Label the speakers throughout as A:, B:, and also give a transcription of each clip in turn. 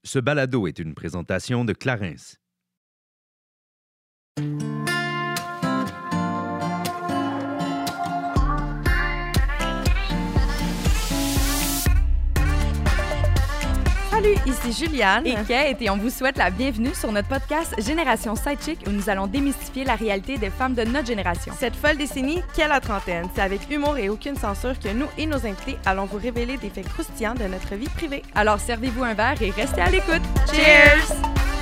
A: Ce balado est une présentation de Clarins.
B: Salut, ici Juliane
C: et Kate et on vous souhaite la bienvenue sur notre podcast Génération Sidechick où nous allons démystifier la réalité des femmes de notre génération.
B: Cette folle décennie qu'est la trentaine, c'est avec humour et aucune censure que nous et nos invités allons vous révéler des faits croustillants de notre vie privée.
C: Alors servez-vous un verre et restez à l'écoute.
B: Cheers!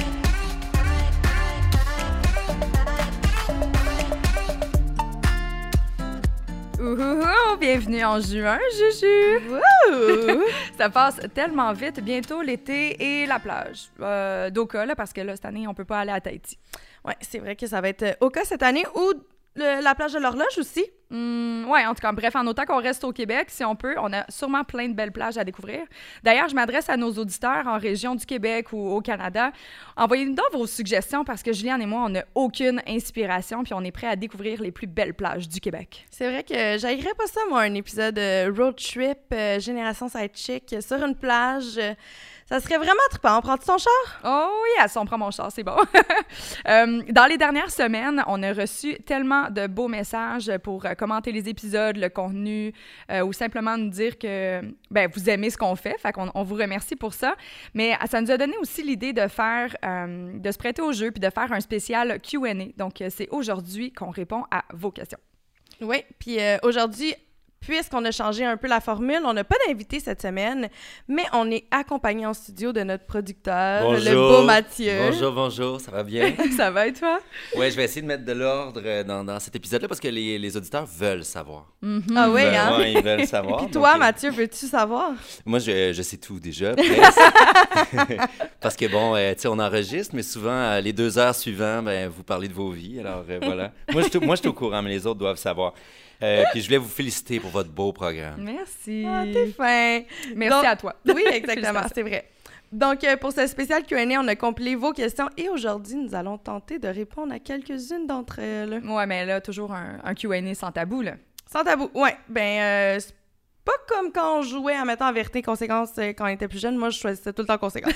C: Ouhouhou, bienvenue en juin, Juju!
B: Wouh!
C: Ça passe tellement vite, bientôt l'été et la plage. D'Oka, là, parce que là, cette année, on peut pas aller à Tahiti.
B: Ouais, c'est vrai que ça va être Oka cette année ou la plage de l'Horloge aussi.
C: Ouais, en tout cas, bref, en autant qu'on reste au Québec, si on peut, on a sûrement plein de belles plages à découvrir. D'ailleurs, je m'adresse à nos auditeurs en région du Québec ou au Canada. Envoyez-nous donc vos suggestions parce que Juliane et moi, on n'a aucune inspiration puis on est prêts à découvrir les plus belles plages du Québec.
B: C'est vrai que j'haïrais pas ça, moi, un épisode road trip, Génération Sidechick, sur une plage. Ça serait vraiment trippant. On prend ton char?
C: Oh yes, on prend mon char, c'est bon. Dans les dernières semaines, on a reçu tellement de beaux messages pour commenter les épisodes, le contenu, ou simplement nous dire que vous aimez ce qu'on fait. Fait qu'on vous remercie pour ça. Mais ça nous a donné aussi l'idée de faire, de se prêter au jeu puis de faire un spécial Q&A. Donc, c'est aujourd'hui qu'on répond à vos questions.
B: Oui, puis aujourd'hui, puisqu'on a changé un peu la formule, on n'a pas d'invité cette semaine, mais on est accompagné en studio de notre producteur,
D: bonjour.
B: Le beau Mathieu.
D: Bonjour, ça va bien?
C: Ça va et toi?
D: Oui, je vais essayer de mettre de l'ordre dans cet épisode-là parce que les auditeurs veulent savoir.
C: Mm-hmm.
B: Ah oui, hein?
D: Ouais, ils veulent savoir.
B: Puis toi, Mathieu, veux-tu savoir?
D: Moi, je sais tout déjà, parce que bon, tu sais, on enregistre, mais souvent, les 2 heures suivantes, vous parlez de vos vies, alors voilà. Moi, je suis au courant, mais les autres doivent savoir. Puis je voulais vous féliciter pour votre beau programme.
C: Merci.
B: Ah, t'es fin.
C: Merci à toi.
B: Oui, exactement, c'est vrai. Donc, pour ce spécial Q&A, on a compilé vos questions et aujourd'hui, nous allons tenter de répondre à quelques-unes d'entre elles.
C: Ouais, mais là, toujours un Q&A sans tabou, là.
B: Sans tabou, ouais. C'est pas comme quand on jouait à mettre en vérité conséquence quand on était plus jeune. Moi, je choisissais tout le temps conséquence.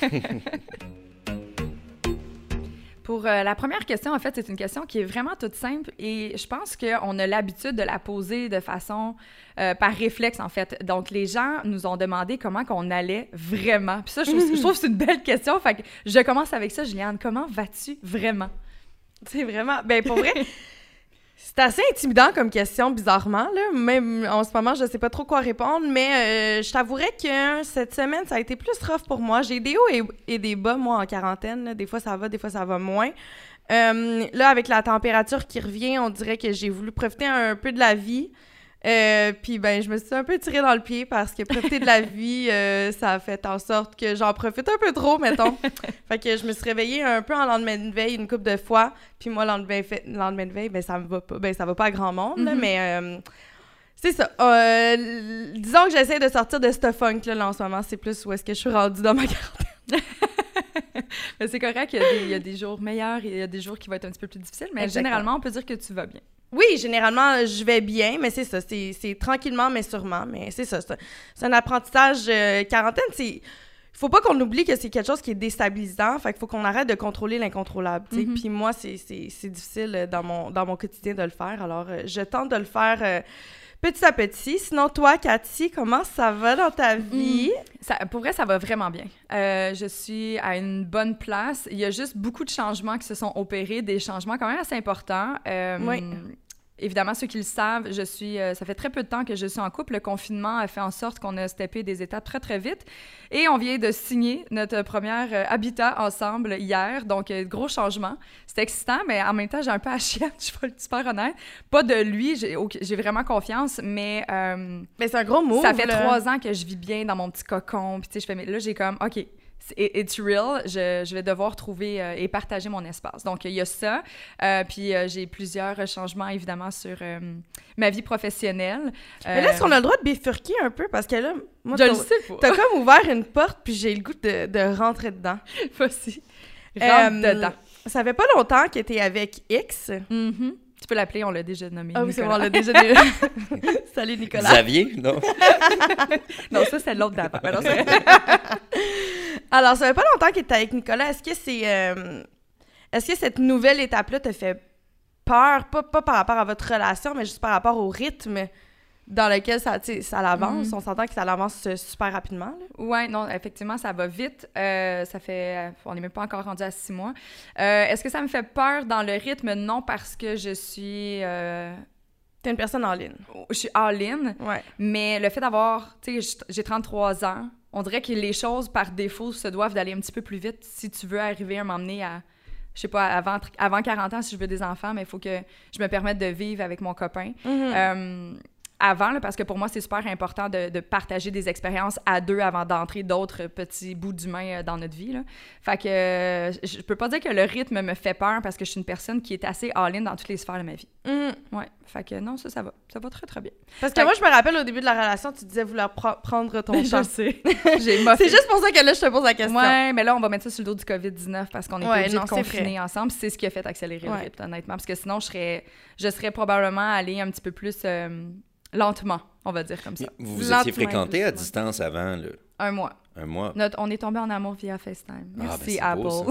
C: Pour la première question, en fait, c'est une question qui est vraiment toute simple et je pense qu'on a l'habitude de la poser de façon par réflexe, en fait. Donc, les gens nous ont demandé comment qu'on allait vraiment. Puis ça, je trouve que c'est une belle question. Fait que je commence avec ça, Juliane. Comment vas-tu vraiment?
B: C'est vraiment... pour vrai... C'est assez intimidant comme question, bizarrement, là. Même en ce moment, je sais pas trop quoi répondre, mais je t'avouerais que cette semaine, ça a été plus rough pour moi. J'ai des hauts et des bas, moi, en quarantaine. Là. Des fois, ça va, des fois, ça va moins. Là, avec la température qui revient, on dirait que j'ai voulu profiter un peu de la vie. Puis, je me suis un peu tirée dans le pied parce que profiter de la vie, ça a fait en sorte que j'en profite un peu trop, mettons. Fait que je me suis réveillée un peu en lendemain de veille une couple de fois. Puis moi, lendemain de veille, ça me va pas. Ça va pas à grand monde, là, mais c'est ça. Disons que j'essaie de sortir de ce funk-là là, en ce moment. C'est plus où est-ce que je suis rendue dans ma quarantaine.
C: Mais c'est correct, il y a des jours meilleurs, il y a des jours qui vont être un petit peu plus difficiles, mais
B: exactement.
C: Généralement, on peut dire que tu vas bien.
B: Oui, généralement, je vais bien, mais c'est ça, c'est tranquillement, mais sûrement, mais c'est ça, c'est un apprentissage quarantaine, il faut pas qu'on oublie que c'est quelque chose qui est déstabilisant, fait qu'il faut qu'on arrête de contrôler l'incontrôlable, tu sais, puis moi, c'est difficile dans mon quotidien de le faire, alors je tente de le faire petit à petit. Sinon, toi, Cathy, comment ça va dans ta vie?
C: Pour vrai, ça va vraiment bien. Je suis à une bonne place. Il y a juste beaucoup de changements qui se sont opérés, des changements quand même assez importants.
B: Oui.
C: Évidemment, ceux qui le savent, ça fait très peu de temps que je suis en couple. Le confinement a fait en sorte qu'on a steppé des étapes très, très vite. Et on vient de signer notre premier habitat ensemble hier. Donc, gros changement. C'est excitant, mais en même temps, j'ai un peu à chienne, je vais être super honnête. Pas de lui, j'ai vraiment confiance, mais...
B: mais c'est un gros mot.
C: Ça fait 3 ans que je vis bien dans mon petit cocon. Puis, tu sais, là, j'ai comme, OK, it's real, je vais devoir trouver et partager mon espace. Donc, il y a ça. Puis, j'ai plusieurs changements, évidemment, sur ma vie professionnelle.
B: Mais là, est-ce qu'on a le droit de bifurquer un peu? Parce que là, moi,
C: je le sais pas.
B: T'as comme ouvert une porte, puis j'ai le goût de rentrer dedans.
C: Vas-y. Rentre dedans.
B: Ça fait pas longtemps que t'es avec X.
C: Mm-hmm. Tu peux l'appeler, on l'a déjà nommé.
B: Ah oui, c'est bon,
C: Nicolas.
B: on l'a déjà dit. Salut, Nicolas.
D: Xavier, non?
C: Non, ça, c'est l'autre d'avant. Alors,
B: Alors, ça fait pas longtemps que tu es avec Nicolas. Est-ce que cette nouvelle étape-là te fait peur, pas par rapport à votre relation, mais juste par rapport au rythme dans lequel ça l'avance? On s'entend que ça l'avance super rapidement, là.
C: Oui, non, effectivement, ça va vite. On n'est même pas encore rendu à 6 mois. Est-ce que ça me fait peur dans le rythme? Non, parce que je suis...
B: T'es une personne en ligne.
C: Je suis all-in,
B: Ouais.
C: mais le fait d'avoir... Tu sais, j'ai 33 ans, on dirait que les choses, par défaut, se doivent d'aller un petit peu plus vite si tu veux arriver à m'emmener à... Je sais pas, avant 40 ans, si je veux des enfants, mais il faut que je me permette de vivre avec mon copain. Avant, là, parce que pour moi, c'est super important de partager des expériences à deux avant d'entrer d'autres petits bouts d'humain dans notre vie, là. Fait que je peux pas dire que le rythme me fait peur parce que je suis une personne qui est assez all-in dans toutes les sphères de ma vie. Ouais. Fait que non, ça va. Ça va très, très bien.
B: Parce que moi, je me rappelle au début de la relation, tu disais vouloir prendre ton temps.
C: Je sais.
B: C'est juste pour ça que là, je te pose la question.
C: Ouais, mais là, on va mettre ça sur le dos du COVID-19 parce qu'on est pas obligé de
B: non, c'est
C: confiner ensemble. C'est ce qui a fait accélérer le rythme, honnêtement. Parce que sinon, je serais probablement allée un petit peu plus lentement, on va dire comme ça.
D: Vous vous
B: Lentement,
D: étiez fréquentés à
B: doucement.
D: distance avant, là?
C: 1 mois.
D: 1 mois?
C: On est tombé en amour via FaceTime. Merci,
D: c'est
C: Apple.
D: beau,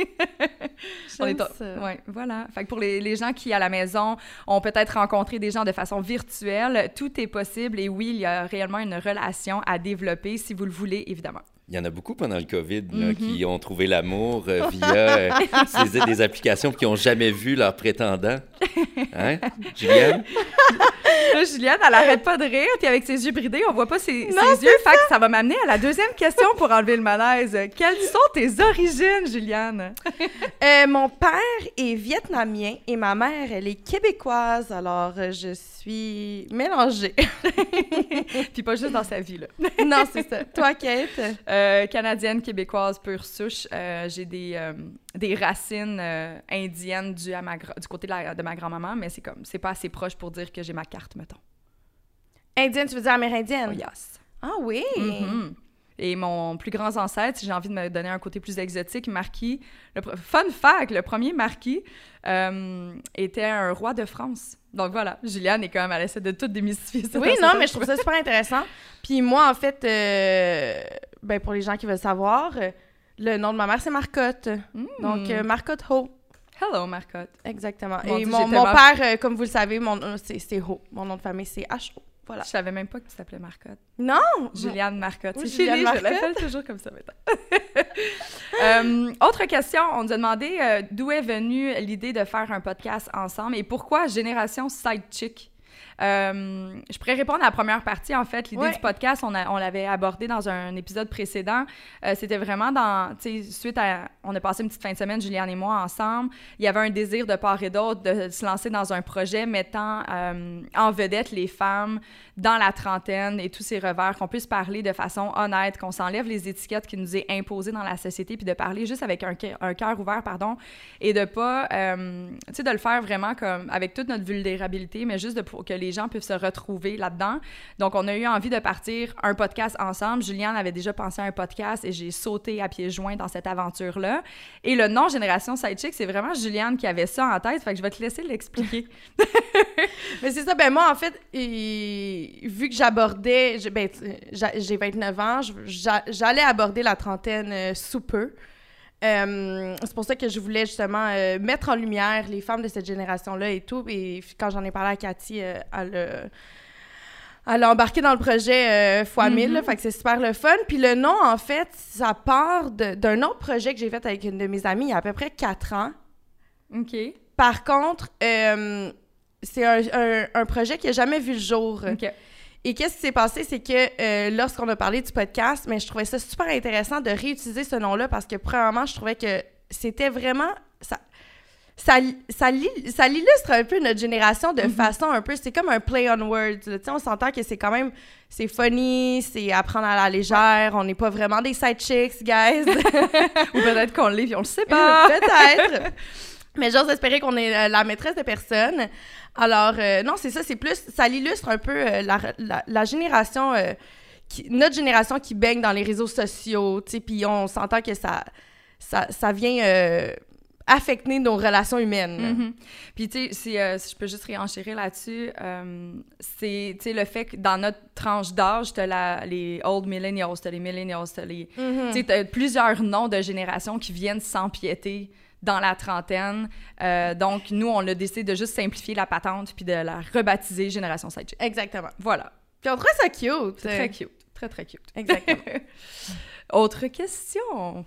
B: J'aime ça.
C: Ouais, voilà. Fait que pour les gens qui, à la maison, ont peut-être rencontré des gens de façon virtuelle, tout est possible et oui, il y a réellement une relation à développer si vous le voulez, évidemment.
D: Il y en a beaucoup pendant le COVID là, qui ont trouvé l'amour via des applications qui n'ont jamais vu leur prétendant. Hein, Juliane?
C: Là, Juliane, elle arrête pas de rire, puis avec ses yeux bridés, on voit pas ses yeux. Fait que ça va m'amener à la deuxième question pour enlever le malaise. Quelles sont tes origines, Juliane?
B: Mon père est vietnamien et ma mère, elle est québécoise. Alors, je suis mélangée.
C: Puis pas juste dans sa vie, là.
B: Non, c'est ça. Toi, Kate?
C: Canadienne, québécoise, pure souche. J'ai des racines indiennes dues à du côté de ma grand-maman, mais c'est pas assez proche pour dire que j'ai ma carte, mettons.
B: Indienne, tu veux dire amérindienne?
C: Oh, yes.
B: Ah oui?
C: Et mon plus grand ancêtre, si j'ai envie de me donner un côté plus exotique, marquis, fun fact, le premier marquis était un roi de France. Donc voilà, Juliane est quand même, elle essaie de tout démystifier ça.
B: Oui, non, mais je trouve ça super intéressant. Puis moi, en fait, pour les gens qui veulent savoir, le nom de ma mère, c'est Marcotte. Donc, Marcotte Ho.
C: Hello, Marcotte.
B: Exactement.
C: Mon
B: Et
C: Dieu,
B: mon père, comme vous le savez, c'est Ho. Mon nom de famille, c'est H-O. Voilà.
C: Je savais même pas que tu t'appelais Marcotte.
B: Non!
C: Juliane Marcotte.
B: Oui,
C: C'est
B: Juliane
C: fini, je
B: Marcotte.
C: l'appelle toujours comme ça maintenant. Autre question, on nous a demandé d'où est venue l'idée de faire un podcast ensemble et pourquoi Génération Side Chick? Je pourrais répondre à la première partie, en fait. L'idée du podcast, on l'avait abordé dans un épisode précédent. C'était vraiment suite à... On a passé une petite fin de semaine, Juliane et moi, ensemble. Il y avait un désir de part et d'autre de se lancer dans un projet mettant en vedette les femmes dans la trentaine et tous ces revers, qu'on puisse parler de façon honnête, qu'on s'enlève les étiquettes qui nous est imposées dans la société, puis de parler juste avec un cœur ouvert, et de pas... de le faire vraiment comme avec toute notre vulnérabilité, mais juste pour que les gens peuvent se retrouver là-dedans. Donc, on a eu envie de partir un podcast ensemble. Juliane avait déjà pensé à un podcast et j'ai sauté à pieds joints dans cette aventure-là. Et le nom Génération Sidechick, c'est vraiment Juliane qui avait ça en tête, fait que je vais te laisser l'expliquer.
B: Mais c'est ça, moi, en fait, vu que j'abordais... j'ai 29 ans, j'allais aborder la trentaine sous peu. C'est pour ça que je voulais justement mettre en lumière les femmes de cette génération-là et tout. Et quand j'en ai parlé à Cathy, elle a embarqué dans le projet x1000, là, fait que c'est super le fun. Puis le nom, en fait, ça part d'un autre projet que j'ai fait avec une de mes amies il y a à peu près 4 ans.
C: OK.
B: Par contre, c'est un projet qui n'a jamais vu le jour.
C: OK.
B: Et qu'est-ce qui s'est passé, c'est que lorsqu'on a parlé du podcast, mais je trouvais ça super intéressant de réutiliser ce nom-là parce que, premièrement, je trouvais que c'était vraiment... Ça illustre un peu notre génération de façon un peu... C'est comme un play on words. Tu sais, on s'entend que c'est quand même... C'est funny, c'est à prendre à la légère. On n'est pas vraiment des side chicks, guys.
C: Ou peut-être qu'on l'est, puis on le sait pas.
B: Peut-être. Mais j'ose espérer qu'on est la maîtresse de personne. Alors, non, c'est ça, c'est plus... Ça l'illustre un peu la génération... notre génération qui baigne dans les réseaux sociaux, tu sais, puis on s'entend que ça vient... affecter nos relations humaines. Là.
C: Mm-hmm. Puis, tu sais, si je peux juste réenchérir là-dessus, c'est, tu sais, le fait que dans notre tranche d'âge, t'as les old millennials, t'as les millennials, t'as les... Tu sais, t'as plusieurs noms de générations qui viennent s'empiéter dans la trentaine. Donc, nous, on a décidé de juste simplifier la patente puis de la rebaptiser Génération Sidechick.
B: Exactement.
C: Voilà.
B: Puis on trouve ça cute.
C: C'est très cute. Très, très cute.
B: Exactement.
C: Autre question.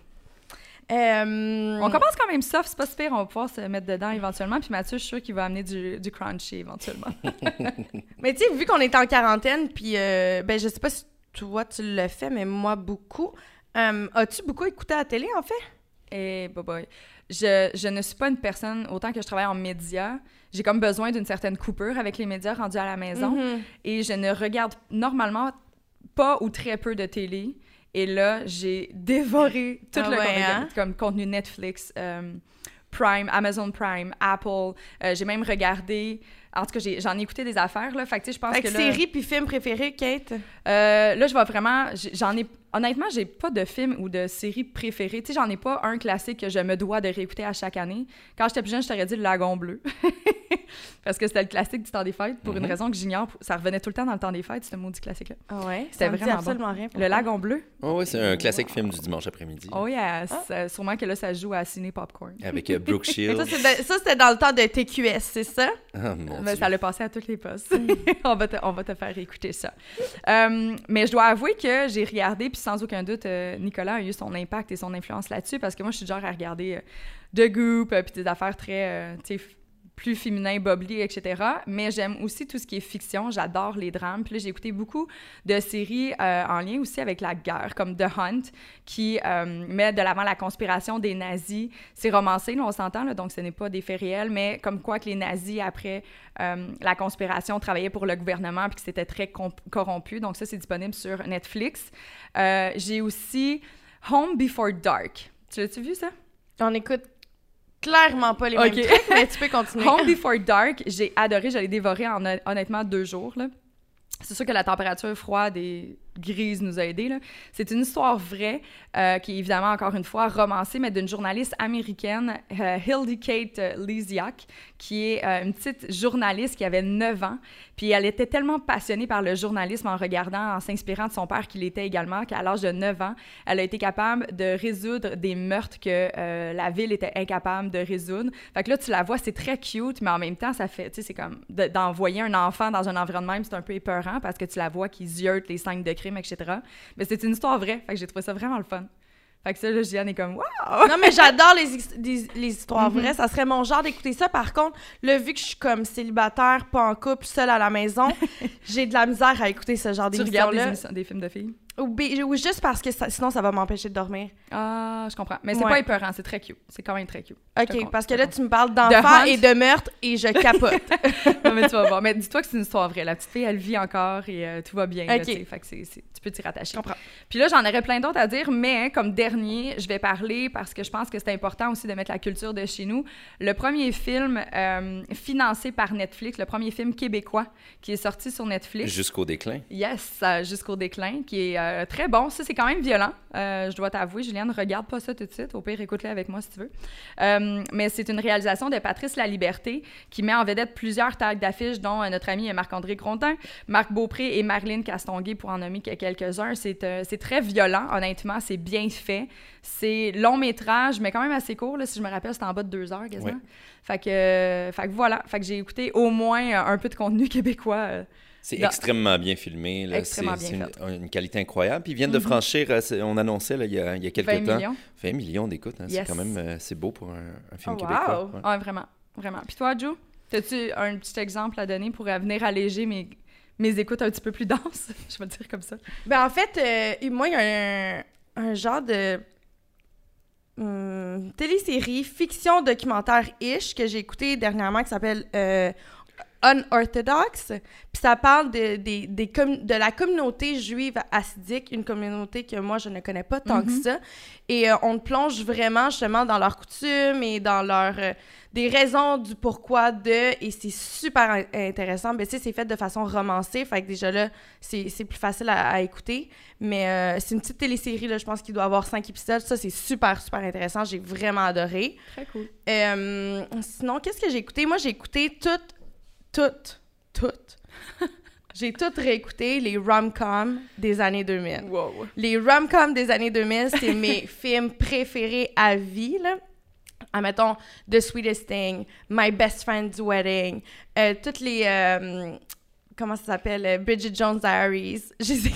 C: On commence quand même soft, c'est pas super, on va pouvoir se mettre dedans éventuellement. Puis Mathieu, je suis sûre qu'il va amener du crunchy éventuellement.
B: Mais tu sais, vu qu'on est en quarantaine, puis ben je sais pas si toi tu le fais, mais moi beaucoup. As-tu beaucoup écouté à la télé, en fait?
C: Et boy. Je ne suis pas une personne, autant que je travaille en médias, j'ai comme besoin d'une certaine coupure avec les médias rendus à la maison. Et je ne regarde normalement pas ou très peu de télé. Et là, j'ai dévoré tout le contenu, comme contenu Netflix, Prime, Amazon Prime, Apple. J'ai même regardé... En tout cas, j'en ai écouté des affaires, là. Fait que, tu sais, je pense que là...
B: série puis film préféré, Kate?
C: Là, je vais vraiment... Honnêtement, j'ai pas de film ou de série préférée. Tu sais, j'en ai pas un classique que je me dois de réécouter à chaque année. Quand j'étais plus jeune, je t'aurais dit Le Lagon Bleu. Parce que c'était le classique du temps des fêtes, pour une raison que j'ignore. Ça revenait tout le temps dans le temps des fêtes, ce maudit classique-là.
B: Ah ouais?
C: C'était vraiment
B: absolument rien.
C: Le Lagon Bleu.
D: Oh oui, c'est un classique film du dimanche après-midi.
C: Oh yes! Sûrement que là, ça joue à Ciné Popcorn.
D: Avec Brooke Shields.
B: Ça, c'était dans le temps de TQS, c'est ça?
D: Ah, mon
C: Mais
D: Dieu.
C: ça l'a passé à toutes les postes. on va te faire écouter ça. Mais je dois avouer que j'ai regardé, puis sans aucun doute, Nicolas a eu son impact et son influence là-dessus, parce que moi, je suis du genre à regarder The Goop, puis des affaires très, tu sais, plus féminin, bubbly, etc. Mais j'aime aussi tout ce qui est fiction. J'adore les drames. Puis là, j'ai écouté beaucoup de séries en lien aussi avec la guerre, comme The Hunt, qui met de l'avant la conspiration des nazis. C'est romancé, là, on s'entend, là, donc ce n'est pas des faits réels, mais comme quoi que les nazis, après la conspiration, travaillaient pour le gouvernement puis que c'était très corrompu. Donc ça, c'est disponible sur Netflix. J'ai aussi Home Before Dark. Tu l'as-tu vu, ça?
B: On écoute clairement pas les mêmes trucs, mais tu peux continuer.
C: Home Before Dark, j'ai adoré. Je l'ai dévoré en honnêtement 2 jours, là. C'est sûr que la température froide et grise nous a aidés, là. C'est une histoire vraie qui est évidemment, encore une fois, romancée, mais d'une journaliste américaine, Hildy Kate Lysiak, qui est une petite journaliste qui avait 9 ans. Puis elle était tellement passionnée par le journalisme en regardant, en s'inspirant de son père qui l'était également, qu'à l'âge de 9 ans, elle a été capable de résoudre des meurtres que la ville était incapable de résoudre. Fait que là, tu la vois, c'est très cute, mais en même temps, ça fait, tu sais, c'est comme d'envoyer un enfant dans un environnement, c'est un peu épeurant parce que tu la vois qui ziote les scènes de crime, etc. Mais c'est une histoire vraie, fait que j'ai trouvé ça vraiment le fun. Fait que ça, là, Gianne est comme « Wow! »
B: Non, mais j'adore les histoires vraies. Ça serait mon genre d'écouter ça. Par contre, là, vu que je suis comme célibataire, pas en couple, seule à la maison, j'ai de la misère à écouter ce genre d'émissions-là.
C: Tu regardes des films de filles?
B: Ou juste parce que sinon, ça va m'empêcher de dormir.
C: Ah, je comprends. Mais c'est pas épeurant, c'est très cute. C'est quand même très cute.
B: OK, parce que là, tu me parles d'enfants et de meurtre et je capote.
C: Non, mais tu vas voir. Mais dis-toi que c'est une histoire vraie. La petite fille, elle vit encore et tout va bien.
B: OK.
C: Là, fait que tu peux t'y rattacher.
B: Je comprends.
C: Puis là, j'en aurais plein d'autres à dire, mais comme dernier, je vais parler, parce que je pense que c'est important aussi de mettre la culture de chez nous, le premier film financé par Netflix, le premier film québécois qui est sorti sur Netflix.
D: Jusqu'au déclin.
C: Yes, Jusqu'au déclin, qui est très bon. Ça, c'est quand même violent. Je dois t'avouer, Juliane, regarde pas ça tout de suite. Au pire, écoute-le avec moi si tu veux. Mais c'est une réalisation de Patrice Laliberté qui met en vedette plusieurs tags d'affiches, dont notre ami Marc-André Grondin, Marc Beaupré et Marilyn Castonguay, pour en nommer que quelques-uns. C'est très violent, honnêtement. C'est bien fait. C'est long métrage, mais quand même assez court. Là, si je me rappelle, c'était en bas de 2 heures quasiment.
D: Oui.
C: Fait que voilà. Fait que j'ai écouté au moins un peu de contenu québécois.
D: C'est extrêmement bien filmé. Là.
C: Extrêmement
D: c'est
C: bien
D: une qualité incroyable. Puis ils viennent de franchir, on annonçait là, il y a quelques
C: 20
D: temps.
C: millions.
D: 20 millions d'écoutes. Hein,
C: Yes.
D: C'est quand même c'est beau pour un film
B: Oh,
D: québécois.
B: wow.
D: Ouais.
C: Ouais, vraiment, vraiment. Puis toi, Jo, as-tu un petit exemple à donner pour venir alléger mes écoutes un petit peu plus denses? Je vais le dire comme ça.
B: Ben en fait, moi, il y a un genre de télésérie, fiction documentaire-ish que j'ai écouté dernièrement qui s'appelle Unorthodox. Puis ça parle de la communauté juive hassidique, une communauté que moi, je ne connais pas tant que ça. Et on plonge vraiment, justement, dans leurs coutumes et dans des raisons du pourquoi et c'est super intéressant. Ben, tu sais, c'est fait de façon romancée, fait que déjà là, c'est plus facile à écouter. Mais c'est une petite télésérie, là, je pense qu'il doit avoir 5 épisodes. Ça, c'est super, super intéressant. J'ai vraiment adoré.
C: Très cool.
B: Sinon, qu'est-ce que j'ai écouté? Moi, j'ai écouté toutes. J'ai toutes réécouté les rom-coms des années 2000.
C: Wow.
B: Les rom-coms des années 2000, c'est mes films préférés à vie, là. Admettons, The Sweetest Thing, My Best Friend's Wedding, toutes les... comment ça s'appelle? Bridget Jones' Diaries.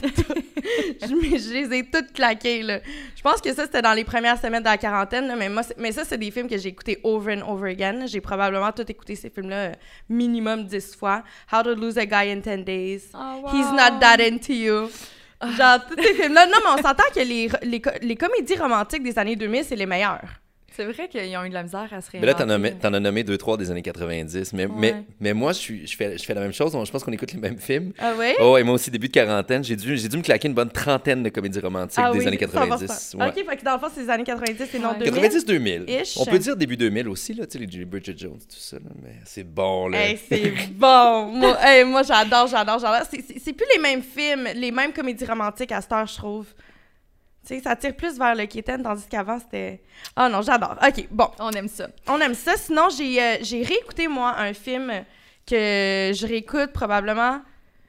B: Je les ai toutes claquées, là. Je pense que ça, c'était dans les premières semaines de la quarantaine, là, mais ça, c'est des films que j'ai écoutés over and over again. J'ai probablement tout écouté ces films-là minimum 10 fois. How to Lose a Guy in 10 Days.
C: Oh, wow.
B: He's Not That Into You. Genre, tous ces films-là. Non, mais on s'entend que les comédies romantiques des années 2000, c'est les meilleures.
C: C'est vrai qu'ils ont eu de la misère à se réinventer.
D: Mais là, t'en as nommé 2-3 des années 90. Mais moi, je fais la même chose. Je pense qu'on écoute les mêmes films.
B: Ah oui?
D: Oh, et moi aussi, début de quarantaine, j'ai dû me claquer une bonne trentaine de comédies romantiques des années 90.
B: Ouais. OK, fait que dans le fond, c'est les années 90 et non 2000.
D: 90-2000. On peut dire début 2000 aussi, là, tu sais, les Bridget Jones, tout ça. Là, mais c'est bon, là.
B: Hey, c'est bon! Moi, j'adore. C'est plus les mêmes films, les mêmes comédies romantiques à cette heure, je trouve. Tu sais, ça tire plus vers le quétaine, tandis qu'avant, c'était... Ah non, j'adore. OK, bon.
C: On aime ça.
B: Sinon, j'ai réécouté, moi, un film que je réécoute probablement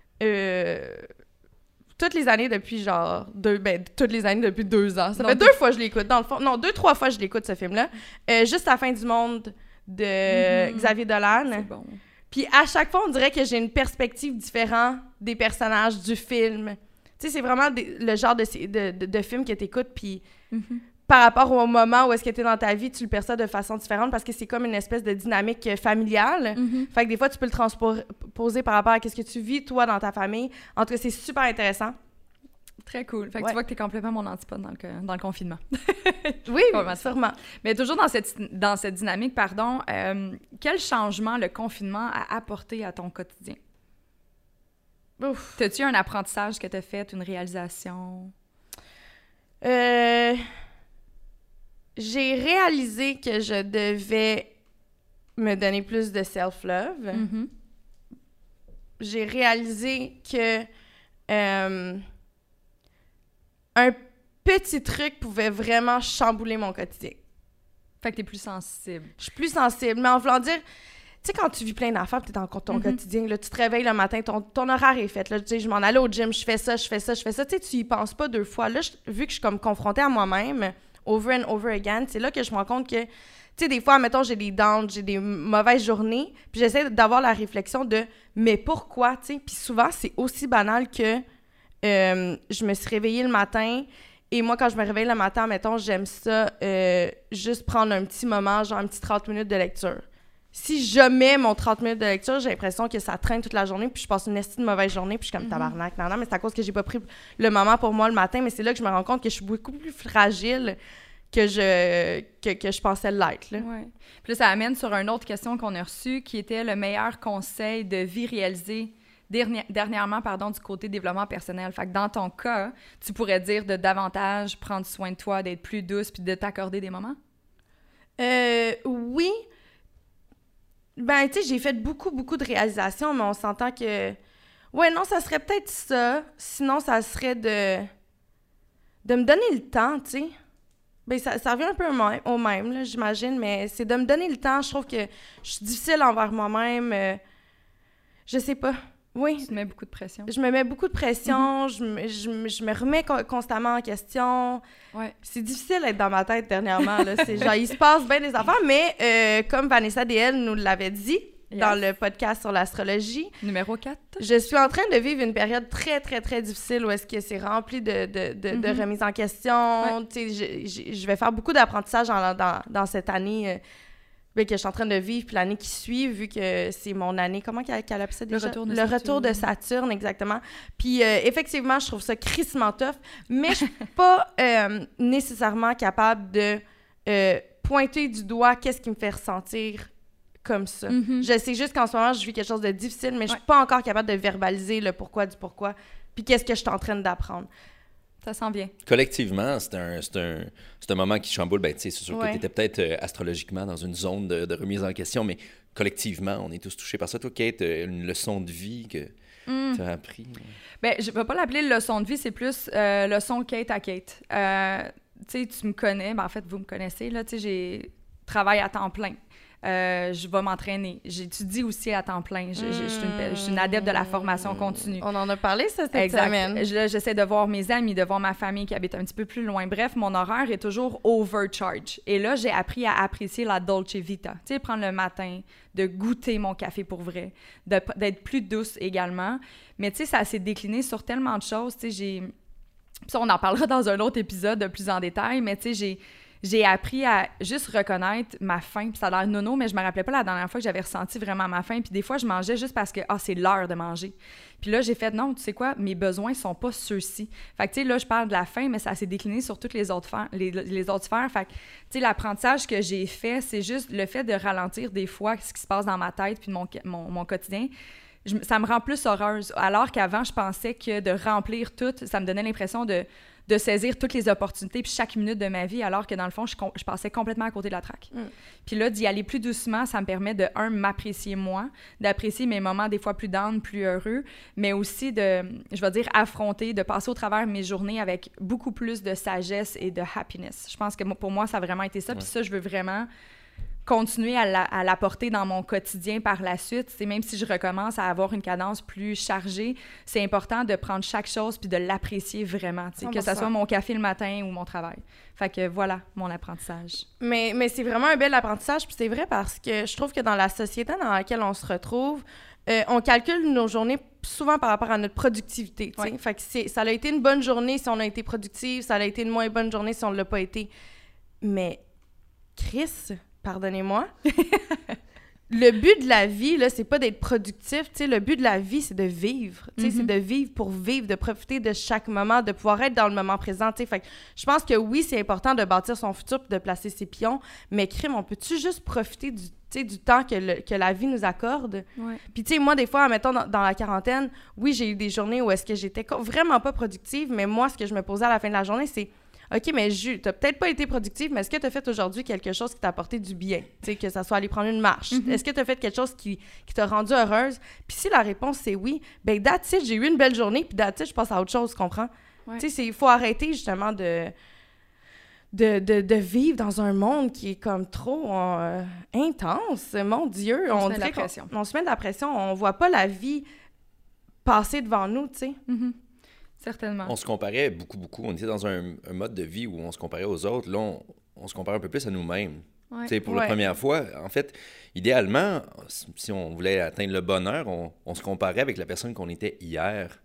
B: toutes les années depuis, genre... toutes les années depuis 2 ans. Ça fait 2 fois que je l'écoute, dans le fond. Non, 2-3 fois que je l'écoute, ce film-là. Juste la fin du monde de Xavier Dolan.
C: C'est bon.
B: Puis à chaque fois, on dirait que j'ai une perspective différente des personnages du film. Tu sais, c'est vraiment le genre de film que t'écoutes, puis par rapport au moment où est-ce que t'es dans ta vie, tu le perçois de façon différente parce que c'est comme une espèce de dynamique familiale. Fait que des fois, tu peux le transposer par rapport à ce que tu vis, toi, dans ta famille. En tout cas, c'est super intéressant.
C: Très cool. Fait que tu vois que t'es complètement mon antipode dans le confinement.
B: Oui, sûrement.
C: Mais toujours dans cette dynamique, pardon, quel changement le confinement a apporté à ton quotidien?
B: Ouf.
C: T'as-tu un apprentissage que t'as fait, une réalisation?
B: J'ai réalisé que je devais me donner plus de self-love. J'ai réalisé que un petit truc pouvait vraiment chambouler mon quotidien.
C: Fait que t'es plus sensible.
B: Je suis plus sensible, mais en voulant dire... Tu sais, quand tu vis plein d'affaires, tu es dans ton quotidien, là, tu te réveilles le matin, ton horaire est fait. Là, tu sais, je m'en allais au gym, je fais ça. Tu sais, tu y penses pas 2 fois. Là, vu que je suis comme confrontée à moi-même, over and over again, c'est là que je me rends compte que, tu sais, des fois, mettons, j'ai des downs, j'ai des mauvaises journées, puis j'essaie d'avoir la réflexion de « mais pourquoi? » Tu sais, puis souvent, c'est aussi banal que je me suis réveillée le matin, et moi, quand je me réveille le matin, mettons, j'aime ça, juste prendre un petit moment, genre un petit 30 minutes de lecture. Si je mets mon 30 minutes de lecture, j'ai l'impression que ça traîne toute la journée, puis je passe une estime de mauvaise journée, puis je suis comme tabarnak. Non, mais c'est à cause que j'ai pas pris le moment pour moi le matin, mais c'est là que je me rends compte que je suis beaucoup plus fragile que je pensais l'être. Là.
C: Ouais. Puis là, ça amène sur une autre question qu'on a reçue, qui était le meilleur conseil de vie réalisé dernièrement, du côté développement personnel. Fait que dans ton cas, tu pourrais dire de davantage prendre soin de toi, d'être plus douce, puis de t'accorder des moments?
B: Oui. Ben, tu sais, j'ai fait beaucoup de réalisations, mais on s'entend que... Ouais, non, ça serait peut-être ça. Sinon, ça serait de me donner le temps, tu sais. Ben, ça revient un peu au même, là, j'imagine, mais c'est de me donner le temps. Je trouve que je suis difficile envers moi-même. Je sais pas. Oui.
C: Tu te mets beaucoup de pression.
B: Je me mets beaucoup de pression. Je me remets constamment en question.
C: Ouais.
B: C'est difficile d'être dans ma tête dernièrement. Là. C'est genre, il se passe bien des affaires, mais comme Vanessa DL nous l'avait dit dans le podcast sur l'astrologie.
C: Numéro 4.
B: Je suis en train de vivre une période très, très, très difficile où est-ce que c'est rempli de remise en question. Tu sais, je vais faire beaucoup d'apprentissage dans cette année que je suis en train de vivre, puis l'année qui suit, vu que c'est mon année... Comment qu'elle appelle ça déjà? Le retour de Saturne, exactement. Puis effectivement, je trouve ça crissement tough, mais je suis pas nécessairement capable de pointer du doigt qu'est-ce qui me fait ressentir comme ça. Je sais juste qu'en ce moment, je vis quelque chose de difficile, mais je suis pas encore capable de verbaliser le pourquoi du pourquoi, puis qu'est-ce que je suis en train d'apprendre.
C: Ça sent bien.
D: Collectivement, c'est un moment qui chamboule. Ben, c'est sûr que tu étais peut-être astrologiquement dans une zone de remise en question, mais collectivement, on est tous touchés par ça. Toi, Kate, une leçon de vie que tu as appris?
C: Ben, je ne vais pas l'appeler leçon de vie, c'est plus leçon Kate à Kate. Tu sais, tu me connais, ben, en fait, vous me connaissez, là, tu sais, j'ai travail à temps plein. Je vais m'entraîner. J'étudie aussi à temps plein. Je suis une adepte de la formation continue.
B: On en a parlé, ça, cette semaine.
C: J'essaie de voir mes amis, de voir ma famille qui habite un petit peu plus loin. Bref, mon horaire est toujours overcharge. Et là, j'ai appris à apprécier la dolce vita. Tu sais, prendre le matin, de goûter mon café pour vrai, d'être plus douce également. Mais tu sais, ça s'est décliné sur tellement de choses. Tu sais, ça, on en parlera dans un autre épisode de plus en détail, mais tu sais, j'ai appris à juste reconnaître ma faim. Puis ça a l'air nono, mais je me rappelais pas la dernière fois que j'avais ressenti vraiment ma faim. Puis des fois, je mangeais juste parce que, c'est l'heure de manger. Puis là, j'ai fait, non, tu sais quoi, mes besoins sont pas ceux-ci. Fait que, tu sais, là, je parle de la faim, mais ça s'est décliné sur toutes les autres sphères. Les autres sphères. Fait que, tu sais, l'apprentissage que j'ai fait, c'est juste le fait de ralentir des fois ce qui se passe dans ma tête puis mon quotidien. Ça me rend plus heureuse. Alors qu'avant, je pensais que de remplir tout, ça me donnait l'impression de saisir toutes les opportunités puis chaque minute de ma vie, alors que dans le fond, je passais complètement à côté de la traque. Puis là, d'y aller plus doucement, ça me permet de, m'apprécier moi, d'apprécier mes moments des fois plus down, plus heureux, mais aussi de, je vais dire, affronter, de passer au travers mes journées avec beaucoup plus de sagesse et de happiness. Je pense que pour moi, ça a vraiment été ça. Puis ça, je veux vraiment continuer à l'apporter dans mon quotidien par la suite. C'est même si je recommence à avoir une cadence plus chargée, c'est important de prendre chaque chose puis de l'apprécier vraiment, que ce soit mon café le matin ou mon travail. Fait que voilà mon apprentissage.
B: Mais c'est vraiment un bel apprentissage, puis c'est vrai parce que je trouve que dans la société dans laquelle on se retrouve, on calcule nos journées souvent par rapport à notre productivité. Fait que ça a été une bonne journée si on a été productif, ça a été une moins bonne journée si on ne l'a pas été. Mais Chris, pardonnez-moi, le but de la vie, là, c'est pas d'être productif, tu sais, le but de la vie, c'est de vivre, tu sais, c'est de vivre pour vivre, de profiter de chaque moment, de pouvoir être dans le moment présent, tu sais, fait que je pense que oui, c'est important de bâtir son futur puis de placer ses pions, mais crime, on peut-tu juste profiter du temps que la vie nous accorde? Puis tu sais, moi, des fois, mettons, dans la quarantaine, oui, j'ai eu des journées où est-ce que j'étais vraiment pas productive, mais moi, ce que je me posais à la fin de la journée, c'est OK, mais t'as peut-être pas été productive, mais est-ce que t'as fait aujourd'hui quelque chose qui t'a apporté du bien? Tu sais, que ça soit aller prendre une marche. Est-ce que t'as fait quelque chose qui t'a rendue heureuse? Puis si la réponse, c'est oui, ben that's it, j'ai eu une belle journée, puis that's it, je passe à autre chose, tu comprends? Tu sais, il faut arrêter, justement, de vivre dans un monde qui est comme trop intense. Mon Dieu! On se met de la pression. On se met de la pression. On voit pas la vie passer devant nous, tu sais.
C: Certainement.
D: On se comparait beaucoup. On était dans un mode de vie où on se comparait aux autres. Là, on se compare un peu plus à nous-mêmes. Pour la première fois, en fait, idéalement, si on voulait atteindre le bonheur, on se comparait avec la personne qu'on était hier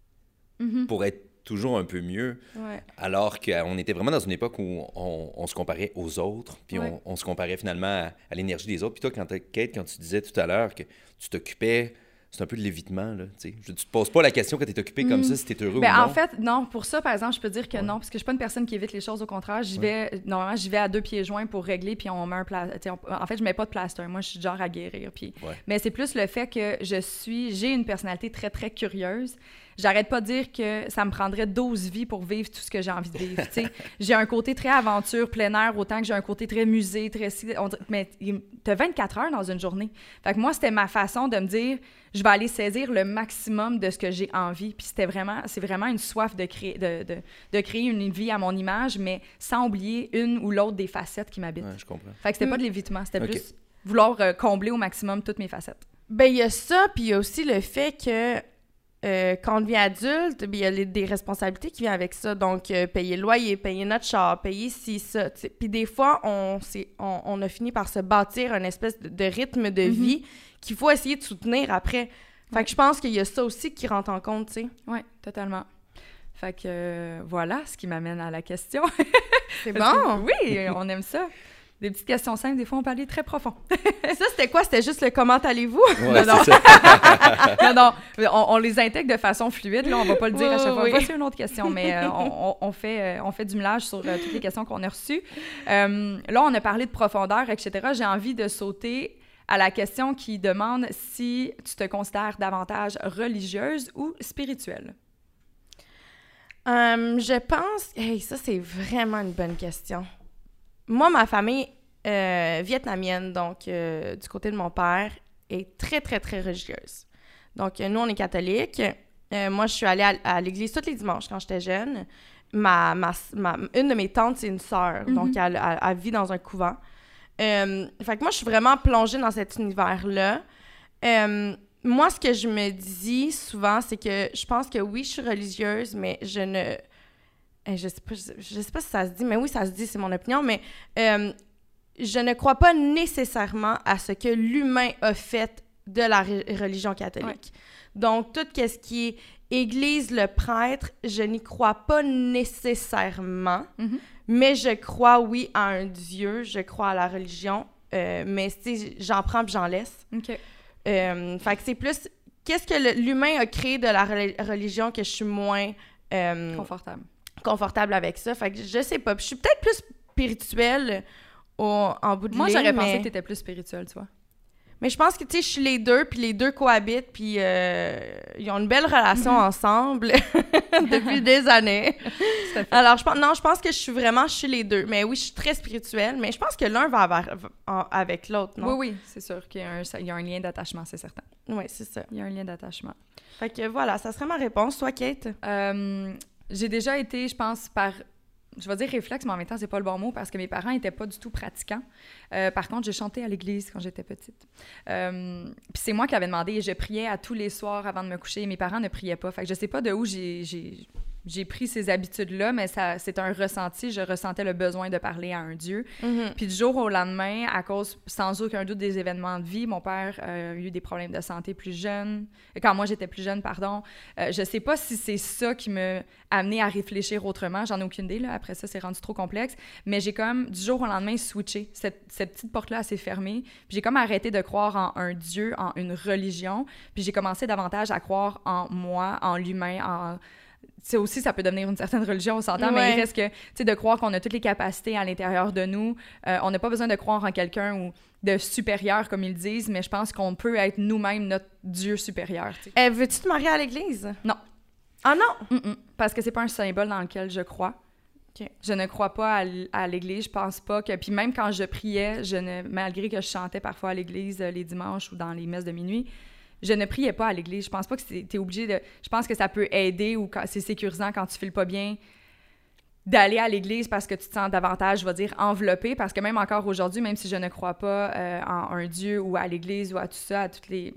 D: pour être toujours un peu mieux. Alors qu'on était vraiment dans une époque où on se comparait aux autres, puis on se comparait finalement à l'énergie des autres. Puis toi, Kate, quand tu disais tout à l'heure que tu t'occupais... C'est un peu de l'évitement, là, tu sais. Tu te poses pas la question quand t'es occupé comme ça, si t'es heureux ou non.
C: En fait, non. Pour ça, par exemple, je peux dire que non, parce que je suis pas une personne qui évite les choses. Au contraire, normalement, j'y vais à 2 pieds joints pour régler, puis on met en fait, je mets pas de plaster. Moi, je suis genre à guérir. Puis... Mais c'est plus le fait que j'ai une personnalité très, très curieuse. J'arrête pas de dire que ça me prendrait 12 vies pour vivre tout ce que j'ai envie de vivre. J'ai un côté très aventure, plein air, autant que j'ai un côté très musée, très... Mais t'as 24 heures dans une journée. Fait que moi, c'était ma façon de me dire, je vais aller saisir le maximum de ce que j'ai envie. Puis c'est vraiment une soif de créer une vie à mon image, mais sans oublier une ou l'autre des facettes qui m'habitent.
D: Je comprends.
C: Fait que c'était pas de l'évitement, c'était plus vouloir combler au maximum toutes mes facettes.
B: Ben il y a ça, puis il y a aussi le fait que quand on devient adulte, il y a des responsabilités qui viennent avec ça. Donc, payer le loyer, payer notre char, payer ci, ça. Puis des fois, on a fini par se bâtir une espèce de rythme de vie qu'il faut essayer de soutenir après. Fait que je pense qu'il y a ça aussi qui rentre en compte, tu sais.
C: Oui, totalement. Fait que voilà ce qui m'amène à la question.
B: C'est bon!
C: Oui, on aime ça. Des petites questions simples, des fois, on peut aller très profond.
B: Ça, c'était quoi? C'était juste le « comment allez-vous » ?
D: Ouais, non. C'est ça.
C: Non, on les intègre de façon fluide. Là, on va pas le dire à chaque fois. Voici une autre question, mais on fait du millage sur toutes les questions qu'on a reçues. Là, on a parlé de profondeur, etc. J'ai envie de sauter à la question qui demande si tu te considères davantage religieuse ou spirituelle.
B: Je pense... Hey, ça, c'est vraiment une bonne question. Moi, ma famille vietnamienne, donc du côté de mon père, est très, très, très religieuse. Donc, nous, on est catholiques. Moi, je suis allée à l'église tous les dimanches quand j'étais jeune. Une de mes tantes, c'est une sœur, donc elle vit dans un couvent. Fait que moi, je suis vraiment plongée dans cet univers-là. Moi, ce que je me dis souvent, c'est que je pense que oui, je suis religieuse, mais je ne... Je sais pas si ça se dit, mais oui, ça se dit, c'est mon opinion, mais je ne crois pas nécessairement à ce que l'humain a fait de la religion catholique. Ouais. Donc, tout ce qui est Église, le prêtre, je n'y crois pas nécessairement, mais je crois, oui, à un Dieu, je crois à la religion, mais j'en prends puis j'en laisse.
C: OK.
B: Fait que c'est plus... Qu'est-ce que l'humain a créé de la religion que je suis moins... confortable avec ça. Fait que je sais pas. Puis je suis peut-être plus spirituelle en bout de ligne.
C: Moi, j'aurais pensé que t'étais plus spirituelle, tu vois.
B: Mais je pense que, tu sais, je suis les deux, puis les deux cohabitent, puis ils ont une belle relation ensemble depuis des années. Alors, je pense que je suis les deux. Mais oui, je suis très spirituelle, mais je pense que l'un va avec l'autre, non?
C: Oui, c'est sûr qu'il y a un lien d'attachement, c'est certain.
B: Oui, c'est ça.
C: Il y a un lien d'attachement.
B: Fait que voilà, ça serait ma réponse. Toi, Kate?
C: J'ai déjà été, je pense, je vais dire réflexe, mais en même temps, c'est pas le bon mot parce que mes parents étaient pas du tout pratiquants. Par contre, j'ai chanté à l'église quand j'étais petite. Puis c'est moi qui avais demandé et je priais à tous les soirs avant de me coucher. Mes parents ne priaient pas. Fait que je sais pas de où j'ai pris ces habitudes-là, mais c'est un ressenti. Je ressentais le besoin de parler à un Dieu. Puis du jour au lendemain, à cause, sans aucun doute, des événements de vie, mon père a eu des problèmes de santé plus jeune. Quand moi, j'étais plus jeune, pardon. Je sais pas si c'est ça qui m'a amené à réfléchir autrement. J'en ai aucune idée, là. Après ça, c'est rendu trop complexe. Mais j'ai comme, du jour au lendemain, switché. Cette petite porte-là, elle s'est fermée. Puis j'ai comme arrêté de croire en un Dieu, en une religion. Puis j'ai commencé davantage à croire en moi, en l'humain, c'est aussi, ça peut devenir une certaine religion, on s'entend, mais il reste que, tu sais, de croire qu'on a toutes les capacités à l'intérieur de nous. On n'a pas besoin de croire en quelqu'un ou de supérieur, comme ils disent, mais je pense qu'on peut être nous-mêmes notre Dieu supérieur, tu sais.
B: Veux-tu te marier à l'église?
C: Non.
B: Ah non?
C: Parce que c'est pas un symbole dans lequel je crois.
B: Okay.
C: Je ne crois pas à l'église, je pense pas que... Puis même quand je priais, malgré que je chantais parfois à l'église les dimanches ou dans les messes de minuit, je ne priais pas à l'église. Je pense pas que t'es obligé de... Je pense que ça peut aider ou c'est sécurisant quand tu files pas bien d'aller à l'église parce que tu te sens davantage, je vais dire, enveloppé. Parce que même encore aujourd'hui, même si je ne crois pas en un Dieu ou à l'église ou à tout ça, à toutes les...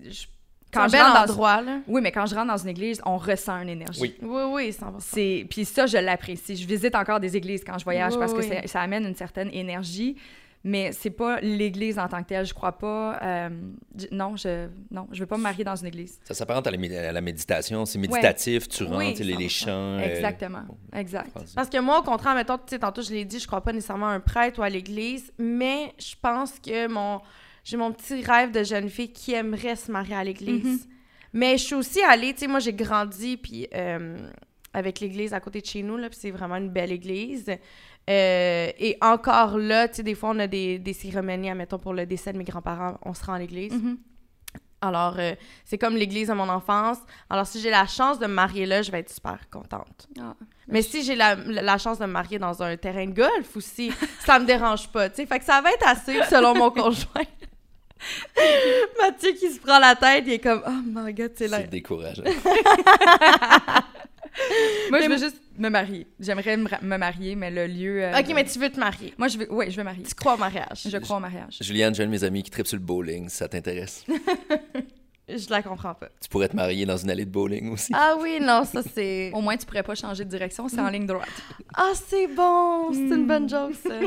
B: Quand je rentre endroit, là.
C: Oui, mais quand je rentre dans une église, on ressent une énergie.
B: Oui, 100%.
C: Puis ça, je l'apprécie. Je visite encore des églises quand je voyage parce que ça amène une certaine énergie. Mais c'est pas l'église en tant que telle, je crois pas. Non, je veux pas me marier dans une église.
D: Ça s'apparente à la méditation, c'est méditatif, tu rentres, les chants.
C: Exactement, exact.
B: Parce que moi, au contraire, mettons, tu sais, tantôt je l'ai dit, je crois pas nécessairement à un prêtre ou à l'église, mais je pense que j'ai mon petit rêve de jeune fille qui aimerait se marier à l'église. Mais je suis aussi allée, tu sais, moi j'ai grandi puis avec l'église à côté de chez nous, là, puis c'est vraiment une belle église. Et encore là, tu sais, des fois, on a des cérémonies, admettons, pour le décès de mes grands-parents, on se rend à l'église. Alors, c'est comme l'église de mon enfance. Alors, si j'ai la chance de me marier là, je vais être super contente. Mais si j'ai la chance de me marier dans un terrain de golf aussi, ça me dérange pas, tu sais. Fait que ça va être assez selon mon conjoint. Mathieu qui se prend la tête, il est comme « Oh my God, c'est là. »
D: C'est décourageant.
C: Moi, je veux juste me marier. J'aimerais me marier, mais le lieu...
B: OK, mais tu veux te marier?
C: Moi, je veux marier.
B: Tu crois au mariage?
C: Je crois au mariage.
D: Juliane, j'ai un de mes amis qui tripe sur le bowling, si ça t'intéresse.
B: Je la comprends pas.
D: Tu pourrais te marier dans une allée de bowling aussi.
B: Ah oui, non, ça c'est...
C: Au moins, tu pourrais pas changer de direction, c'est en ligne droite.
B: Ah, c'est bon! C'est une bonne joke, ça.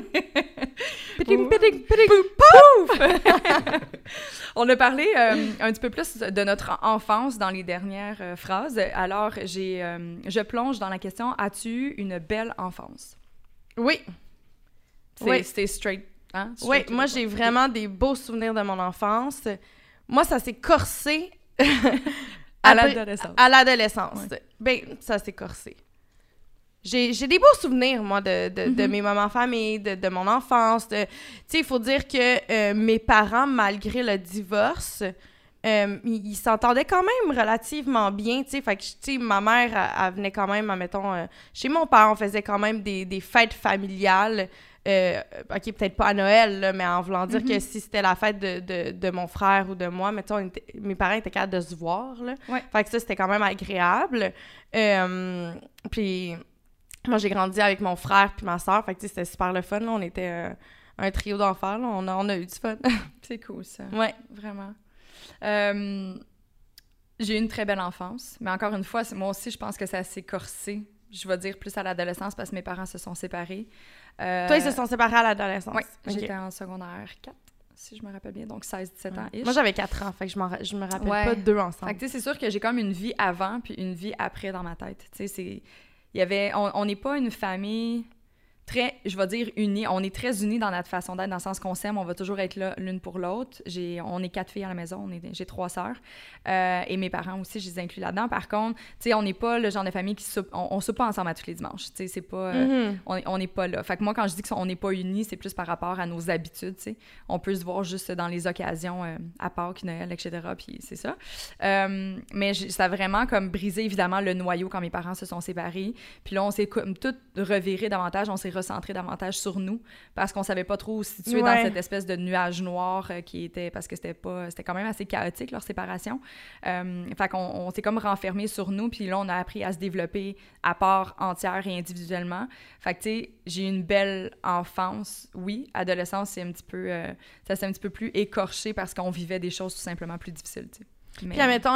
C: Pouf! On a parlé un petit peu plus de notre enfance dans les dernières phrases. Alors, je plonge dans la question, as-tu eu une belle enfance?
B: Oui.
C: C'était straight, hein?
B: Oui, moi, j'ai vraiment des beaux souvenirs de mon enfance. Moi, ça s'est corsé...
C: à l'adolescence.
B: À l'adolescence.
C: Ouais.
B: Ben, ça s'est corsé. J'ai des beaux souvenirs, moi, de mes moments en famille, de mon enfance. Tu sais, il faut dire que mes parents, malgré le divorce, ils s'entendaient quand même relativement bien, tu sais. Fait que, tu sais, ma mère, elle venait quand même, admettons, chez mon père, on faisait quand même des fêtes familiales. OK, peut-être pas à Noël, là, mais en voulant dire que si c'était la fête de mon frère ou de moi, mais mes parents étaient capables de se voir, là.
C: Ouais.
B: Fait que ça, c'était quand même agréable. Puis moi, j'ai grandi avec mon frère puis ma soeur, fait que, tu sais, c'était super le fun, là. On était un trio d'enfants, là. On a eu du fun.
C: C'est cool, ça.
B: Ouais.
C: Vraiment. J'ai eu une très belle enfance, mais encore une fois, moi aussi, je pense que ça s'est corsé. Je vais dire plus à l'adolescence parce que mes parents se sont séparés.
B: Toi, ils se sont séparés à l'adolescence?
C: Oui,
B: okay.
C: J'étais en secondaire 4, si je me rappelle bien, donc 16-17 ans.
B: Moi, j'avais 4 ans, fait que je me rappelle pas deux ensemble.
C: Fait que, tu sais, c'est sûr que j'ai comme une vie avant puis une vie après dans ma tête. Tu sais, on n'est pas une famille très, je vais dire, unie. On est très unis dans notre façon d'être, dans le sens qu'on s'aime, on va toujours être là l'une pour l'autre. On est 4 filles à la maison, j'ai 3 sœurs. Et mes parents aussi, je les inclus là-dedans. Par contre, tu sais, on n'est pas le genre de famille qui soupe, on soupe pas ensemble à tous les dimanches. Tu sais, c'est pas, on n'est pas là. Fait que moi, quand je dis qu'on n'est pas unis, c'est plus par rapport à nos habitudes, tu sais. On peut se voir juste dans les occasions, à Pâques, Noël, etc., puis c'est ça. Mais ça a vraiment comme brisé, évidemment, le noyau quand mes parents se sont séparés. Puis là, on s'est comme tout reviré davantage, on s'est recentré davantage sur nous parce qu'on savait pas trop où se situer dans cette espèce de nuage noir qui était, parce que c'était quand même assez chaotique leur séparation. Fait qu'on s'est comme renfermé sur nous, puis là on a appris à se développer à part entière et individuellement. Fait que tu sais, j'ai eu une belle enfance, oui. Adolescence, c'est un petit peu ça s'est un petit peu plus écorché parce qu'on vivait des choses tout simplement plus difficiles, tu sais.
B: Puis admettons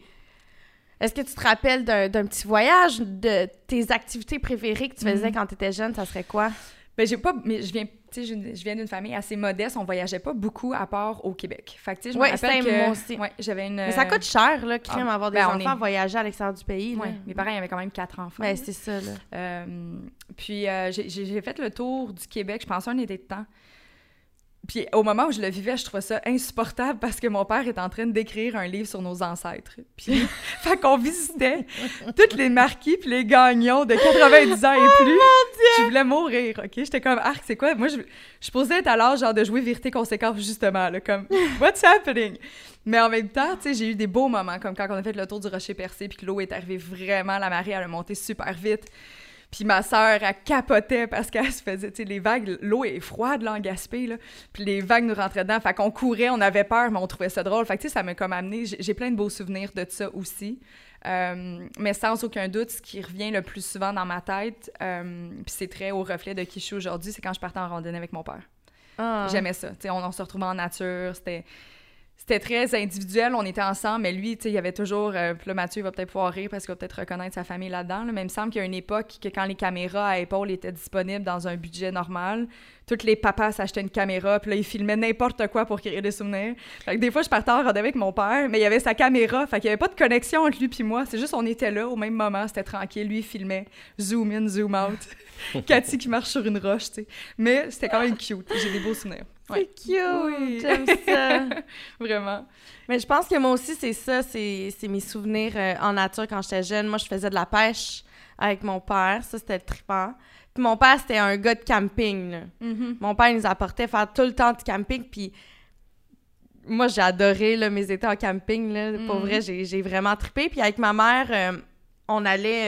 B: Est-ce que tu te rappelles d'un petit voyage, de tes activités préférées que tu faisais quand tu étais jeune, ça serait quoi?
C: Ben, mais je viens d'une famille assez modeste, on voyageait pas beaucoup à part au Québec. Fait que, tu sais, je me rappelle que...
B: moi aussi.
C: Ouais, j'avais une...
B: Mais ça coûte cher, là, crème, avoir des enfants, voyager à l'extérieur du pays.
C: Ouais, mes parents, ils avaient quand même 4 enfants.
B: Ben, c'est ça, là.
C: Puis, j'ai fait le tour du Québec, je pense un été de temps. Puis au moment où je le vivais, je trouvais ça insupportable parce que mon père est en train d'écrire un livre sur nos ancêtres. Puis, fait qu'on visitait toutes les marquis puis les gagnons de 90 ans et plus.
B: Mon Dieu!
C: Je voulais mourir, OK? J'étais comme, arc, c'est quoi? Moi, je posais être à l'âge genre de jouer vérité-conséquence, justement, là, comme, what's happening? Mais en même temps, tu sais, j'ai eu des beaux moments, comme quand on a fait le tour du Rocher Percé puis que l'eau est arrivée vraiment, la marée, elle a monté super vite. Puis ma sœur, elle capotait parce qu'elle se faisait, tu sais, les vagues, l'eau est froide, là, en Gaspé, là, puis les vagues nous rentraient dedans, fait qu'on courait, on avait peur, mais on trouvait ça drôle. Fait que, tu sais, ça m'a comme amené, j'ai plein de beaux souvenirs de ça aussi. Mais sans aucun doute, ce qui revient le plus souvent dans ma tête, puis c'est très au reflet de qui je suis aujourd'hui, c'est quand je partais en randonnée avec mon père. J'aimais ça, tu sais, on se retrouvait en nature, c'était très individuel, on était ensemble, mais lui, tu sais, il y avait toujours... puis là, Mathieu, il va peut-être pouvoir rire parce qu'il va peut-être reconnaître sa famille là-dedans, là, mais il me semble qu'il y a une époque que quand les caméras à épaule étaient disponibles dans un budget normal, tous les papas s'achetaient une caméra, puis là, ils filmaient n'importe quoi pour créer des souvenirs. Fait que des fois, je partais en randonnée avec mon père, mais il y avait sa caméra, fait qu'il n'y avait pas de connexion entre lui puis moi, c'est juste on était là au même moment, c'était tranquille, lui, il filmait, zoom in, zoom out. Cathy qui marche sur une roche, tu sais. Mais c'était quand même cute, j'ai des beaux souvenirs.
B: Ouais. C'est cute! Oui. J'aime ça!
C: Vraiment.
B: Mais je pense que moi aussi, c'est ça, c'est mes souvenirs en nature quand j'étais jeune. Moi, je faisais de la pêche avec mon père, ça, c'était trippant. Puis mon père, c'était un gars de camping, là.
C: Mm-hmm.
B: Mon père, il nous apportait faire tout le temps de camping, puis moi, j'ai adoré là, mes étés en camping, là. Pour vrai, j'ai vraiment trippé. Puis avec ma mère, on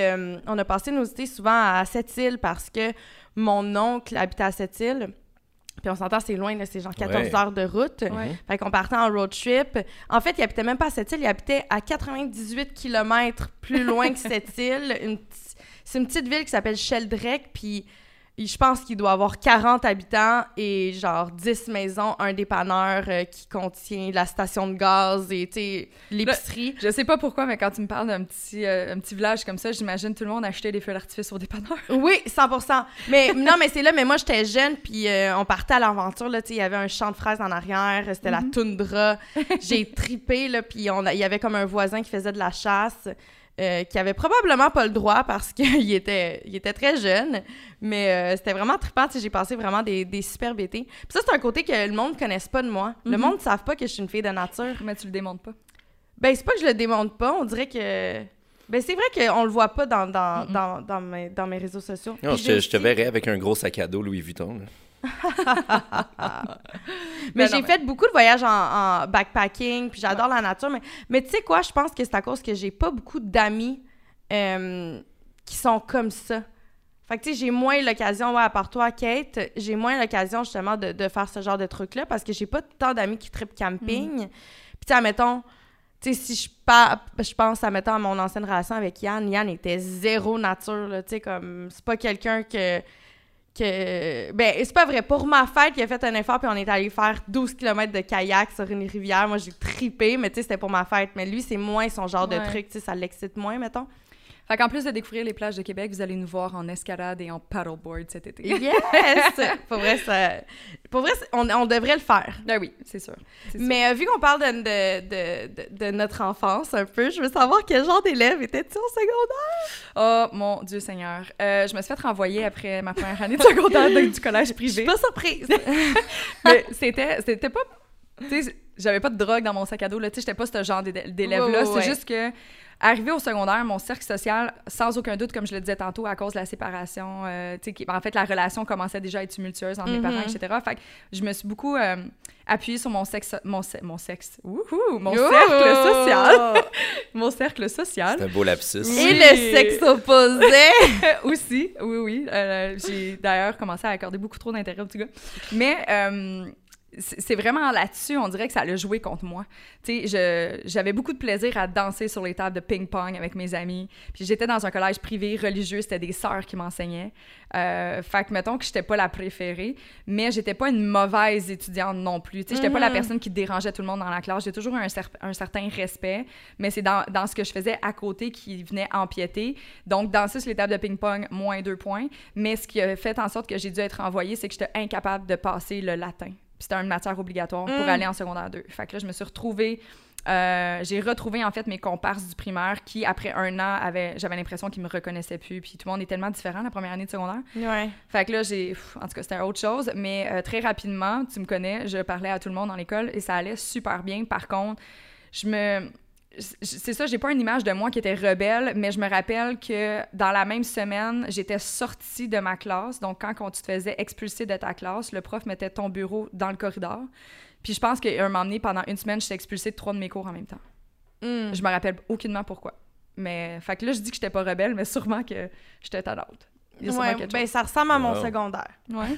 B: a passé nos étés souvent à Sept-Îles parce que mon oncle habitait à Sept-Îles. Puis on s'entend, c'est loin, là, c'est genre 14 heures de route.
C: Ouais.
B: Fait qu'on partait en road trip. En fait, il habitait même pas à Sept-Îles, il habitait à 98 km plus loin que Sept-Îles. C'est une petite ville qui s'appelle Sheldrake, puis je pense qu'il doit avoir 40 habitants et genre 10 maisons, un dépanneur qui contient la station de gaz et, tu sais, l'épicerie.
C: Je sais pas pourquoi, mais quand tu me parles d'un petit village comme ça, j'imagine tout le monde acheter des feux d'artifice au dépanneur.
B: Oui, 100%. Mais non, mais c'est là, mais moi, j'étais jeune, puis on partait à l'aventure, là, tu sais, il y avait un champ de fraises en arrière, c'était la toundra. J'ai trippé, là, puis il y avait comme un voisin qui faisait de la chasse. Qui avait probablement pas le droit parce qu'il était très jeune, mais c'était vraiment trippant. J'ai passé vraiment des superbes étés. Puis ça, c'est un côté que le monde ne connaisse pas de moi. Le monde ne savent pas que je suis une fille de nature.
C: Mais tu le démontres pas.
B: Ben, c'est pas que je le démontre pas. On dirait que Ben, c'est vrai qu'on le voit pas dans mes réseaux sociaux.
D: Non,
B: Puis
D: je te verrais avec un gros sac à dos Louis Vuitton. Là.
B: Mais j'ai fait beaucoup de voyages en backpacking, puis j'adore la nature. Mais tu sais quoi, je pense que c'est à cause que j'ai pas beaucoup d'amis qui sont comme ça. Fait que tu sais, j'ai moins l'occasion, à part toi, Kate, j'ai moins l'occasion justement de faire ce genre de truc-là parce que j'ai pas tant d'amis qui trippent camping. Puis tu sais, admettons, tu sais, si je pense, admettons, à mon ancienne relation avec Yann, Yann était zéro nature, là, tu sais, comme, c'est pas quelqu'un ben, c'est pas vrai. Pour ma fête, il a fait un effort, puis on est allé faire 12 km de kayak sur une rivière. Moi, j'ai trippé, mais tu sais, c'était pour ma fête. Mais lui, c'est moins son genre de truc, tu sais, ça l'excite moins, mettons.
C: Fait qu'en plus de découvrir les plages de Québec, vous allez nous voir en escalade et en paddleboard cet été.
B: Yes! Pour vrai, on devrait le faire.
C: Ben oui, c'est sûr.
B: Mais vu qu'on parle de notre enfance un peu, je veux savoir quel genre d'élève étais-tu au secondaire?
C: Oh, mon Dieu Seigneur. Je me suis fait renvoyer après ma première année de secondaire du collège privé.
B: Je suis pas surprise.
C: Mais c'était pas... Tu sais, j'avais pas de drogue dans mon sac à dos, là. Tu sais, j'étais pas ce genre d'élève-là. C'est juste que... Arrivé au secondaire, mon cercle social, sans aucun doute, comme je le disais tantôt, à cause de la séparation, tu sais, en fait, la relation commençait déjà à être tumultueuse entre mes parents, etc. Fait que je me suis beaucoup appuyée sur mon cercle social. Mon cercle social.
D: C'est un beau lapsus.
B: Et le sexe opposé.
C: Aussi, oui. J'ai d'ailleurs commencé à accorder beaucoup trop d'intérêt au petit gars. Mais... c'est vraiment là-dessus, on dirait que ça l'a joué contre moi. Tu sais, j'avais beaucoup de plaisir à danser sur les tables de ping-pong avec mes amis. Puis j'étais dans un collège privé religieux, c'était des sœurs qui m'enseignaient. Fait que, mettons que j'étais pas la préférée, mais j'étais pas une mauvaise étudiante non plus. Tu sais, j'étais pas la personne qui dérangeait tout le monde dans la classe. J'ai toujours eu un certain respect, mais c'est dans ce que je faisais à côté qui venait empiéter. Donc, danser sur les tables de ping-pong, moins 2 points. Mais ce qui a fait en sorte que j'ai dû être envoyée, c'est que j'étais incapable de passer le latin. Puis c'était une matière obligatoire pour aller en secondaire 2. Fait que là, je me suis retrouvée... j'ai retrouvé, en fait, mes comparses du primaire qui, après 1 an, j'avais l'impression qu'ils me reconnaissaient plus. Puis tout le monde est tellement différent la première année de secondaire.
B: Ouais.
C: Fait que là, en tout cas, c'était autre chose. Mais très rapidement, tu me connais, je parlais à tout le monde dans l'école et ça allait super bien. Par contre, c'est ça, j'ai pas une image de moi qui était rebelle, mais je me rappelle que dans la même semaine, j'étais sortie de ma classe. Donc, quand tu te faisais expulser de ta classe, le prof mettait ton bureau dans le corridor. Puis je pense qu'un moment donné, pendant 1 semaine, j'étais expulsée de 3 de mes cours en même temps. Je me rappelle aucunement pourquoi. Mais, fait que là, je dis que j'étais pas rebelle, mais sûrement que j'étais talente.
B: Ouais, ben ça ressemble à mon secondaire.
C: Ouais.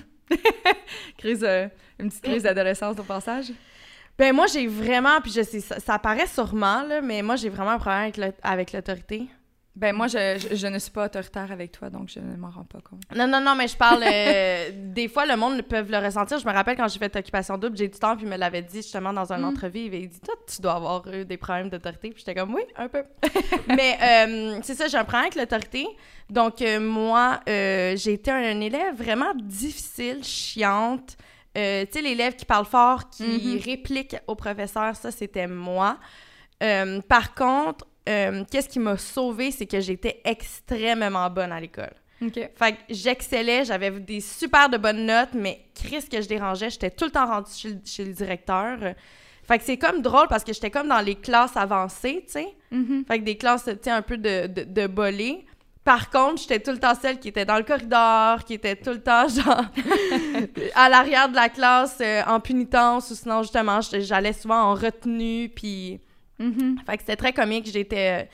C: Une petite crise d'adolescence au passage.
B: Ben moi, j'ai vraiment, puis je sais, ça paraît sûrement, là, mais moi, j'ai vraiment un problème avec l'autorité.
C: Ben moi, je ne suis pas autoritaire avec toi, donc je ne m'en rends pas compte.
B: Non, mais je parle... des fois, le monde peut le ressentir. Je me rappelle quand j'ai fait Occupation Double, j'ai du temps, puis il me l'avait dit justement dans une entrevue. Il dit, toi, tu dois avoir eu des problèmes d'autorité. Puis j'étais comme, oui, un peu. Mais c'est ça, j'ai un problème avec l'autorité. Donc, moi, j'ai été un élève vraiment difficile, chiante. Tu sais, l'élève qui parle fort, qui réplique au professeur, ça, c'était moi. Par contre, qu'est-ce qui m'a sauvée, c'est que j'étais extrêmement bonne à l'école.
C: OK.
B: Fait que j'excellais, j'avais des super de bonnes notes, mais Christ que je dérangeais, j'étais tout le temps rendue chez le directeur. Fait que c'est comme drôle parce que j'étais comme dans les classes avancées, tu sais. Fait que des classes, tu sais, un peu de bolées. Par contre, j'étais tout le temps celle qui était dans le corridor, qui était tout le temps, genre, à l'arrière de la classe, en punitence, ou sinon, justement, j'allais souvent en retenue, puis... Fait que c'était très comique. J'étais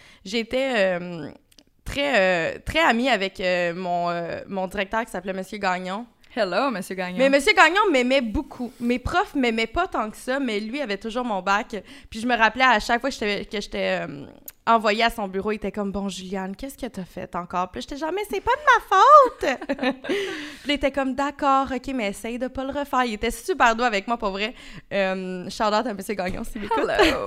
B: très amie avec mon directeur qui s'appelait Monsieur Gagnon.
C: Hello, Monsieur Gagnon.
B: Mais Monsieur Gagnon m'aimait beaucoup. Mes profs m'aimaient pas tant que ça, mais lui avait toujours mon bac. Puis je me rappelais à chaque fois que j'étais envoyée à son bureau, il était comme « Bon, Juliane, qu'est-ce que t'as fait encore? » Puis j'étais genre « Mais c'est pas de ma faute! » Puis il était comme « D'accord, OK, mais essaye de pas le refaire. » Il était super doux avec moi, pour vrai. Shout-out à Monsieur Gagnon, s'il m'écoute.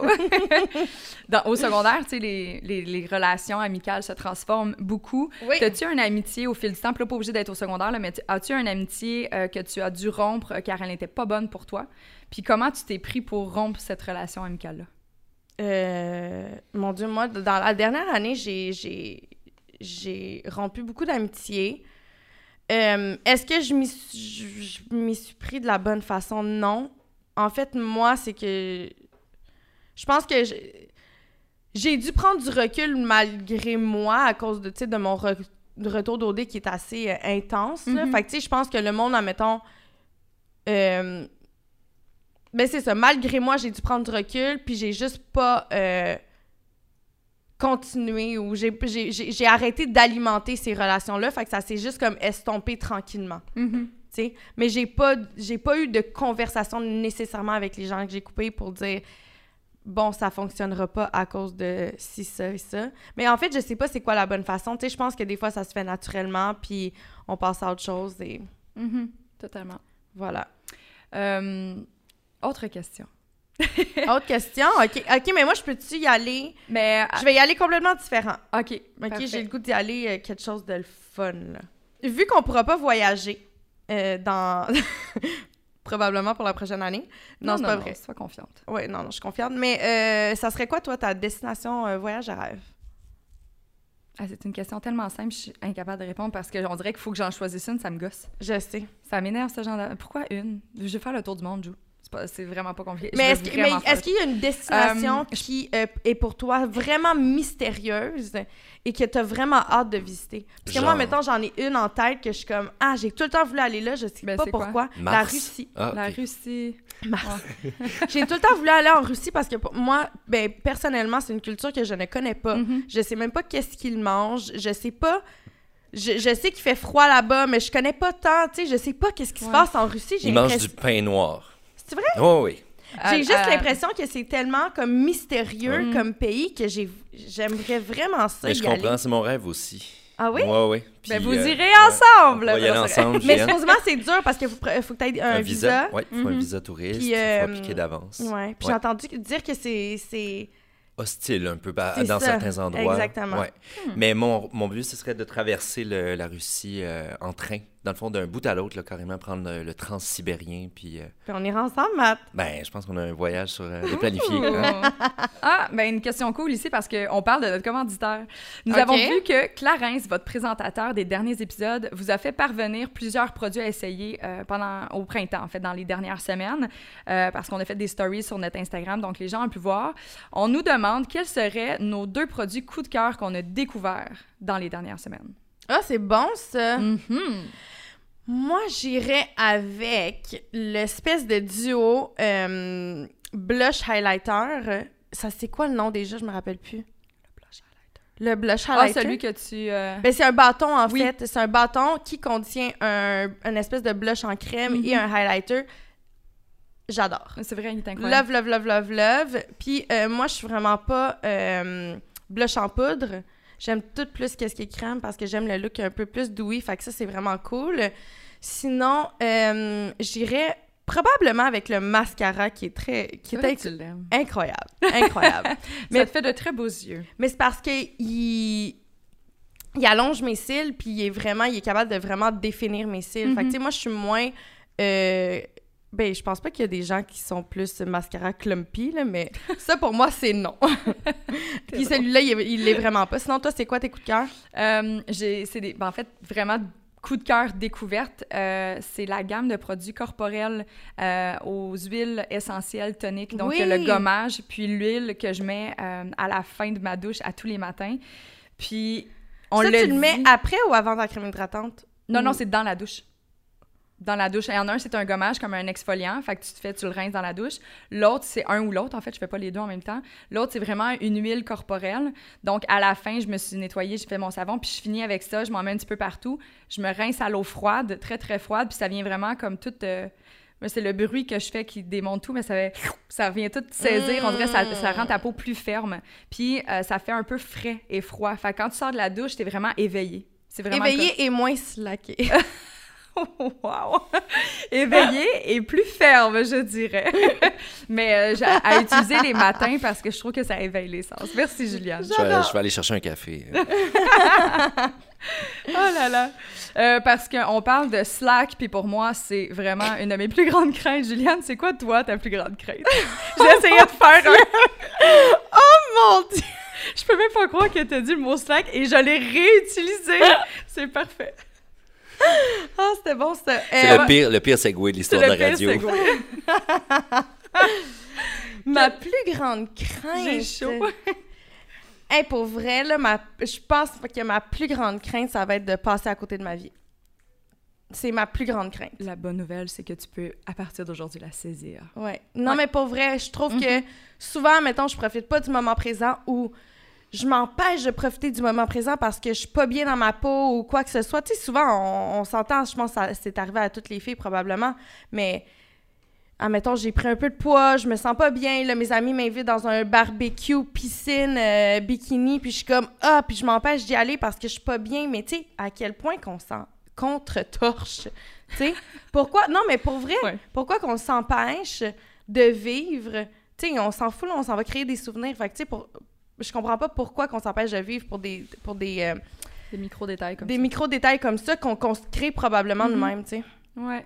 C: Au secondaire, tu sais, les relations amicales se transforment beaucoup.
B: Oui.
C: T'as-tu une amitié au fil du temps? Puis là, pas obligé d'être au secondaire, là, mais as-tu une amitié que tu as dû rompre car elle n'était pas bonne pour toi? Puis comment tu t'es pris pour rompre cette relation amicale-là?
B: Mon Dieu, moi, dans la dernière année, j'ai rompu beaucoup d'amitiés. Est-ce que je m'y suis pris de la bonne façon? Non. En fait, moi, c'est que... Je pense que j'ai dû prendre du recul malgré moi à cause de mon retour d'OD qui est assez intense. Là. Fait que, tu sais, je pense que le monde, admettons... ben, c'est ça. Malgré moi, j'ai dû prendre du recul, puis j'ai juste pas continué ou j'ai arrêté d'alimenter ces relations-là. Fait que ça s'est juste comme estompé tranquillement. T'sais? Mais j'ai pas eu de conversation nécessairement avec les gens que j'ai coupés pour dire bon, ça fonctionnera pas à cause de ci, ça et ça. Mais en fait, je sais pas c'est quoi la bonne façon. Tu sais, je pense que des fois, ça se fait naturellement, puis on passe à autre chose et...
C: Totalement.
B: Voilà.
C: Autre question.
B: Autre question? OK, mais moi, je peux-tu y aller?
C: Mais...
B: Je vais y aller complètement différent.
C: OK,
B: j'ai le goût d'y aller quelque chose de le fun, là. Vu qu'on pourra pas voyager dans... probablement pour la prochaine année. Non, c'est pas vrai.
C: Sois confiante.
B: Oui, non, je suis confiante. Mais ça serait quoi, toi, ta destination voyage à rêve?
C: Ah, c'est une question tellement simple, je suis incapable de répondre parce qu'on dirait qu'il faut que j'en choisisse une, ça me gosse.
B: Je sais.
C: Ça m'énerve, ce genre de... Pourquoi une? Je vais faire le tour du monde, Jou. C'est vraiment pas compliqué.
B: Mais est-ce qu'il y a une destination qui est pour toi vraiment mystérieuse et que tu as vraiment hâte de visiter? Parce que moi, mettons, j'en ai une en tête que je suis comme « Ah, j'ai tout le temps voulu aller là, je sais pas pourquoi. » La Russie.
C: La Russie.
B: J'ai tout le temps voulu aller en Russie parce que pour moi, ben, personnellement, c'est une culture que je ne connais pas. Je sais même pas qu'est-ce qu'ils mangent. Je sais pas... Je sais qu'il fait froid là-bas, mais je connais pas tant. Tu sais, je sais pas qu'est-ce qui se passe en Russie.
D: Ils mangent du pain noir.
B: C'est vrai?
D: Oh, oui.
B: J'ai juste l'impression que c'est tellement comme mystérieux comme pays que j'aimerais vraiment ça.
D: Mais je comprends, c'est mon rêve aussi.
B: Ah oui?
D: Oui.
C: Ben vous irez ensemble!
D: On va y aller ensemble.
B: Mais supposément, c'est dur parce qu'il faut que tu aies un visa.
D: Oui, il faut un visa touriste. Il faut appliquer d'avance.
B: Oui, puis j'ai entendu dire que c'est
D: hostile un peu dans certains endroits.
B: Exactement.
D: Ouais. Mais mon but, ce serait de traverser la Russie en train. Dans le fond, d'un bout à l'autre, là, carrément prendre le transsibérien. Puis
B: on ira ensemble, Matt.
D: Ben, je pense qu'on a un voyage de planifié. Hein?
C: Ah, ben une question cool ici parce qu'on parle de notre commanditaire. Nous avons vu que Clarence, votre présentateur des derniers épisodes, vous a fait parvenir plusieurs produits à essayer au printemps, en fait, dans les dernières semaines, parce qu'on a fait des stories sur notre Instagram, donc les gens ont pu voir. On nous demande quels seraient nos 2 produits coup de cœur qu'on a découverts dans les dernières semaines.
B: Ah, c'est bon, ça! Moi, j'irais avec l'espèce de duo blush highlighter. Ça, c'est quoi le nom déjà? Je me rappelle plus. Le blush highlighter.
C: Ah, celui que tu...
B: Ben, c'est un bâton, en fait. C'est un bâton qui contient un espèce de blush en crème et un highlighter. J'adore.
C: C'est vrai, il est incroyable.
B: Love. Puis moi, je suis vraiment pas blush en poudre. J'aime tout plus qu'est-ce qui est crème parce que j'aime le look un peu plus dewy. Fait que ça, c'est vraiment cool. Sinon, j'irais probablement avec le mascara qui est incroyable.
C: Mais ça te fait de très beaux yeux.
B: Mais c'est parce que il allonge mes cils puis il est capable de vraiment définir mes cils. Fait que tu sais, moi, je suis moins... Ben, je pense pas qu'il y a des gens qui sont plus mascara clumpy, là, mais ça, pour moi, c'est non. Puis celui-là, il l'est vraiment pas. Sinon, toi, c'est quoi tes coups de cœur?
C: En fait, vraiment, coup de cœur découverte, c'est la gamme de produits corporels aux huiles essentielles toniques. Donc, le gommage, puis l'huile que je mets à la fin de ma douche à tous les matins. Puis, tu
B: le mets après ou avant ta crème hydratante?
C: Non, c'est dans la douche. Dans la douche. Il y en a un, c'est un gommage comme un exfoliant. Fait que tu le rinces dans la douche. L'autre, c'est un ou l'autre. En fait, je fais pas les deux en même temps. L'autre, c'est vraiment une huile corporelle. Donc, à la fin, je me suis nettoyée, j'ai fait mon savon, puis je finis avec ça. Je m'en mets un petit peu partout. Je me rince à l'eau froide, très, très froide, puis ça vient vraiment comme tout... c'est le bruit que je fais qui démonte tout, mais ça vient tout saisir. On dirait que ça rend ta peau plus ferme. Puis, ça fait un peu frais et froid. Fait que quand tu sors de la douche, t'es vraiment éveillé. C'est vraiment
B: éveillé et moins slacké.
C: Wow! Éveillé et plus ferme, je dirais. Mais à utiliser les matins parce que je trouve que ça éveille les sens. Merci, Juliane.
D: Je vais aller chercher un café.
C: Oh là là! Parce qu'on parle de slack, puis pour moi, c'est vraiment une de mes plus grandes craintes. Juliane, c'est quoi, toi, ta plus grande crainte? J'ai essayé de faire un...
B: Oh mon Dieu!
C: Je peux même pas croire que t'as dit le mot slack et je l'ai réutilisé. C'est parfait.
B: Ah, c'était bon, ça.
D: C'est le pire segway de l'histoire de la radio.
B: Ma plus grande crainte.
C: J'ai chaud.
B: Hey, pour vrai, là, je pense que ma plus grande crainte, ça va être de passer à côté de ma vie. C'est ma plus grande crainte.
C: La bonne nouvelle, c'est que tu peux, à partir d'aujourd'hui, la saisir.
B: Ouais. Non, mais pour vrai, je trouve que souvent, mettons, je profite pas du moment présent ou je m'empêche de profiter du moment présent parce que je suis pas bien dans ma peau ou quoi que ce soit. Tu sais, souvent, on s'entend, je pense que c'est arrivé à toutes les filles probablement, mais admettons, j'ai pris un peu de poids, je me sens pas bien, là, mes amis m'invitent dans un barbecue, piscine, bikini, puis je suis comme, puis je m'empêche d'y aller parce que je suis pas bien, mais tu sais, à quel point qu'on s'en contre-torche, tu sais, pourquoi, non, mais pour vrai, pourquoi qu'on s'empêche de vivre, tu sais, on s'en fout, là, on s'en va créer des souvenirs, fait que tu sais, je comprends pas pourquoi qu'on s'empêche de vivre pour des
C: micro-détails comme ça.
B: Des micro-détails comme ça qu'on se crée probablement nous-mêmes, tu sais.
C: Ouais.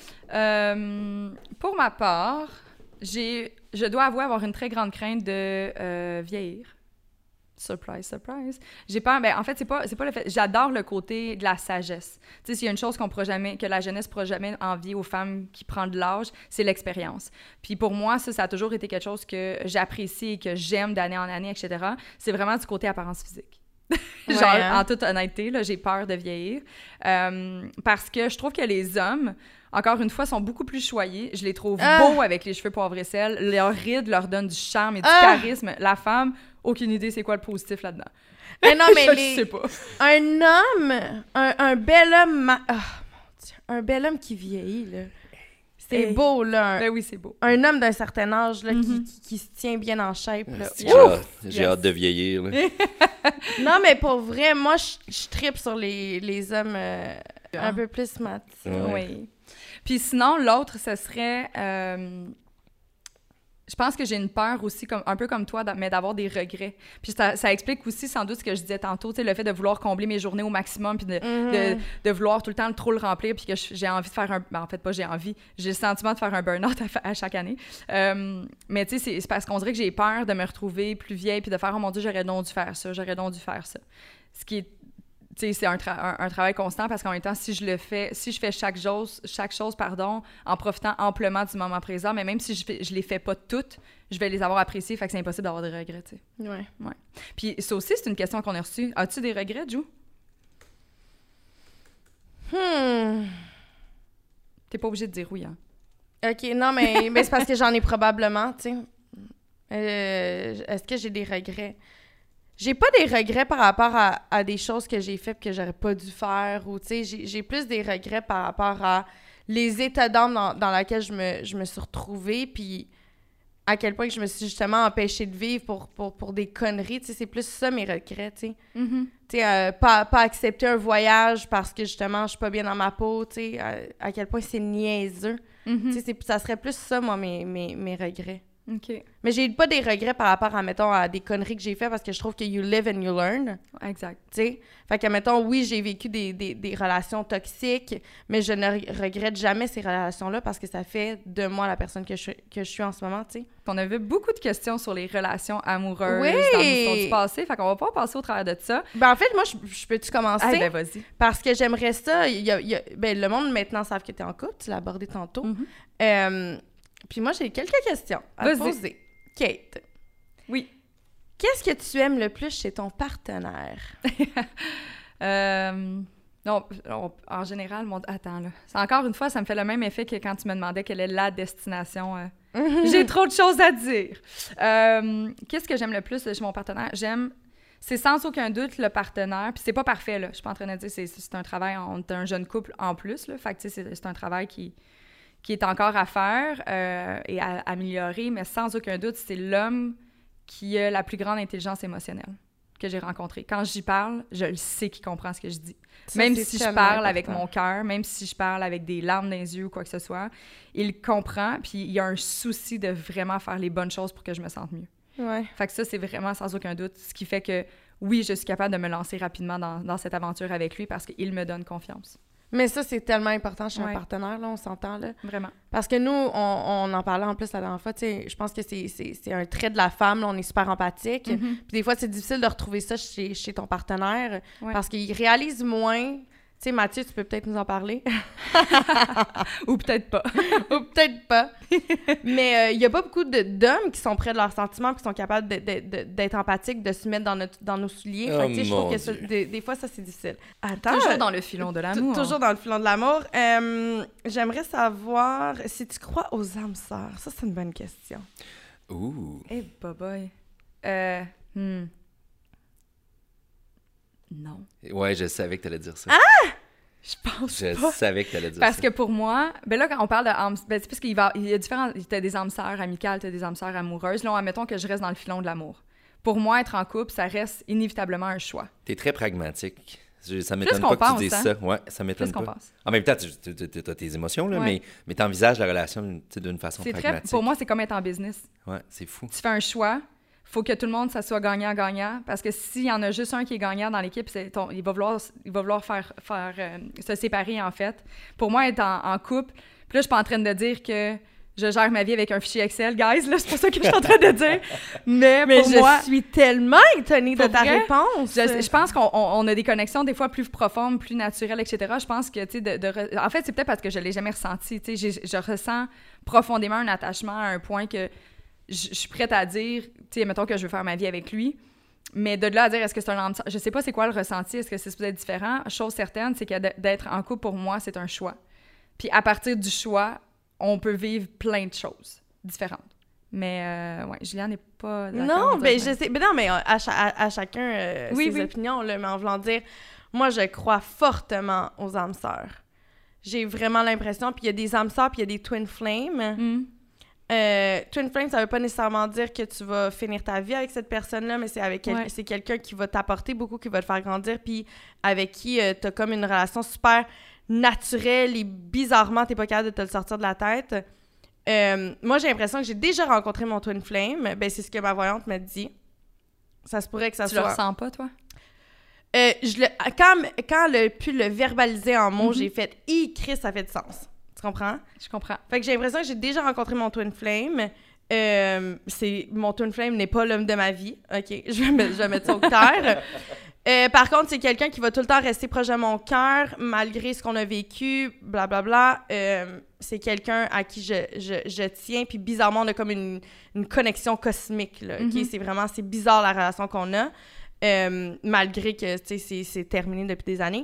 C: Pour ma part, je dois avouer avoir une très grande crainte de vieillir. Surprise, surprise. J'ai peur, en fait, c'est pas le fait. J'adore le côté de la sagesse. Tu sais, s'il y a une chose que la jeunesse pourra jamais envier aux femmes qui prennent de l'âge, c'est l'expérience. Puis pour moi, ça a toujours été quelque chose que j'apprécie et que j'aime d'année en année, etc. C'est vraiment du côté apparence physique. En toute honnêteté, là, j'ai peur de vieillir. Parce que je trouve que les hommes, encore une fois, sont beaucoup plus choyés. Je les trouve beaux avec les cheveux poivre et sel. Leurs rides leur donnent du charme et du charisme. La femme, aucune idée c'est quoi le positif là-dedans.
B: Mais non, mais
C: je sais pas.
B: Un homme, un bel homme... mon Dieu, un bel homme qui vieillit, là. C'est beau, là.
C: Ben oui, c'est beau.
B: Un homme d'un certain âge, là, qui se tient bien en shape, là.
D: J'ai hâte de vieillir, là.
B: Non, mais pour vrai, moi, je trippe sur les hommes un peu plus mat.
C: Oui. Puis sinon, l'autre, ce serait... je pense que j'ai une peur aussi, un peu comme toi, mais d'avoir des regrets. Puis ça explique aussi sans doute ce que je disais tantôt, tu sais, le fait de vouloir combler mes journées au maximum, puis de vouloir tout le temps trop le remplir, puis que j'ai envie de faire en fait, pas j'ai envie, j'ai le sentiment de faire un burn-out à chaque année. Mais tu sais, c'est parce qu'on dirait que j'ai peur de me retrouver plus vieille, puis de faire « Oh mon Dieu, j'aurais donc dû faire ça, j'aurais donc dû faire ça ». Ce qui est... Tu sais, c'est un travail constant parce qu'en même temps, si je fais chaque chose, en profitant amplement du moment présent, mais même si je les fais pas toutes, je vais les avoir appréciées, fait que c'est impossible d'avoir des regrets, tu sais.
B: Ouais.
C: Puis ça aussi, c'est une question qu'on a reçue. As-tu des regrets, Jou? T'es pas obligée de dire oui, hein?
B: OK, non, mais c'est parce que j'en ai probablement, tu sais. Est-ce que j'ai des regrets? J'ai pas des regrets par rapport à des choses que j'ai faites que j'aurais pas dû faire, ou, tu sais, j'ai plus des regrets par rapport à les états d'âme dans lesquels je me suis retrouvée, puis à quel point que je me suis justement empêchée de vivre pour des conneries, tu sais, c'est plus ça mes regrets, tu sais. Tu sais, pas accepter un voyage parce que justement je suis pas bien dans ma peau, tu sais, à quel point c'est niaiseux. Tu sais, ça serait plus ça, moi, mes regrets.
C: OK.
B: Mais j'ai pas des regrets par rapport à, mettons, à des conneries que j'ai fait parce que je trouve que you live and you learn.
C: Exact.
B: Tu sais? Fait que, mettons, oui, j'ai vécu des relations toxiques, mais je ne regrette jamais ces relations-là parce que ça fait de moi la personne que je suis en ce moment, tu sais.
C: On avait beaucoup de questions sur les relations amoureuses
B: oui!
C: Dans l'histoire du passé, fait qu'on va pas passer au travers de ça.
B: Ben, en fait, moi, je peux-tu commencer?
C: Ah, ben, vas-y.
B: Parce que j'aimerais ça. Ben, le monde, maintenant, savent que t'es en couple. Tu l'as abordé tantôt. Puis moi, j'ai quelques questions à te poser. Kate.
C: Oui.
B: Qu'est-ce que tu aimes le plus chez ton partenaire?
C: Non, en général, attends, là. Encore une fois, ça me fait le même effet que quand tu me demandais quelle est la destination. J'ai trop de choses à dire. Qu'est-ce que j'aime le plus chez mon partenaire? C'est sans aucun doute le partenaire. Puis c'est pas parfait, là. Je suis pas en train de dire c'est un travail, on est un jeune couple en plus, là. Fait que, tu sais, c'est un travail qui est encore à faire et à améliorer, mais sans aucun doute, c'est l'homme qui a la plus grande intelligence émotionnelle que j'ai rencontrée. Quand j'y parle, je le sais qu'il comprend ce que je dis. Ça, même si je parle avec mon cœur, même si je parle avec des larmes dans les yeux ou quoi que ce soit, il comprend, puis il y a un souci de vraiment faire les bonnes choses pour que je me sente mieux.
B: Ouais.
C: Fait que ça, c'est vraiment sans aucun doute ce qui fait que, oui, je suis capable de me lancer rapidement dans cette aventure avec lui parce qu'il me donne confiance.
B: Mais ça, c'est tellement important chez un partenaire, là, on s'entend, là.
C: Vraiment.
B: Parce que nous, on en parlait en plus la dernière fois, tu sais, je pense que c'est un trait de la femme, là, on est super empathique. Puis des fois, c'est difficile de retrouver ça chez ton partenaire parce qu'il réalise moins sais, Mathieu, tu peux peut-être nous en parler.
C: Ou peut-être pas.
B: Ou peut-être pas. Mais il n'y a pas beaucoup d'hommes qui sont près de leurs sentiments, qui sont capables d'être empathiques, de se mettre dans nos souliers.
D: Oh,
B: Fait que, tu sais, je trouve que
D: mon Dieu.
B: des fois, ça, c'est difficile. Attends.
C: Toujours dans le filon de l'amour.
B: Toujours dans le filon de l'amour. J'aimerais savoir si tu crois aux âmes sœurs. Ça, c'est une bonne question.
D: Ouh.
C: Eh, boy. Non.
D: Ouais, je savais que t'allais dire ça.
C: Je pense
D: Je
C: pas.
D: savais que t'allais dire
C: Parce
D: ça.
C: que pour moi, ben là, quand on parle de âmes, ben c'est parce qu'il y a différents... T'as des âmes sœurs amicales, t'as des âmes sœurs amoureuses. Là, admettons que je reste dans le filon de l'amour. Pour moi, être en couple, ça reste inévitablement un choix.
D: T'es très pragmatique. Ça m'étonne
C: qu'on
D: pas que tu
C: pense,
D: dises
C: hein?
D: ça. Ouais, ça m'étonne
C: Plus qu'on
D: pas.
C: pense.
D: En même temps, t'as tes émotions, là,
C: Ouais.
D: mais t'envisages la relation tu sais, d'une façon
C: C'est très...
D: pragmatique.
C: Pour moi, c'est comme être en business.
D: Ouais, c'est fou.
C: Tu fais un choix, faut que tout le monde, ça soit gagnant-gagnant, parce que s'il y en a juste un qui est gagnant dans l'équipe, il va vouloir faire se séparer, en fait. Pour moi, être en couple, puis là, je suis pas en train de dire que je gère ma vie avec un fichier Excel, guys, là, c'est pas ça que je suis en train de dire. Mais pour
B: je
C: moi,
B: suis tellement étonnée de
C: Pour
B: ta
C: vrai?
B: réponse.
C: je pense qu'on a des connexions des fois plus profondes, plus naturelles, etc. Je pense que, tu sais, en fait, c'est peut-être parce que je l'ai jamais ressenti, tu sais, je ressens profondément un attachement à un point que je suis prête à dire, tu sais, mettons que je veux faire ma vie avec lui, mais de là à dire est-ce que c'est un âme sœur, je sais pas c'est quoi le ressenti, est-ce que c'est supposé être différent? Chose certaine, c'est que d'être en couple, pour moi, c'est un choix. Puis à partir du choix, on peut vivre plein de choses différentes. Mais, ouais, Juliane n'est pas d'accord.
B: Non,
C: on
B: ben
C: dirait.
B: je sais. Mais non, mais à chacun ses opinions, là, mais en voulant dire, moi, je crois fortement aux âmes sœurs. J'ai vraiment l'impression, puis il y a des âmes sœurs, puis il y a des twin flames.
C: Mm.
B: Twin flame, ça veut pas nécessairement dire que tu vas finir ta vie avec cette personne-là, mais c'est avec
C: Ouais.
B: c'est quelqu'un qui va t'apporter beaucoup, qui va te faire grandir, puis avec qui t'as comme une relation super naturelle et bizarrement, t'es pas capable de te le sortir de la tête. Moi, j'ai l'impression que j'ai déjà rencontré mon twin flame. Ben, c'est ce que ma voyante m'a dit. Ça se pourrait que ça
C: Tu
B: soit...
C: le ressens pas, toi?
B: Quand elle a pu le verbaliser en mots, j'ai fait « Hi, Chris, ça fait du sens ». Tu comprends?
C: Je comprends.
B: Fait que j'ai l'impression que j'ai déjà rencontré mon twin flame. Mon twin flame n'est pas l'homme de ma vie. OK, je vais mettre ça au clair. Par contre, c'est quelqu'un qui va tout le temps rester proche de mon cœur, malgré ce qu'on a vécu, blablabla. C'est quelqu'un à qui je tiens, puis bizarrement, on a comme une connexion cosmique, là, OK? C'est bizarre, la relation qu'on a, malgré que, tu sais, c'est terminé depuis des années.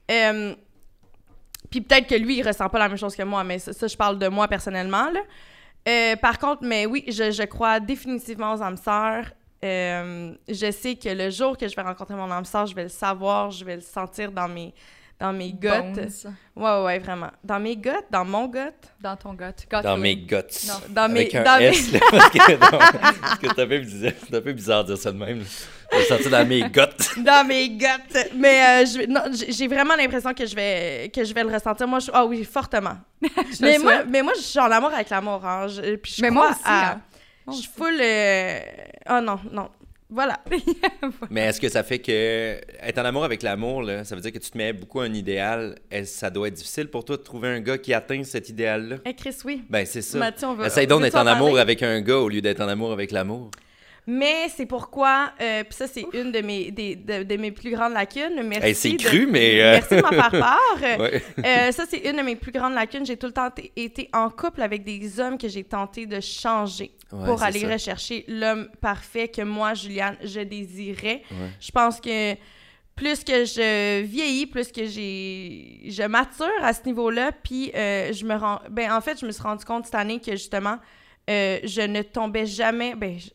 B: Puis peut-être que lui, il ressent pas la même chose que moi, mais ça je parle de moi personnellement, là. Par contre, mais oui, je crois définitivement aux âmes sœurs. Je sais que le jour que je vais rencontrer mon âme sœur, je vais le savoir, je vais le sentir dans mes guts. Ouais, vraiment. Dans mes guts, dans mon gut.
C: Dans ton gut.
D: Dans mes guts.
C: Non.
B: Dans
D: Avec
B: mes...
D: un
B: dans
D: S, là, parce que c'est un peu bizarre de dire ça de même. Là. Je vais sortir dans mes guts.
B: Dans mes guts. Mais j'ai vraiment l'impression que je vais le ressentir. Moi, ah oui, fortement. mais moi, je suis en amour avec l'amour. Hein. Puis je
C: mais
B: crois
C: moi aussi, hein.
B: Je suis full... Oh non. Voilà.
D: Mais est-ce que ça fait que être en amour avec l'amour, là, ça veut dire que tu te mets beaucoup un idéal? Ça doit être difficile pour toi de trouver un gars qui atteint cet idéal-là?
B: Hey, Chris, oui.
D: Ben, c'est ça.
B: Mathieu,
D: Essaye donc
B: veux-tu
D: d'être en amour
B: parler?
D: avec un gars au lieu d'être en amour avec l'amour.
B: Mais c'est pourquoi, puis ça, c'est une de mes plus grandes lacunes. Merci.
D: Hey, c'est cru, mais...
B: Merci de m'en faire part.
D: Ouais.
B: Ça, c'est une de mes plus grandes lacunes. J'ai tout le temps été en couple avec des hommes que j'ai tenté de changer pour
D: c'est
B: aller
D: ça.
B: rechercher l'homme parfait que moi, Juliane, je désirais.
D: Ouais.
B: Je pense que plus que je vieillis, plus que je mature à ce niveau-là, puis en fait, je me suis rendu compte cette année que, justement, je ne tombais jamais...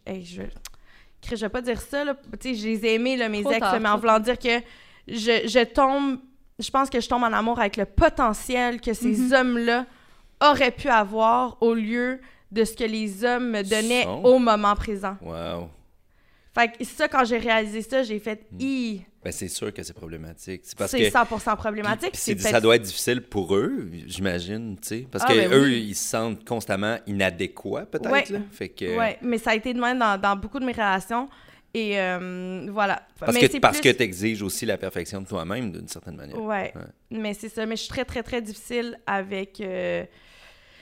B: je vais pas dire ça, là. Tu sais, je les ai aimés, là, mes ex, là, mais en voulant dire que je pense que je tombe en amour avec le potentiel que ces hommes-là auraient pu avoir au lieu de ce que les hommes me donnaient au moment présent.
D: Wow.
B: Fait que ça, quand j'ai réalisé ça, j'ai fait «
D: Ben, c'est sûr que c'est problématique. C'est parce
B: c'est
D: que
B: 100% problématique.
D: puis ça doit être difficile pour eux, j'imagine, tu sais. Parce que
B: ben
D: eux,
B: oui.
D: ils se sentent constamment inadéquats, peut-être.
B: Ouais.
D: Là. Fait que...
B: Ouais, mais ça a été de même dans beaucoup de mes relations. Et voilà.
D: Parce
B: mais
D: que tu exiges aussi la perfection de toi-même, d'une certaine manière.
B: Ouais. Mais c'est ça. Mais je suis très, très, très difficile avec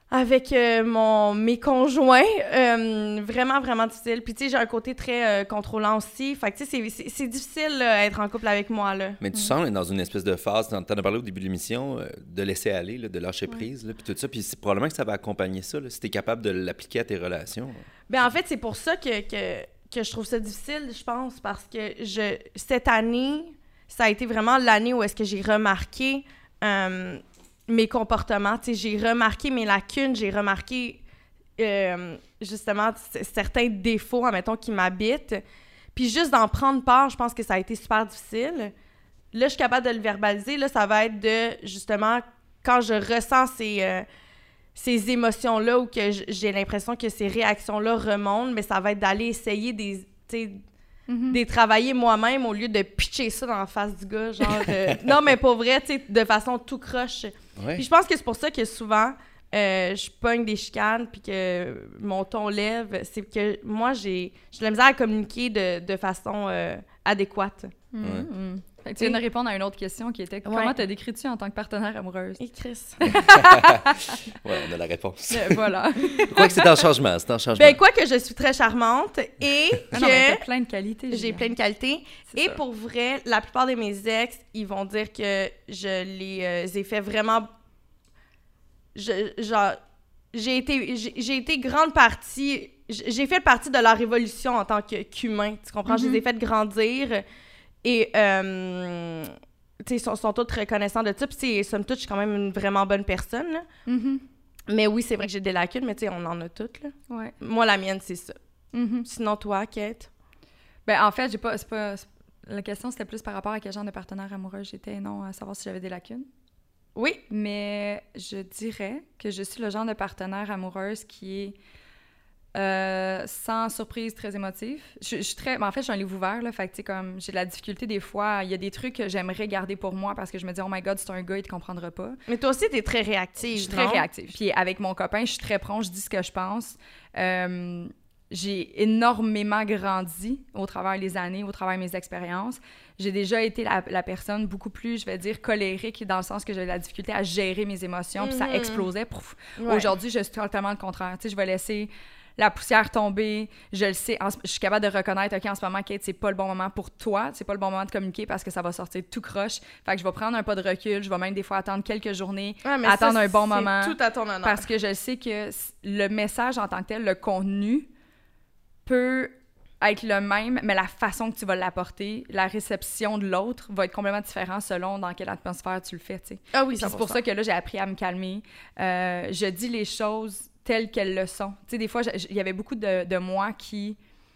B: avec mes conjoints, vraiment, vraiment difficile. Puis, tu sais, j'ai un côté très contrôlant aussi. Fait que, tu sais, c'est difficile être en couple avec moi, là.
D: Mais tu sens dans une espèce de phase, t'en as parlé au début de l'émission, de laisser aller, là, de lâcher prise, là, puis tout ça. Puis c'est probablement que ça va accompagner ça, là, si t'es capable de l'appliquer à tes relations.
B: Ben en fait, c'est pour ça que je trouve ça difficile, je pense, parce que cette année, ça a été vraiment l'année où est-ce que j'ai remarqué mes comportements. Tu sais, j'ai remarqué mes lacunes, j'ai remarqué justement certains défauts, admettons, qui m'habitent. Puis juste d'en prendre part, je pense que ça a été super difficile. Là, je suis capable de le verbaliser. Là, ça va être de, justement, quand je ressens ces émotions-là ou que j'ai l'impression que ces réactions-là remontent, mais ça va être d'aller essayer des travailler moi-même au lieu de pitcher ça dans la face du gars, genre... non, mais pour vrai, tu sais, de façon tout croche.
D: Ouais.
B: Puis je pense que c'est pour ça que souvent, je pogne des chicanes puis que mon ton lève. C'est que moi, j'ai de la misère à communiquer de façon adéquate.
C: Fait que tu viens de répondre à une autre question qui était comment te décris-tu en tant que partenaire amoureuse?
B: Et Chris.
D: Ouais, on a la réponse.
C: Voilà.
D: Je crois que c'est en changement,
B: Ben, quoi que je suis très charmante et que...
C: Non, mais t'as plein de qualités.
B: J'ai plein de qualités. Et
C: ça.
B: pour vrai, la plupart de mes ex, ils vont dire que je les ai fait vraiment... J'ai été grande partie... J'ai fait partie de leur évolution en tant qu'humain, tu comprends? Je les ai fait grandir et... tu sais, ils sont tous reconnaissants de ça. Puis, somme toute, je suis quand même une vraiment bonne personne, là. Mais oui, c'est vrai que j'ai des lacunes, mais tu sais, on en a toutes, là.
C: Ouais.
B: Moi, la mienne, c'est ça. Sinon, toi, Kate?
C: Ben, en fait, la question, c'était plus par rapport à quel genre de partenaire amoureux j'étais, non à savoir si j'avais des lacunes.
B: Oui.
C: Mais je dirais que je suis le genre de partenaire amoureuse qui est sans surprise, très émotif. Je suis très... En fait, je suis un livre ouvert, là. Fait que, tu sais, comme, j'ai de la difficulté des fois. Il y a des trucs que j'aimerais garder pour moi parce que je me dis, oh my God, c'est un gars, il te comprendra pas.
B: Mais toi aussi, t'es très réactive,
C: Je suis très réactive. Puis avec mon copain, je suis très proche, je dis ce que je pense. J'ai énormément grandi au travers des années, au travers de mes expériences. J'ai déjà été la personne beaucoup plus, je vais dire, colérique, dans le sens que j'avais de la difficulté à gérer mes émotions, puis ça explosait.
B: Ouais.
C: Aujourd'hui, je suis totalement le contraire. Tu sais, je vais laisser la poussière tomber, je le sais, je suis capable de reconnaître, OK, en ce moment, Kate, c'est pas le bon moment pour toi, c'est pas le bon moment de communiquer parce que ça va sortir tout croche. Fait que je vais prendre un pas de recul, je vais même des fois attendre quelques journées, attendre un bon moment.
B: C'est tout à ton honneur.
C: Parce que je sais que le message en tant que tel, le contenu, peut être le même, mais la façon que tu vas l'apporter, la réception de l'autre va être complètement différente selon dans quelle atmosphère tu le fais, tu sais.
B: Ah oui,
C: c'est pour ça que là, j'ai appris à me calmer. Je dis les choses telles qu'elles le sont. Tu sais, des fois, il y avait beaucoup de moi qui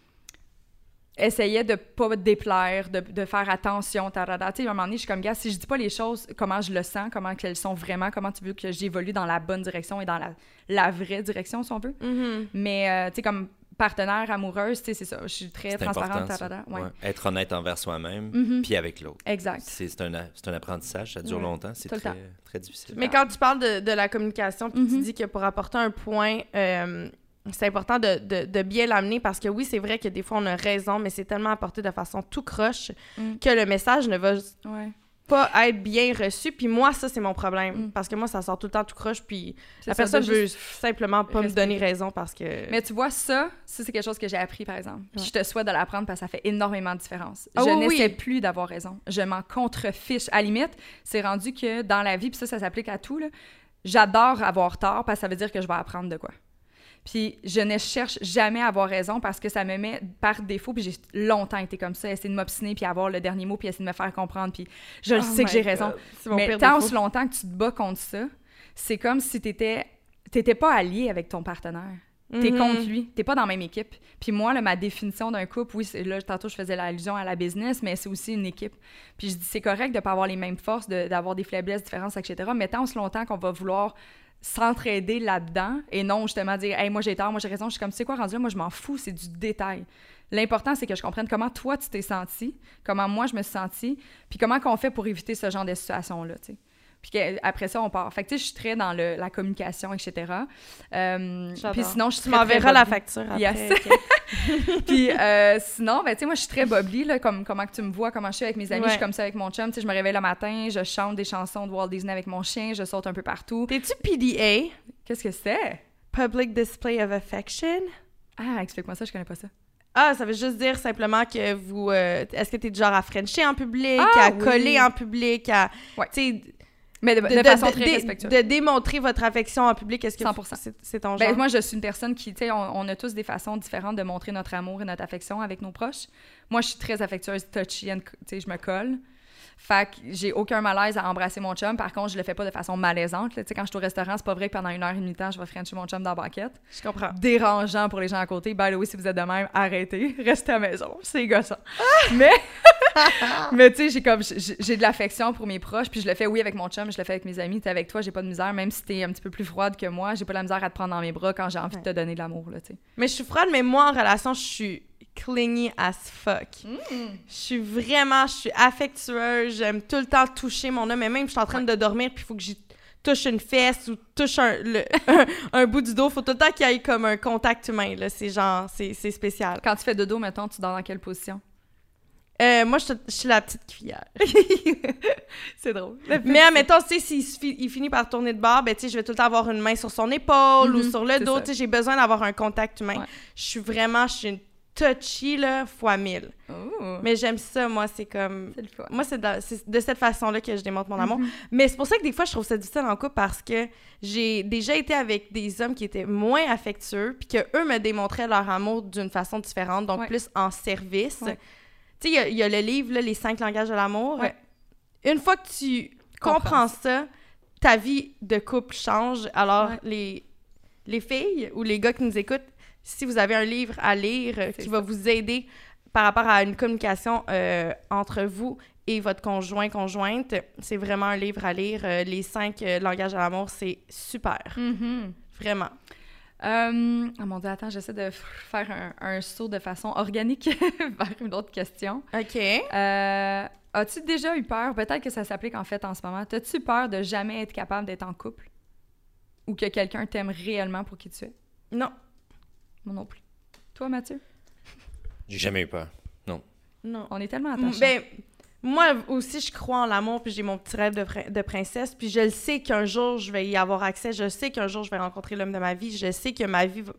C: essayait de pas déplaire, de faire attention, tarada. Tu sais, à un moment donné, je suis comme, gars, si je dis pas les choses comment je le sens, comment qu'elles sont vraiment, comment tu veux que j'évolue dans la bonne direction et dans la vraie direction, si on veut. Mais, tu sais, comme partenaire amoureuse, tu sais, c'est ça. Je suis très transparente, tarada. Ouais.
D: Être honnête envers soi-même, puis avec l'autre.
C: Exact.
D: C'est un apprentissage, ça dure longtemps, c'est très, très difficile.
B: Mais quand tu parles de la communication, puis tu dis que pour apporter un point... c'est important de bien l'amener parce que oui, c'est vrai que des fois, on a raison, mais c'est tellement apporté de façon tout croche que le message ne va pas être bien reçu. Puis moi, ça, c'est mon problème. Parce que moi, ça sort tout le temps tout croche, puis la personne veut simplement pas me donner raison parce que...
C: Mais tu vois, ça c'est quelque chose que j'ai appris, par exemple. Puis je te souhaite de l'apprendre parce que ça fait énormément de différence. Je n'essaie plus d'avoir raison. Je m'en contrefiche. À la limite, c'est rendu que dans la vie, puis ça s'applique à tout, là, j'adore avoir tort parce que ça veut dire que je vais apprendre de quoi. Puis je ne cherche jamais à avoir raison parce que ça me met par défaut, puis j'ai longtemps été comme ça, essayer de m'obstiner, puis avoir le dernier mot, puis essayer de me faire comprendre, puis je sais que j'ai raison. Mais tant aussi longtemps que tu te bats contre ça, c'est comme si t'étais pas allié avec ton partenaire. T'es contre lui, t'es pas dans la même équipe. Puis moi, là, ma définition d'un couple, oui, là, tantôt je faisais l'allusion à la business, mais c'est aussi une équipe. Puis je dis, c'est correct de pas avoir les mêmes forces, d'avoir des faiblesses, différences, etc. Mais tant aussi longtemps qu'on va vouloir s'entraider là-dedans et non justement dire « Hey, moi j'ai tort, moi j'ai raison », je suis comme « Tu sais quoi, rendu là, moi je m'en fous, c'est du détail. » L'important, c'est que je comprenne comment toi tu t'es senti, comment moi je me suis sentie, puis comment qu'on fait pour éviter ce genre de situation-là, tu sais. Puis après ça, on part. Fait que, tu sais, je suis très dans la communication, etc. Puis sinon, je suis
B: Tu
C: très,
B: m'enverras
C: très
B: la
C: bubbly.
B: facture après.
C: Yes.
B: OK.
C: Puis sinon, ben, tu sais, moi, je suis très bubbly, là, comment que tu me vois, comment je suis avec mes amis.
B: Ouais.
C: Je suis comme ça avec mon chum. Tu sais, je me réveille le matin, je chante des chansons de Walt Disney avec mon chien, je saute un peu partout.
B: T'es-tu PDA?
C: Qu'est-ce que c'est?
B: Public Display of Affection?
C: Ah, explique-moi ça, je connais pas ça.
B: Ah, ça veut juste dire simplement que vous... est-ce que t'es du genre à frencher en public,
C: Ah,
B: à
C: oui.
B: coller en public, à...
C: Ouais.
B: Tu sais,
C: Mais de façon très respectueuse.
B: de démontrer votre affection en public, est-ce que
C: 100%.
B: c'est ton genre?
C: Ben, moi, je suis une personne qui, tu sais, on a tous des façons différentes de montrer notre amour et notre affection avec nos proches. Moi, je suis très affectueuse, touchy, tu sais, je me colle. Fait que j'ai aucun malaise à embrasser mon chum. Par contre, je le fais pas de façon malaisante. Tu sais, quand je suis au restaurant, c'est pas vrai que pendant 1h30 de temps, je vais frencher mon chum dans la banquette.
B: Je comprends.
C: Dérangeant pour les gens à côté. By the way, si vous êtes de même, arrêtez. Restez à la maison. C'est gossant. Mais tu sais, j'ai de l'affection pour mes proches. Puis je le fais, oui, avec mon chum, je le fais avec mes amis. T'es avec toi, j'ai pas de misère. Même si t'es un petit peu plus froide que moi, j'ai pas la misère à te prendre dans mes bras quand j'ai envie de te donner de l'amour, là, tu sais.
B: Mais je suis froide, mais moi, en relation, je suis clingy as fuck. Je suis affectueuse, j'aime tout le temps toucher mon homme, mais même je suis en train de dormir, puis il faut que j'y touche une fesse ou touche un bout du dos, faut tout le temps qu'il y ait comme un contact humain, là, c'est genre, c'est spécial.
C: Quand tu fais dodo, mettons, tu dors dans quelle position?
B: Moi, je suis la petite cuillère.
C: C'est drôle.
B: Mais admettons, tu sais, il finit par tourner de bord, ben tu sais, je vais tout le temps avoir une main sur son épaule ou sur le dos, tu sais, j'ai besoin d'avoir un contact humain.
C: Ouais.
B: Je suis une touchy, là, fois 1000.
C: Oh.
B: Mais j'aime ça, moi, c'est comme...
C: C'est le fun.
B: Moi, c'est de cette façon-là que je démontre mon amour. Mais c'est pour ça que des fois, je trouve ça difficile en couple parce que j'ai déjà été avec des hommes qui étaient moins affectueux puis qu'eux me démontraient leur amour d'une façon différente, donc plus en service.
C: Ouais.
B: Tu sais, il y a le livre, là, Les 5 langages de l'amour.
C: Ouais.
B: Une fois que tu comprends ça, ta vie de couple change. Alors, les filles ou les gars qui nous écoutent, si vous avez un livre à lire qui va vous aider par rapport à une communication entre vous et votre conjointe, c'est vraiment un livre à lire. Les 5 langages de l'amour, c'est super. Vraiment.
C: Oh mon Dieu, attends, j'essaie de faire un saut de façon organique vers une autre question.
B: OK.
C: As-tu déjà eu peur, peut-être que ça s'applique en fait en ce moment, as-tu peur de jamais être capable d'être en couple? Ou que quelqu'un t'aime réellement pour qui tu es?
B: Non.
C: Moi non plus. Toi, Mathieu?
D: J'ai jamais eu peur.
B: Non.
C: On est tellement attachants.
B: Ben, moi aussi, je crois en l'amour, puis j'ai mon petit rêve de princesse, puis je le sais qu'un jour, je vais y avoir accès, je sais qu'un jour, je vais rencontrer l'homme de ma vie, je sais que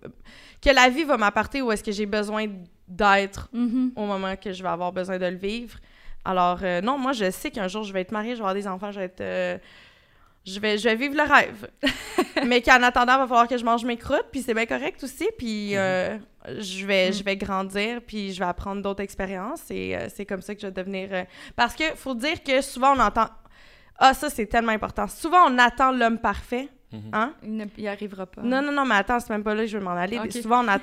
B: la vie va m'apporter où est-ce que j'ai besoin d'être au moment que je vais avoir besoin de le vivre. Alors, non, moi, je sais qu'un jour, je vais être mariée, je vais avoir des enfants, je vais être... je vais vivre le rêve. Mais qu'en attendant, il va falloir que je mange mes croûtes, puis c'est bien correct aussi, puis je vais grandir, puis je vais apprendre d'autres expériences, et c'est comme ça que je vais devenir... Parce que faut dire que souvent, on entend... Ah, ça, c'est tellement important. Souvent, on attend l'homme parfait, hein?
C: Il n'y arrivera pas.
B: Non, mais attends, c'est même pas là que je veux m'en aller.
C: Okay.
B: Souvent, on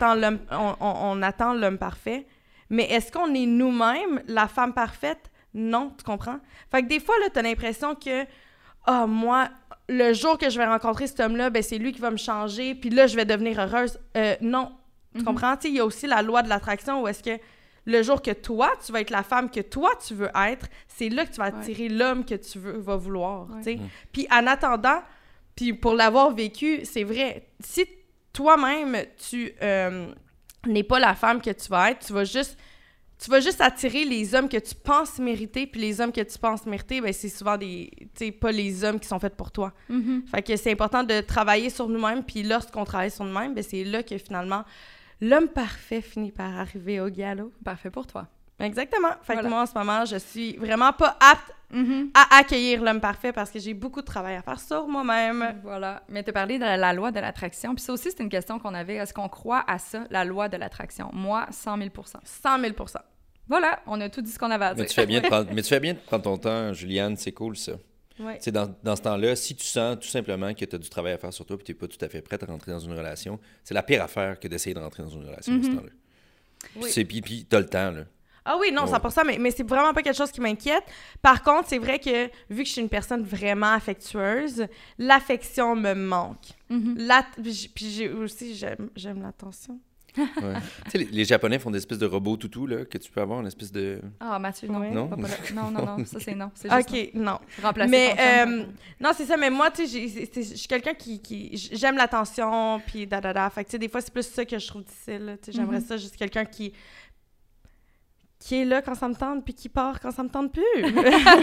B: attend l'homme parfait, mais est-ce qu'on est nous-mêmes la femme parfaite? Non, tu comprends? Fait que des fois, là, t'as l'impression que moi, le jour que je vais rencontrer cet homme-là, ben c'est lui qui va me changer, puis là, je vais devenir heureuse. Non, tu comprends? Tu sais, il y a aussi la loi de l'attraction où est-ce que le jour que toi, tu vas être la femme que toi, tu veux être, c'est là que tu vas attirer l'homme que tu vas vouloir, tu sais. Puis en attendant, puis pour l'avoir vécu, c'est vrai, si toi-même, tu n'es pas la femme que tu vas être, tu vas juste attirer les hommes que tu penses mériter, puis les hommes que tu penses mériter, ben c'est souvent pas les hommes qui sont faits pour toi. Fait que c'est important de travailler sur nous-mêmes, puis lorsqu'on travaille sur nous-mêmes, ben c'est là que finalement, l'homme parfait finit par arriver au galop.
C: Parfait pour toi.
B: Exactement. Fait
C: Voilà.
B: que moi, en ce moment, je suis vraiment pas apte à accueillir l'homme parfait parce que j'ai beaucoup de travail à faire sur moi-même.
C: Voilà. Mais tu as parlé de la loi de l'attraction. Puis ça aussi, c'est une question qu'on avait. Est-ce qu'on croit à ça, la loi de l'attraction? Moi, 100 000
B: 100 000 %.
C: Voilà, on a tout dit ce qu'on avait à dire.
D: Mais tu fais bien de prendre ton temps, Juliane, c'est cool ça.
B: Ouais.
D: Tu sais, dans ce temps-là, si tu sens tout simplement que tu as du travail à faire sur toi et que tu n'es pas tout à fait prête à rentrer dans une relation, c'est la pire affaire que d'essayer de rentrer dans une relation à ce temps-là.
B: Oui.
D: Puis tu as le temps, là.
B: Ah oui, non, 100%, mais c'est vraiment pas quelque chose qui m'inquiète. Par contre, c'est vrai que, vu que je suis une personne vraiment affectueuse, l'affection me manque. Puis j'ai aussi, j'aime l'attention.
D: Ouais. Tu sais, les Japonais font des espèces de robots toutous, là, que tu peux avoir, une espèce de...
C: Ah, Mathieu, non.
B: Ouais.
D: Non?
C: Pas là. Non, ça c'est non. C'est juste
B: OK, non.
C: remplacer
B: Mais,
C: ton chum.
B: non, c'est ça, mais moi, tu sais, je suis quelqu'un j'aime l'attention, puis da. Fait que, tu sais, des fois, c'est plus ça que je trouve difficile, là. Tu sais, j'aimerais ça, juste quelqu'un qui est là quand ça me tente, puis qui part quand ça me tente plus.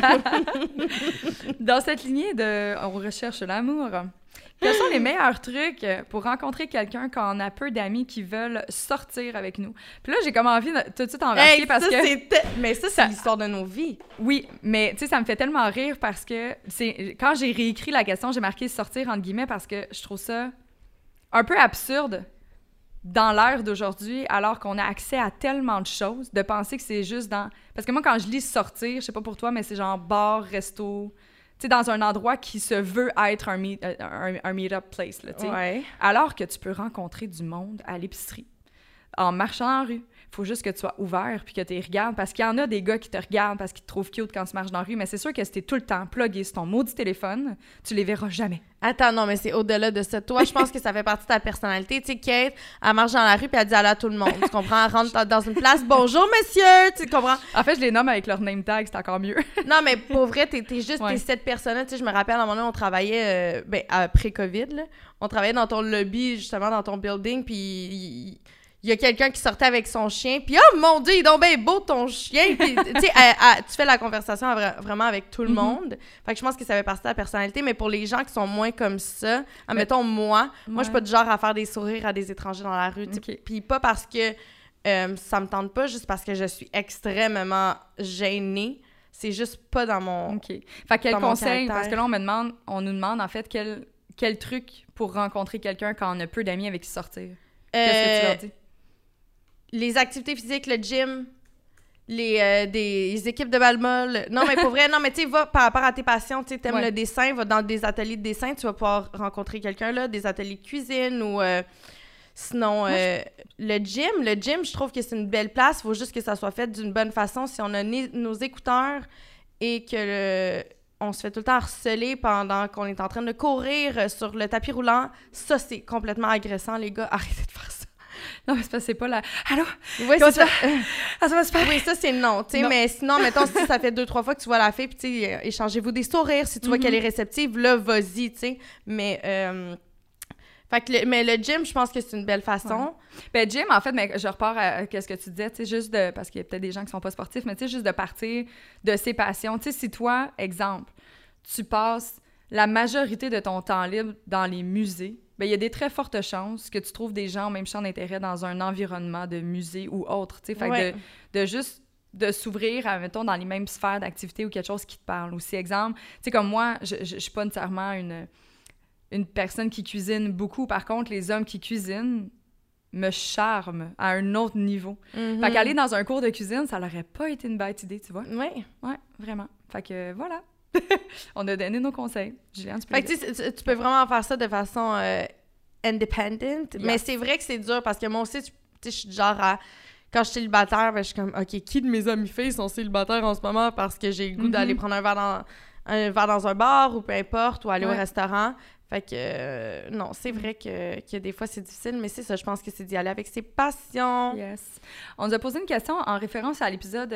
C: Dans cette lignée de « on recherche l'amour », quels sont les meilleurs trucs pour rencontrer quelqu'un quand on a peu d'amis qui veulent sortir avec nous? Puis là, j'ai comme envie de tout de suite embarquer parce
B: ça,
C: que...
B: Mais ça, c'est l'histoire de nos vies.
C: Oui, mais tu sais, ça me fait tellement rire parce que quand j'ai réécrit la question, j'ai marqué « sortir » entre guillemets parce que je trouve ça un peu absurde dans l'ère d'aujourd'hui, alors qu'on a accès à tellement de choses, de penser que c'est juste dans... Parce que moi, quand je lis « sortir », je sais pas pour toi, mais c'est genre bar, resto... Tu sais, dans un endroit qui se veut être un meet-up place, là, tu sais.
B: Ouais.
C: Alors que tu peux rencontrer du monde à l'épicerie, en marchant dans la rue. Il faut juste que tu sois ouvert puis que tu les regardes, parce qu'il y en a des gars qui te regardent parce qu'ils te trouvent cute quand tu marches dans la rue, mais c'est sûr que si t'es tout le temps plugué sur ton maudit téléphone, tu les verras jamais.
B: Attends, non, mais c'est au-delà de ça. Toi, je pense que ça fait partie de ta personnalité. Tu sais, Kate, elle marche dans la rue puis elle dit allô à tout le monde. Tu comprends? Elle rentre dans une place, bonjour, monsieur! Tu comprends?
C: En fait, je les nomme avec leur name tag, c'est encore mieux.
B: Non, mais pour vrai, t'es juste
C: Ouais.
B: t'es cette personne-là. Tu sais, je me rappelle, à un moment donné, on travaillait, après-COVID, là. On travaillait dans ton lobby, justement, dans ton building, puis il y a quelqu'un qui sortait avec son chien, puis oh mon Dieu, il est donc bien beau ton chien! Puis, tu sais, tu fais la conversation vraiment avec tout le monde. Fait que je pense que ça fait partie de ta personnalité, mais pour les gens qui sont moins comme ça, admettons moi, je suis pas du genre à faire des sourires à des étrangers dans la rue, tu sais.
C: Ok.
B: Puis pas parce que ça me tente pas, juste parce que je suis extrêmement gênée. C'est juste pas dans mon...
C: OK. Fait quel
B: Dans mon
C: conseil?
B: caractère.
C: Parce que là, on nous demande, en fait, quel truc pour rencontrer quelqu'un quand on a peu d'amis avec qui sortir? Qu'est-ce que tu leur dis?
B: Les activités physiques, le gym, des équipes de balle-molle. Non, mais pour vrai, non, mais tu sais, va par rapport à tes passions, tu sais, t'aimes le dessin, va dans des ateliers de dessin, tu vas pouvoir rencontrer quelqu'un là, des ateliers de cuisine ou sinon le gym, je trouve que c'est une belle place, faut juste que ça soit fait d'une bonne façon. Si on a nos écouteurs et que on se fait tout le temps harceler pendant qu'on est en train de courir sur le tapis roulant, ça, c'est complètement agressant, les gars. Arrêtez de faire ça.
C: Non, mais c'est parce que c'est pas la... Allô?
B: Oui,
C: Comment
B: c'est ça.
C: Ah, ça va super bien.
B: Oui, ça, c'est non, tu sais,
C: Non.
B: mais sinon, mettons, si ça fait 2-3 fois que tu vois la fille, puis tu sais, échangez-vous des sourires, si tu vois qu'elle est réceptive, là, vas-y, tu sais, mais... Fait que mais le gym, je pense que c'est une belle façon.
C: Ben, gym, en fait, mais je repars à ce que tu disais, tu sais, juste de... Parce qu'il y a peut-être des gens qui sont pas sportifs, mais tu sais, juste de partir de ses passions. Tu sais, si toi, exemple, tu passes la majorité de ton temps libre dans les musées, ben il y a des très fortes chances que tu trouves des gens au même champ d'intérêt dans un environnement de musée ou autre, tu sais. Fait que de juste de s'ouvrir, mettons, dans les mêmes sphères d'activité ou quelque chose qui te parle. Aussi, exemple, tu sais, comme moi, je suis pas nécessairement une personne qui cuisine beaucoup. Par contre, les hommes qui cuisinent me charment à un autre niveau. Fait qu'aller dans un cours de cuisine, ça n'aurait pas été une bête idée, tu vois?
B: Oui.
C: Ouais, vraiment. Fait que voilà. On a donné nos conseils. Juliane, tu peux
B: Fait que tu peux vraiment faire ça de façon independent.
C: Yes.
B: Mais c'est vrai que c'est dur parce que moi aussi, tu sais, je suis du genre à... Quand je suis célibataire, ben, je suis comme, OK, qui de mes amis filles sont célibataires en ce moment parce que j'ai le goût d'aller prendre un verre dans un bar ou peu importe, ou aller au restaurant. Fait que, non, c'est vrai que des fois, c'est difficile, mais c'est ça, je pense que c'est d'y aller avec ses passions.
C: Yes. On nous a posé une question en référence à l'épisode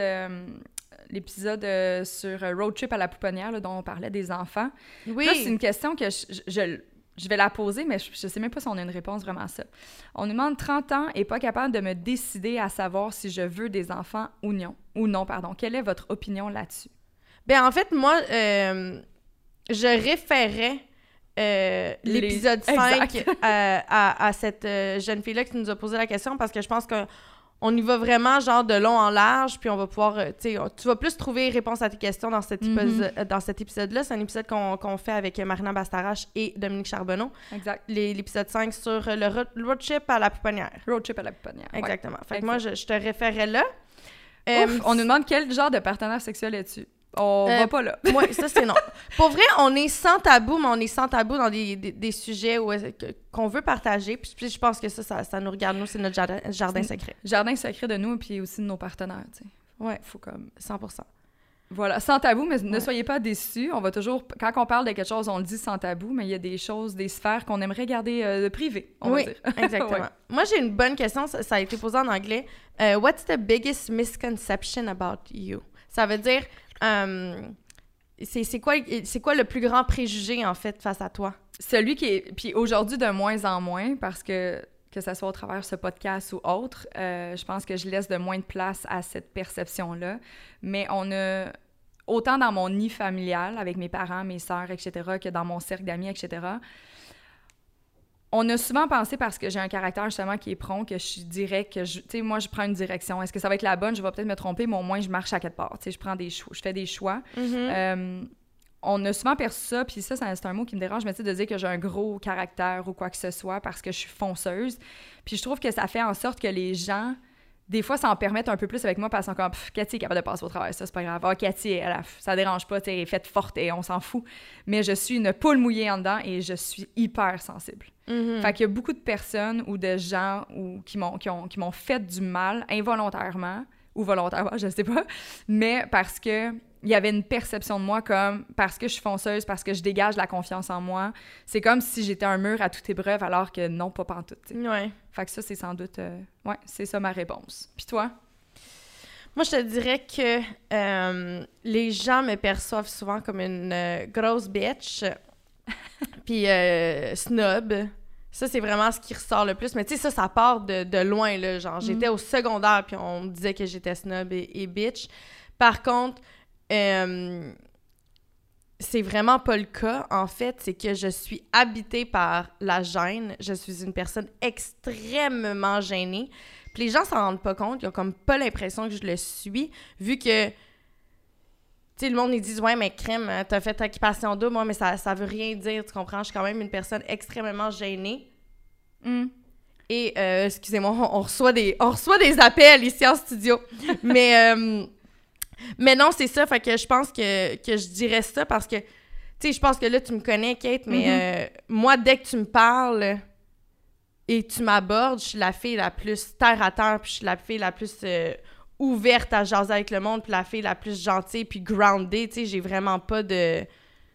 C: sur Road Trip à la Pouponnière, là, dont on parlait des enfants.
B: Oui.
C: Là, c'est une question que je vais la poser, mais je sais même pas si on a une réponse vraiment à ça. On nous demande 30 ans et pas capable de me décider à savoir si je veux des enfants ou non. Quelle est votre opinion là-dessus?
B: Ben, en fait, moi, je référais l'épisode 5 à cette jeune fille-là qui nous a posé la question parce que je pense qu'on y va vraiment genre de long en large, puis on va pouvoir, tu sais, tu vas plus trouver réponse à tes questions dans cet épisode-là. C'est un épisode qu'on fait avec Marina Bastarache et Dominique Charbonneau.
C: Exact.
B: L'épisode 5 sur le road trip à la Pouponnière.
C: Road Trip à la Pouponnière.
B: Exactement.
C: Ouais.
B: Fait que moi, je te référais là.
C: On nous demande quel genre de partenaire sexuel es-tu? On va pas là.
B: Moi, ça, c'est non. Pour vrai, on est sans tabou, mais on est sans tabou dans des sujets qu'on veut partager. Puis je pense que ça nous regarde, nous, c'est notre jardin secret.
C: Jardin secret de nous, puis aussi de nos partenaires, tu sais.
B: Ouais.
C: Faut comme...
B: 100%.
C: Voilà, sans tabou, mais ne soyez pas déçus. On va toujours, quand on parle de quelque chose, on le dit sans tabou, mais il y a des choses, des sphères qu'on aimerait garder privées, on va dire.
B: Exactement.
C: Ouais.
B: Moi, j'ai une bonne question. Ça a été posé en anglais. What's the biggest misconception about you? Ça veut dire, c'est quoi le plus grand préjugé, en fait, face à toi?
C: Celui qui est... Puis aujourd'hui, de moins en moins, parce que ça soit au travers de ce podcast ou autre, je pense que je laisse de moins de place à cette perception-là. Mais on a... Autant dans mon nid familial, avec mes parents, mes sœurs, etc., que dans mon cercle d'amis, etc., on a souvent pensé, parce que j'ai un caractère justement qui est prompt, que je suis direct, que tu sais, moi, je prends une direction. Est-ce que ça va être la bonne? Je vais peut-être me tromper, mais au moins, je marche à quelque part. Tu sais, je fais des choix. On a souvent perçu ça, puis ça, c'est un mot qui me dérange, mais tu sais, de dire que j'ai un gros caractère ou quoi que ce soit parce que je suis fonceuse. Puis je trouve que ça fait en sorte que les gens, des fois, s'en permettent un peu plus avec moi parce qu'ils sont comme « Cathy est capable de passer au travail, ça, c'est pas grave. Ah, Cathy, ça dérange pas, tu sais, elle est faite forte et on s'en fout. » Mais je suis une poule mouillée en dedans et je suis hyper sensible. Fait qu'il y a beaucoup de personnes ou de gens qui m'ont fait du mal involontairement ou volontairement, je sais pas, mais parce que il y avait une perception de moi comme parce que je suis fonceuse, parce que je dégage la confiance en moi. C'est comme si j'étais un mur à toute épreuve alors que non, pas pantoute. T'sais.
B: Ouais.
C: Fait que ça, c'est sans doute... ouais, c'est ça ma réponse. Puis toi?
B: Moi, je te dirais que les gens me perçoivent souvent comme une grosse bitch, puis snob. Ça, c'est vraiment ce qui ressort le plus. Mais tu sais, ça part de loin, là. Genre, j'étais au secondaire, puis on me disait que j'étais snob et bitch. Par contre, c'est vraiment pas le cas, en fait. C'est que je suis habitée par la gêne. Je suis une personne extrêmement gênée. Puis les gens s'en rendent pas compte. Ils ont comme pas l'impression que je le suis, vu que... Tu sais, le monde, ils disent « Ouais, mais crème, t'as fait ta occupation double. » Moi, mais ça veut rien dire, tu comprends? Je suis quand même une personne extrêmement gênée. Et, excusez-moi, on reçoit des appels ici en studio. Mais non, c'est ça. Fait que je pense que je dirais ça parce que, tu sais, je pense que là, tu me connais, Kate, mais moi, dès que tu me parles et tu m'abordes, je suis la fille la plus terre à terre, puis je suis la fille la plus ouverte à jaser avec le monde, puis la fille la plus gentille, puis grounded. Tu sais, j'ai vraiment pas de...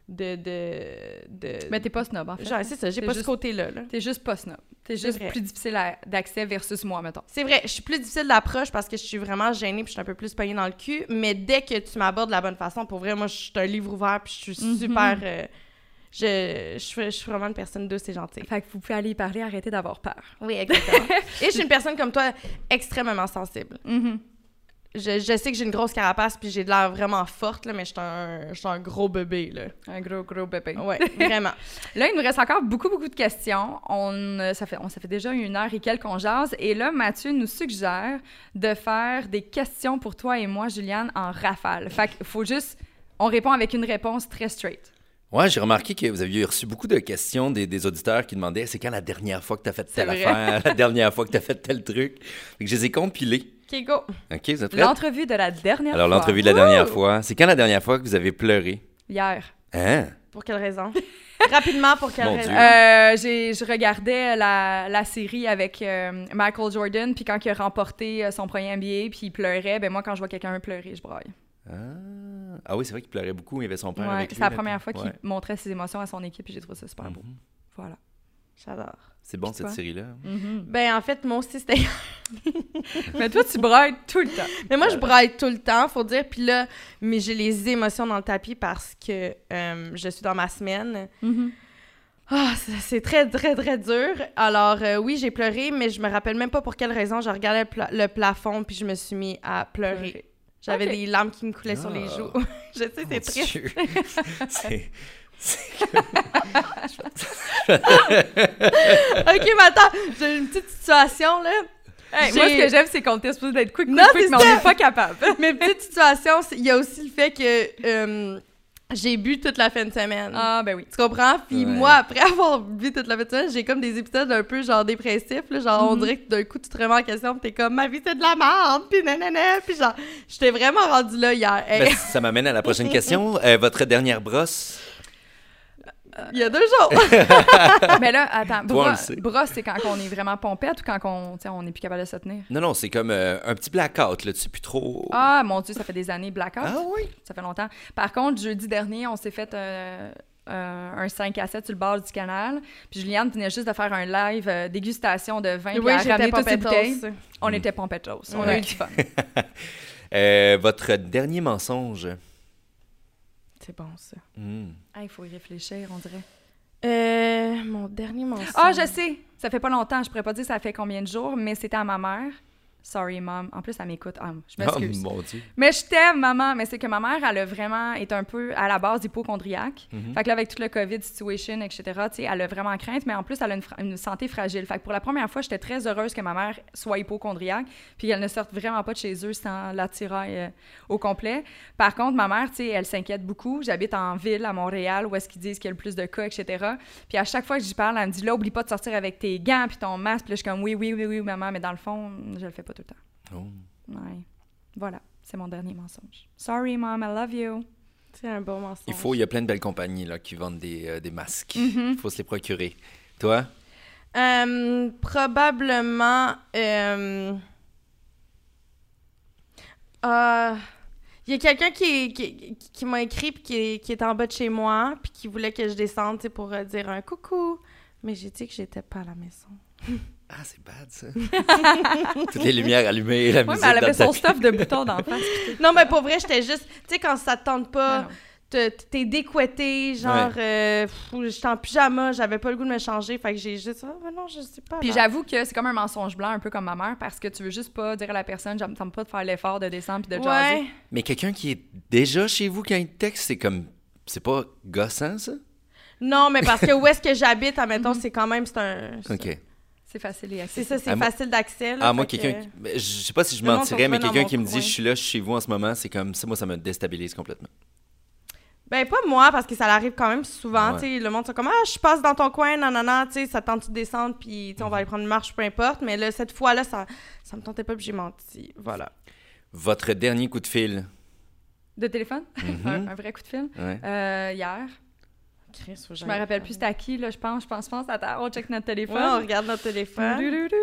C: Mais t'es pas snob, en fait.
B: Genre, c'est ça, j'ai pas ce côté-là. Là.
C: T'es juste pas snob. T'es juste plus difficile d'accès versus moi, mettons.
B: C'est vrai, je suis plus difficile d'approche parce que je suis vraiment gênée puis je suis un peu plus pognée dans le cul, mais dès que tu m'abordes de la bonne façon, pour vrai, moi, je suis un livre ouvert puis je suis super... Je suis vraiment une personne douce et gentille.
C: Fait que vous pouvez aller y parler, arrêtez d'avoir peur.
B: Oui, exactement. Et je suis une personne comme toi, extrêmement sensible. Je sais que j'ai une grosse carapace puis j'ai de l'air vraiment forte, là, mais je suis un gros bébé, là.
C: Un gros bébé.
B: Ouais, vraiment.
C: Là, il nous reste encore beaucoup de questions. Ça fait déjà 1 heure et quelques qu'on jase. Et là, Mathieu nous suggère de faire des questions pour toi et moi, Juliane, en rafale. Fait qu'il faut juste... On répond avec une réponse très straight.
D: Ouais, j'ai remarqué que vous aviez reçu beaucoup de questions des auditeurs qui demandaient « C'est quand la dernière fois que tu as fait telle affaire? La dernière fois que tu as fait tel truc? » Fait que je les ai compilés.
B: OK, go!
D: OK, vous êtes prêts?
C: L'entrevue de la dernière fois.
D: Alors, l'entrevue de la dernière fois. C'est quand la dernière fois que vous avez pleuré?
C: Hier.
D: Hein?
B: Pour quelle raison? Rapidement, pour quelle
D: Mon
B: raison?
C: Je regardais la série avec Michael Jordan, puis quand il a remporté son premier NBA, puis il pleurait, ben moi, quand je vois quelqu'un pleurer, je braille.
D: Ah oui, c'est vrai qu'il pleurait beaucoup. Il y avait son père avec lui.
C: C'est la première fois qu'il montrait ses émotions à son équipe et j'ai trouvé ça super beau. Voilà.
B: J'adore.
D: C'est bon, cette série-là.
B: Ben, en fait, moi aussi, c'était...
C: Mais toi, tu brailles tout le temps.
B: Mais moi, je braille tout le temps, faut dire. Puis là, mais j'ai les émotions dans le tapis parce que je suis dans ma semaine. Ah, c'est très, très, très dur. Alors, oui, j'ai pleuré, mais je me rappelle même pas pour quelle raison. Je regardais le plafond puis je me suis mis à pleurer. J'avais des larmes qui me coulaient sur les joues. Je sais, c'est triste. OK, mais attends, j'ai une petite situation, là.
C: Hey, moi, ce que j'aime, c'est qu'on était supposé d'être quick, mais on n'est pas capable.
B: Mais petite situation, il y a aussi le fait que j'ai bu toute la fin de semaine.
C: Ah, ben oui.
B: Tu comprends? Puis moi, après avoir bu toute la fin de semaine, j'ai comme des épisodes un peu genre dépressifs, là, genre on dirait que d'un coup, tu te remets en question, puis t'es comme « Ma vie, c'est de la merde! » Puis nanana! Puis genre, j'étais vraiment rendue là hier.
D: Ben, ça m'amène à la prochaine question. Votre dernière brosse?
B: Il y a 2 jours.
C: Mais là, attends,
D: Toi, on le sait.
C: brosse, c'est quand on est vraiment pompette ou quand on n'est plus capable de se tenir?
D: Non, c'est comme un petit blackout, là. Tu sais plus trop.
C: Ah, mon Dieu, ça fait des années, blackout.
D: Ah oui?
C: Ça fait longtemps. Par contre, jeudi dernier, on s'est fait un 5 à 7 sur le bord du canal. Puis Juliane venait juste de faire un live dégustation de vin. Puis
B: Oui,
C: elle a ramené
B: j'étais
C: toutes ses bouteilles.
B: pompettos.
C: On était pompettos. On a eu du fun.
D: Votre dernier mensonge.
B: C'est bon, ça.
C: Il faut y réfléchir, on dirait.
B: Mon dernier mensonge.
C: Ah, je sais! Ça fait pas longtemps. Je pourrais pas dire ça fait combien de jours, mais c'était à ma mère. Sorry, mom. En plus, elle m'écoute. Ah, je m'excuse.
D: Oh mon Dieu.
C: Mais je t'aime, maman. Mais c'est que ma mère, elle a vraiment été un peu, à la base, hypochondriaque. Fait que là, avec tout le COVID situation, etc., tu sais, elle a vraiment crainte, mais en plus, elle a une santé fragile. Fait que pour la première fois, j'étais très heureuse que ma mère soit hypochondriaque, puis qu'elle ne sorte vraiment pas de chez eux sans l'attirail au complet. Par contre, ma mère, tu sais, elle s'inquiète beaucoup. J'habite en ville, à Montréal, où est-ce qu'ils disent qu'il y a le plus de cas, etc. Puis à chaque fois que j'y parle, elle me dit, là, oublie pas de sortir avec tes gants puis ton masque. Puis là, je suis comme, oui, maman, mais dans le fond, je le fais pas tout le temps.
D: Oh.
C: Ouais. Voilà, c'est mon dernier mensonge. Sorry, mom, I love you.
B: C'est un bon mensonge.
D: Il y a plein de belles compagnies là, qui vendent des masques. Il faut se les procurer. Toi?
B: Probablement... il y a quelqu'un qui m'a écrit puis qui est en bas de chez moi puis qui voulait que je descende, tu sais, pour dire un coucou. Mais j'ai dit que j'étais pas à la maison.
D: Ah, c'est bad, ça. Toutes les lumières allumées, la
C: Oui,
D: musique
C: mais elle
D: dans
C: avait
D: le
C: son
D: tapis.
C: stuff de boutons d'en face.
B: Non, mais pour vrai, j'étais juste... Tu sais, quand ça te tente pas,
C: Ah
B: t'es découettée, genre... j'étais en pyjama, j'avais pas le goût de me changer, fait que j'ai juste... Ah, ben non, je sais pas.
C: Puis
B: là.
C: j'avoue que c'est comme un mensonge blanc, un peu comme ma mère, parce que tu veux juste pas dire à la personne, j'aime pas de faire l'effort de descendre puis de jaser.
B: Ouais.
D: Mais quelqu'un qui est déjà chez vous quand il texte, c'est comme... C'est pas gossant, ça?
B: Non, mais parce que où est-ce que j'habite, admettons, c'est quand même... C'est un...
D: OK.
C: C'est facile et
B: C'est
C: accessible.
B: ça, c'est
D: Ah, moi-
B: facile d'accès. là,
D: Ah, moi,
B: fait
D: quelqu'un...
B: que-
D: Ben, je sais pas si je
B: Le monde
D: mentirais,
B: se
D: mais
B: retrouve
D: quelqu'un
B: dans
D: qui me
B: mon
D: dit
B: coin.
D: je suis là chez vous en ce moment, c'est comme ça, moi, ça me déstabilise complètement.
B: Ben, pas moi, parce que ça arrive quand même souvent,
D: Ouais.
B: tu sais, le monde, c'est comme « Ah, je passe dans ton coin, nanana, tu sais, ça te tente de descendre, puis tu sais, on va aller prendre une marche, peu importe. » Mais là, cette fois-là, ça me tentait pas, puis j'ai menti. Voilà.
D: Votre dernier coup de fil?
C: De téléphone?
D: Mhm.
C: Un vrai coup de fil?
D: Ouais.
C: Hier.
B: Chris, faut que
C: Je
B: j'aille
C: me rappelle
B: faire.
C: plus c'était à qui, là, je pense. Attends, on check notre téléphone.
B: Ouais, on regarde notre téléphone.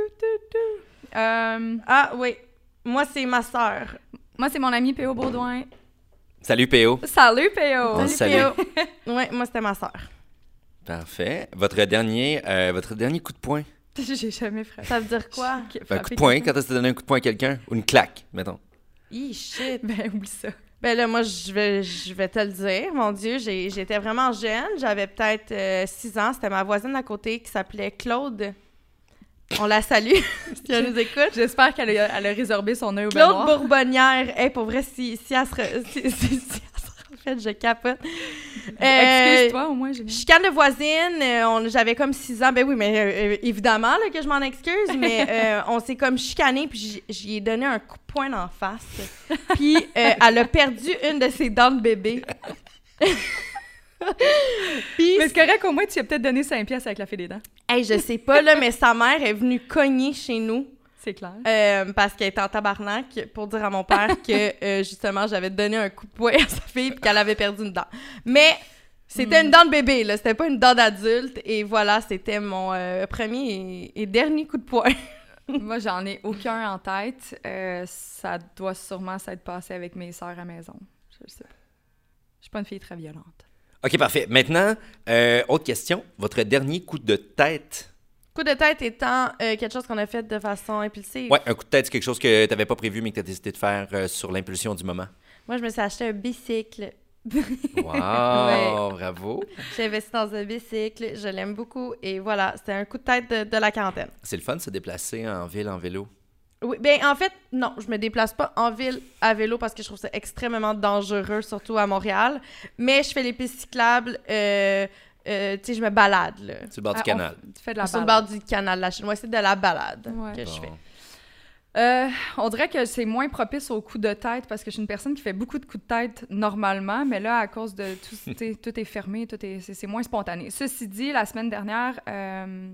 C: Euh,
B: Ah, oui. Moi, c'est ma sœur.
C: moi, c'est mon ami P.O. Baudouin.
D: Salut, PO.
C: Salut, P.O.
D: On
B: Salut,
D: salue.
B: P.O. Ouais, moi, c'était ma sœur.
D: Parfait. Votre dernier coup de poing?
C: J'ai jamais frappé.
B: Ça veut dire quoi?
D: Un coup de poing, quand est-ce que tu donné un coup de poing à quelqu'un? Ou une claque, mettons.
B: Hi, shit.
C: Ben, oublie ça.
B: Ben là, moi, je vais te le dire. Mon Dieu, j'étais vraiment jeune. J'avais peut-être 6 ans. C'était ma voisine à côté qui s'appelait Claude. On la salue, si elle nous écoute.
C: J'espère qu'elle a résorbé son œil au
B: Claude
C: baignoire.
B: Bourbonnière. Hey, pour vrai, si elle se si elle se refait, je capote.
C: Excuse-toi, au moins, j'ai
B: Chicane de voisine, j'avais comme 6 ans. Ben oui, mais évidemment là, que je m'en excuse, mais on s'est comme chicané, puis j'y ai donné un coup de poing d'en face. Puis elle a perdu une de ses dents de bébé. Puis,
C: Mais c'est correct, au moins, tu as peut-être donné 5 pièces avec la fée des dents.
B: hey, je sais pas, là, mais sa mère est venue cogner chez nous.
C: C'est clair.
B: Parce qu'elle était en tabarnak pour dire à mon père que justement j'avais donné un coup de poing à sa fille puis qu'elle avait perdu une dent. Mais c'était une dent de bébé, là, c'était pas une dent d'adulte. Et voilà, c'était mon premier et dernier coup de poing.
C: Moi, j'en ai aucun en tête. Ça doit sûrement s'être passé avec mes sœurs à la maison. Je sais pas. Je suis pas une fille très violente.
D: OK, parfait. Maintenant, autre question. Votre dernier coup de tête?
B: Coup de tête étant quelque chose qu'on a fait de façon impulsive.
D: Ouais, un coup de tête, c'est quelque chose que tu n'avais pas prévu, mais que tu as décidé de faire sur l'impulsion du moment.
B: Moi, je me suis acheté un bicycle.
D: Wow, bravo.
B: J'ai investi dans un bicycle, je l'aime beaucoup. Et voilà, c'était un coup de tête de la quarantaine.
D: C'est le fun de se déplacer en ville, en vélo.
B: Oui, bien, en fait, non, je me déplace pas en ville à vélo parce que je trouve ça extrêmement dangereux, surtout à Montréal. Mais je fais les pistes cyclables, tu sais, je me balade, là.
D: Sur le bord du canal.
C: Tu fais de la
B: Sur le
C: balade.
B: bord du canal de la Chine. Ouais, c'est de la balade
C: Ouais.
B: que je fais.
C: On dirait que c'est moins propice aux coups de tête parce que je suis une personne qui fait beaucoup de coups de tête normalement, mais là, à cause de tout, tout est fermé, c'est moins spontané. Ceci dit, la semaine dernière,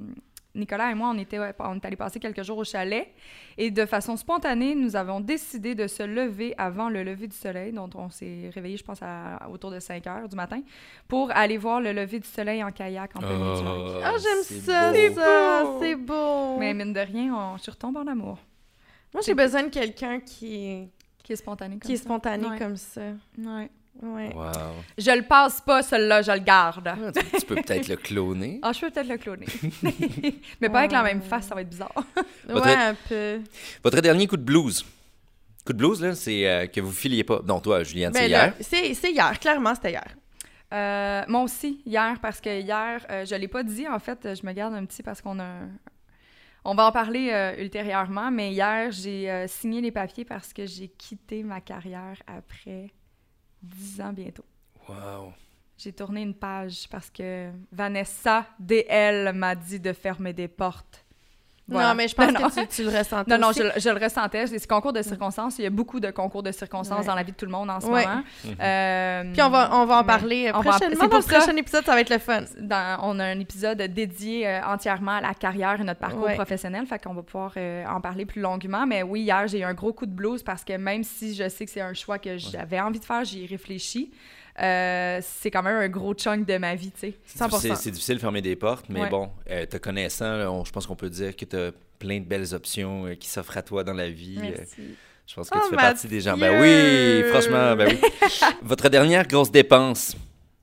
C: Nicolas et moi, on est allés passer quelques jours au chalet et de façon spontanée, nous avons décidé de se lever avant le lever du soleil, dont on s'est réveillé, je pense, autour de 5 heures du matin, pour aller voir le lever du soleil en kayak en plein milieu du lac.
B: Ah, j'aime ça, c'est beau.
C: Mais mine de rien, je retombe en amour.
B: Moi, j'ai besoin de quelqu'un qui
C: est spontané
B: comme ça.
C: Ouais.
B: Ouais.
D: Wow.
C: Je le passe pas, celui-là, je le garde.
D: Ah, tu peux peut-être le cloner.
C: Ah, je peux peut-être le cloner. Mais pas avec la même face, ça va être bizarre.
D: Votre-
B: Ouais, un peu.
D: Votre dernier coup de blues. Coup de blues, là, c'est que vous filiez pas. Non, toi, Juliane, c'est
B: Ben
D: hier.
B: là, c'est hier, clairement, c'était hier.
C: Moi aussi, hier, parce que hier, je l'ai pas dit, en fait, je me garde un petit parce qu'on va en parler ultérieurement, mais hier, j'ai signé les papiers parce que j'ai quitté ma carrière après 10 ans bientôt.
D: Wow.
C: J'ai tourné une page parce que Vanessa DL m'a dit de fermer des portes. Voilà.
B: Non, mais je pense que tu le ressentais
C: Non,
B: aussi.
C: je le ressentais. C'est concours de circonstances. Il y a beaucoup de concours de circonstances dans la vie de tout le monde en ce moment.
B: Puis on va en parler prochainement.
C: C'est
B: Dans
C: pour
B: le prochain épisode, ça va être le fun.
C: On a un épisode dédié entièrement à la carrière et notre parcours professionnel, fait qu'on va pouvoir en parler plus longuement. Mais oui, hier, j'ai eu un gros coup de blues parce que même si je sais que c'est un choix que j'avais envie de faire, j'y ai réfléchi. C'est quand même un gros chunk de ma vie, tu sais. 100%.
D: C'est difficile de fermer des portes, mais bon, te connaissant, là, je pense qu'on peut dire que tu as plein de belles options qui s'offrent à toi dans la vie.
C: Merci.
D: Je pense que tu fais partie des gens. Ben oui, franchement, ben oui. Votre dernière grosse dépense?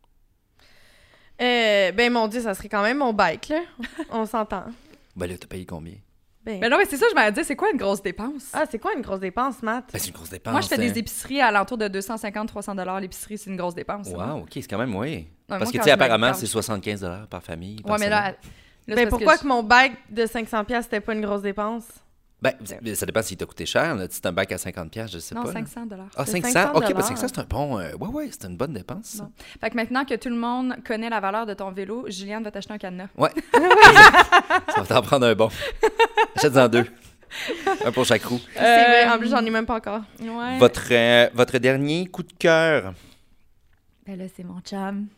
B: Ben mon Dieu, ça serait quand même mon bike, là. On s'entend.
D: Ben là, t'as payé combien?
C: Mais non, mais c'est ça, je m'allais dire, c'est quoi une grosse dépense?
B: Ah, c'est quoi une grosse dépense, Matt?
D: Ben, c'est une grosse dépense.
C: Moi, je fais des épiceries à l'entour de 250-300 $. L'épicerie, c'est une grosse dépense.
D: Wow, OK, c'est quand même, oui.
C: Ouais,
D: Parce
C: moi,
D: que,
C: quand
D: tu sais,
C: je
D: apparemment,
C: m'accorde.
D: c'est 75 $ par famille.
C: Ouais, mais là
B: Ben pourquoi que mon bike de 500$, c'était pas une grosse dépense?
D: Ben, ça dépend s'il t'a coûté cher. Là. Si c'est un bac à 50$, je sais
C: Non,
D: pas.
C: 500 $.
D: Ah,
B: C'est
D: 500? OK, ben
B: 500$.
D: 500, c'est un bon... ouais, c'est une bonne dépense. Ça.
C: Non. Fait que maintenant que tout le monde connaît la valeur de ton vélo, Juliane va t'acheter un cadenas.
D: Ouais. Ça va t'en prendre un bon. Achète-en 2. Un pour chaque roue.
B: C'est vrai, en plus, j'en ai même pas encore.
C: Ouais.
D: Votre dernier coup de cœur?
C: Ben là, c'est mon chum.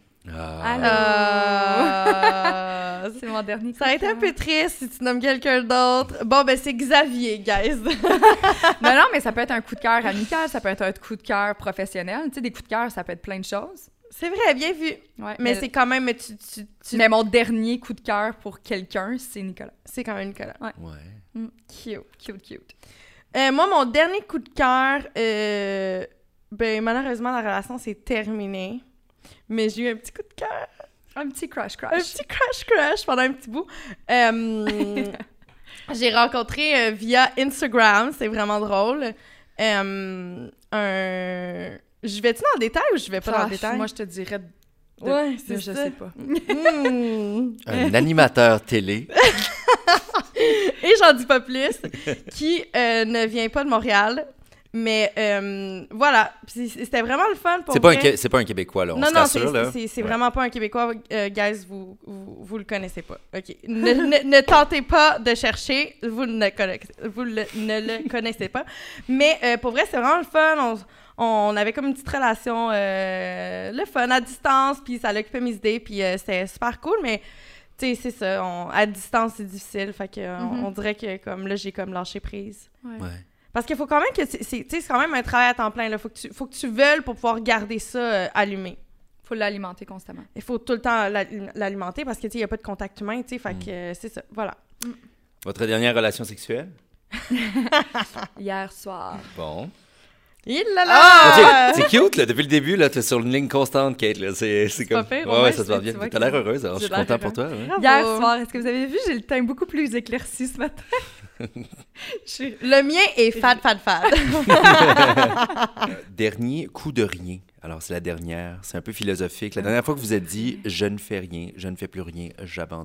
B: Ah.
C: C'est mon dernier coup
B: Ça aurait été un peu triste si tu nommes quelqu'un d'autre. Bon, ben c'est Xavier, guys.
C: Non, mais ça peut être un coup de cœur amical, ça peut être un coup de cœur professionnel. Tu sais, des coups de cœur, ça peut être plein de choses.
B: C'est vrai, bien vu.
C: Ouais,
B: Mais c'est quand même...
C: Mais mon dernier coup de cœur pour quelqu'un, c'est Nicolas.
B: C'est quand même Nicolas.
D: Ouais.
C: Cute.
B: Moi, mon dernier coup de cœur, ben malheureusement, la relation s'est terminée. Mais j'ai eu un petit coup de cœur.
C: Un petit crush.
B: Un petit crush pendant un petit bout. J'ai rencontré via Instagram, c'est vraiment drôle. Je vais-tu dans le détail ou je vais pas dans le détail?
C: Moi, je te dirais...
B: Ouais, c'est
C: je
B: ça.
C: sais pas.
D: Un animateur télé.
B: Et j'en dis pas plus, qui ne vient pas de Montréal. Mais voilà, c'était vraiment le fun pour vrai.
D: C'est pas un Québécois, là, on
B: non,
D: se rassure, là.
B: C'est vraiment pas un Québécois. Guys, vous le connaissez pas. OK. Ne tentez pas de chercher. Vous ne le connaissez pas. Mais pour vrai, c'est vraiment le fun. On avait comme une petite relation, le fun à distance, puis ça l'occupait mes idées, puis c'était super cool, mais tu sais, c'est ça, à distance, c'est difficile, fait que on dirait que comme là, j'ai comme lâché prise.
D: Ouais.
B: Parce qu'il faut quand même que c'est quand même un travail à temps plein, là. Faut que tu veuilles pour pouvoir garder ça allumé.
C: Faut l'alimenter constamment.
B: Il faut tout le temps l'alimenter parce que tu sais, il n'y a pas de contact humain, tu sais, fait que c'est ça, voilà.
D: Votre dernière relation sexuelle?
C: Hier soir.
D: Bon.
B: Il là là!
D: C'est cute, là. Depuis le début, là, t'es sur une ligne constante, Kate, là. C'est comme...
C: pas pire,
D: ouais,
C: ouais,
D: ça se va bien.
C: tu vois
D: T'as l'air heureuse, alors je suis
C: j'ai l'air
D: content pour toi.
C: heureuse.
D: Ouais.
B: Bravo.
C: Hier soir, est-ce que vous avez vu, j'ai le teint beaucoup plus éclairci ce matin.
B: Le mien est fade.
D: Dernier coup de rien. Alors, c'est la dernière. C'est un peu philosophique. La dernière fois que vous êtes dit « Je ne fais rien, je ne fais plus rien, j'abandonne ».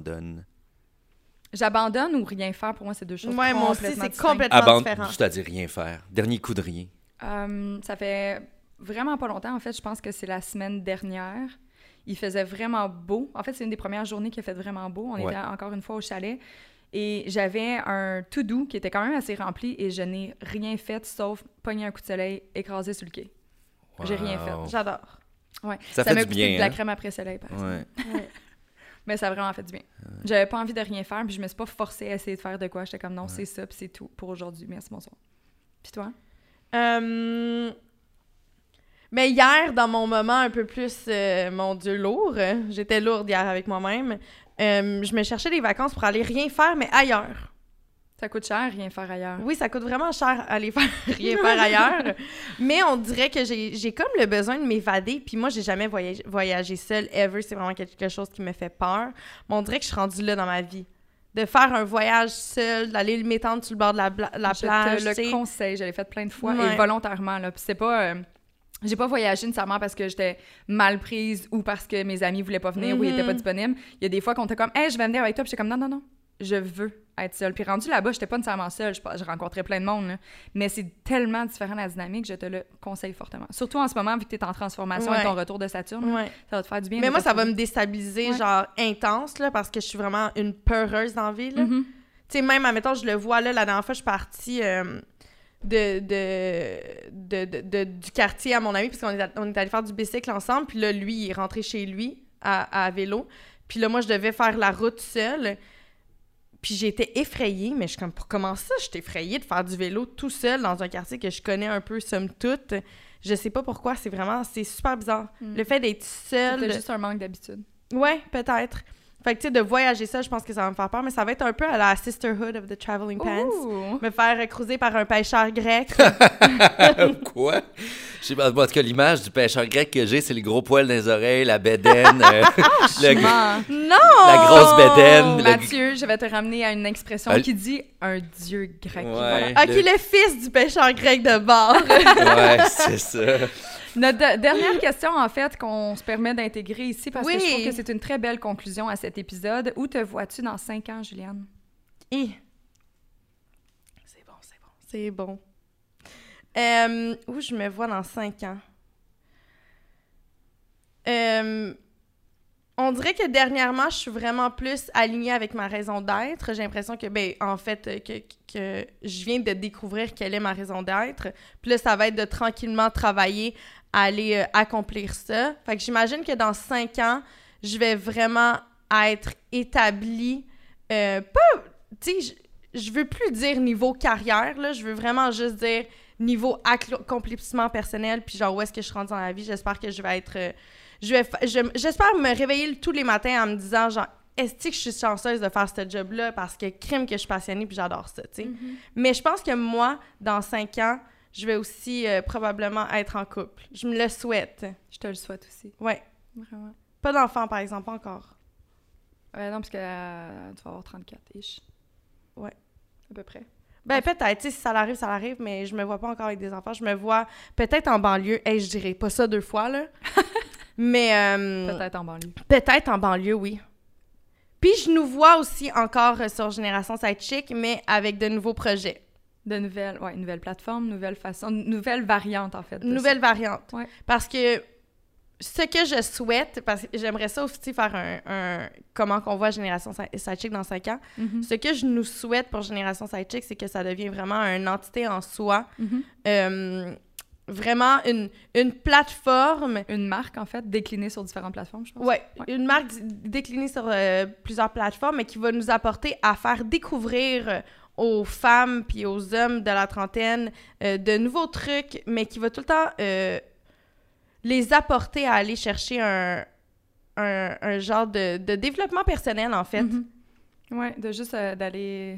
C: J'abandonne ou rien faire, pour moi, c'est deux choses
B: Ouais, moi aussi,
C: complètement
B: c'est
C: distinctes.
B: complètement différent.
D: C'est-à-dire rien faire. Dernier coup de rien.
C: Ça fait vraiment pas longtemps, en fait. Je pense que c'est la semaine dernière. Il faisait vraiment beau. En fait, c'est une des premières journées qui a fait vraiment beau. On était encore une fois au chalet. Et j'avais un to-do qui était quand même assez rempli et je n'ai rien fait sauf pogner un coup de soleil, écrasé sur le quai. J'ai rien fait.
B: J'adore.
C: Ouais.
D: Ça fait
C: m'a
D: du
C: coûté
D: bien,
C: de la
D: hein?
C: crème après soleil, par exemple.
D: Ouais.
C: Mais ça a vraiment fait du bien. J'avais pas envie de rien faire, puis je me suis pas forcée à essayer de faire de quoi. J'étais comme non, c'est ça, puis c'est tout pour aujourd'hui. Merci, bonsoir. Puis toi?
B: Mais hier, dans mon moment un peu plus, mon Dieu, lourd, j'étais lourde hier avec moi-même, je me cherchais des vacances pour aller rien faire, mais ailleurs.
C: Ça coûte cher, rien faire ailleurs.
B: Oui, ça coûte vraiment cher aller faire rien faire ailleurs, mais on dirait que j'ai comme le besoin de m'évader, puis moi, j'ai jamais voyagé seule, ever, c'est vraiment quelque chose qui me fait peur, mais on dirait que je suis rendue là dans ma vie. De faire un voyage seul, d'aller m'étendre sur le bord de la plage.
C: Je te le conseille, je l'ai fait plein de fois et volontairement. Là. Puis c'est pas... j'ai pas voyagé nécessairement parce que j'étais mal prise ou parce que mes amis voulaient pas venir ou ils étaient pas disponibles. Il y a des fois qu'on était comme « Hey, je vais venir avec toi », puis j'étais comme « Non, je veux être seule ». Puis rendu là-bas, j'étais pas nécessairement seule, je rencontrais plein de monde, là. Mais c'est tellement différent la dynamique, je te le conseille fortement. Surtout en ce moment, vu que t'es en transformation avec ton retour de Saturne, ça va te faire du bien.
B: Mais moi, ça va me déstabiliser, genre intense, là, parce que je suis vraiment une peureuse dans la vie, là. Tu sais, même, admettons, je le vois, là, la dernière fois, je suis partie... du quartier à mon ami, parce qu'on est allé faire du bicycle ensemble, puis là, lui, il est rentré chez lui à vélo, puis là, moi, je devais faire la route seule, puis j'étais effrayée, mais je suis comme, pour comment ça, je suis effrayée de faire du vélo tout seul dans un quartier que je connais un peu, somme toute. Je sais pas pourquoi, c'est super bizarre. Le fait d'être seule...
C: C'était juste un manque d'habitude.
B: Ouais, peut-être. Fait que, tu sais, de voyager ça, je pense que ça va me faire peur, mais ça va être un peu à la Sisterhood of the Traveling Pants.
C: Ooh.
B: Me faire cruiser par un pêcheur grec.
D: Quoi? Je sais pas, en tout cas, l'image du pêcheur grec que j'ai, c'est le gros poil dans les oreilles, la bédaine,
B: Non!
D: la grosse bédaine.
C: Mathieu, je vais te ramener à une expression qui dit « un dieu grec ».
D: Ouais,
B: OK, le fils du pêcheur grec de bord.
D: Ouais, c'est ça.
C: Notre dernière question, en fait, qu'on se permet d'intégrer ici, parce que je trouve que c'est une très belle conclusion à cet épisode. Où te vois-tu dans 5 ans, Juliane?
B: C'est bon. Où je me vois dans 5 ans? On dirait que dernièrement, je suis vraiment plus alignée avec ma raison d'être. J'ai l'impression que, en fait, que je viens de découvrir quelle est ma raison d'être. Puis là, ça va être de tranquillement travailler à aller accomplir ça. Fait que j'imagine que dans 5 ans, je vais vraiment être établie. Tu sais, je veux plus dire niveau carrière, là. Je veux vraiment juste dire niveau accomplissement personnel. Puis genre, où est-ce que je suis rendue dans la vie? J'espère que je vais être... j'espère me réveiller tous les matins en me disant, genre, est-ce que je suis chanceuse de faire ce job-là parce que crime que je suis passionnée puis j'adore ça, tu sais. Mais je pense que moi, dans 5 ans, je vais aussi probablement être en couple. Je me le souhaite.
C: Je te le souhaite aussi.
B: Ouais.
C: Vraiment.
B: Pas d'enfant, par exemple, encore.
C: Non, parce que tu vas avoir 34-ish.
B: Ouais.
C: À peu près.
B: Peut-être, tu sais, si ça l'arrive, mais je me vois pas encore avec des enfants. Je me vois peut-être en banlieue. Je dirais pas ça 2 fois, là. Mais...
C: peut-être en banlieue.
B: Peut-être en banlieue, oui. Puis je nous vois aussi encore sur Génération Sidechick, mais avec de nouveaux projets.
C: De nouvelles plateformes, nouvelles façons, nouvelles variantes, en fait.
B: Nouvelles variantes.
C: Ouais.
B: Parce que ce que je souhaite, parce que j'aimerais ça aussi faire un comment qu'on voit Génération Sidechick dans 5 ans. Ce que je nous souhaite pour Génération Sidechick, c'est que ça devienne vraiment une entité en soi. Vraiment une plateforme.
C: Une marque, en fait, déclinée sur différentes plateformes, je pense.
B: Ouais. Une marque déclinée sur plusieurs plateformes, mais qui va nous apporter à faire découvrir aux femmes puis aux hommes de la trentaine de nouveaux trucs, mais qui va tout le temps les apporter à aller chercher un genre de développement personnel, en fait.
C: Ouais, de juste d'aller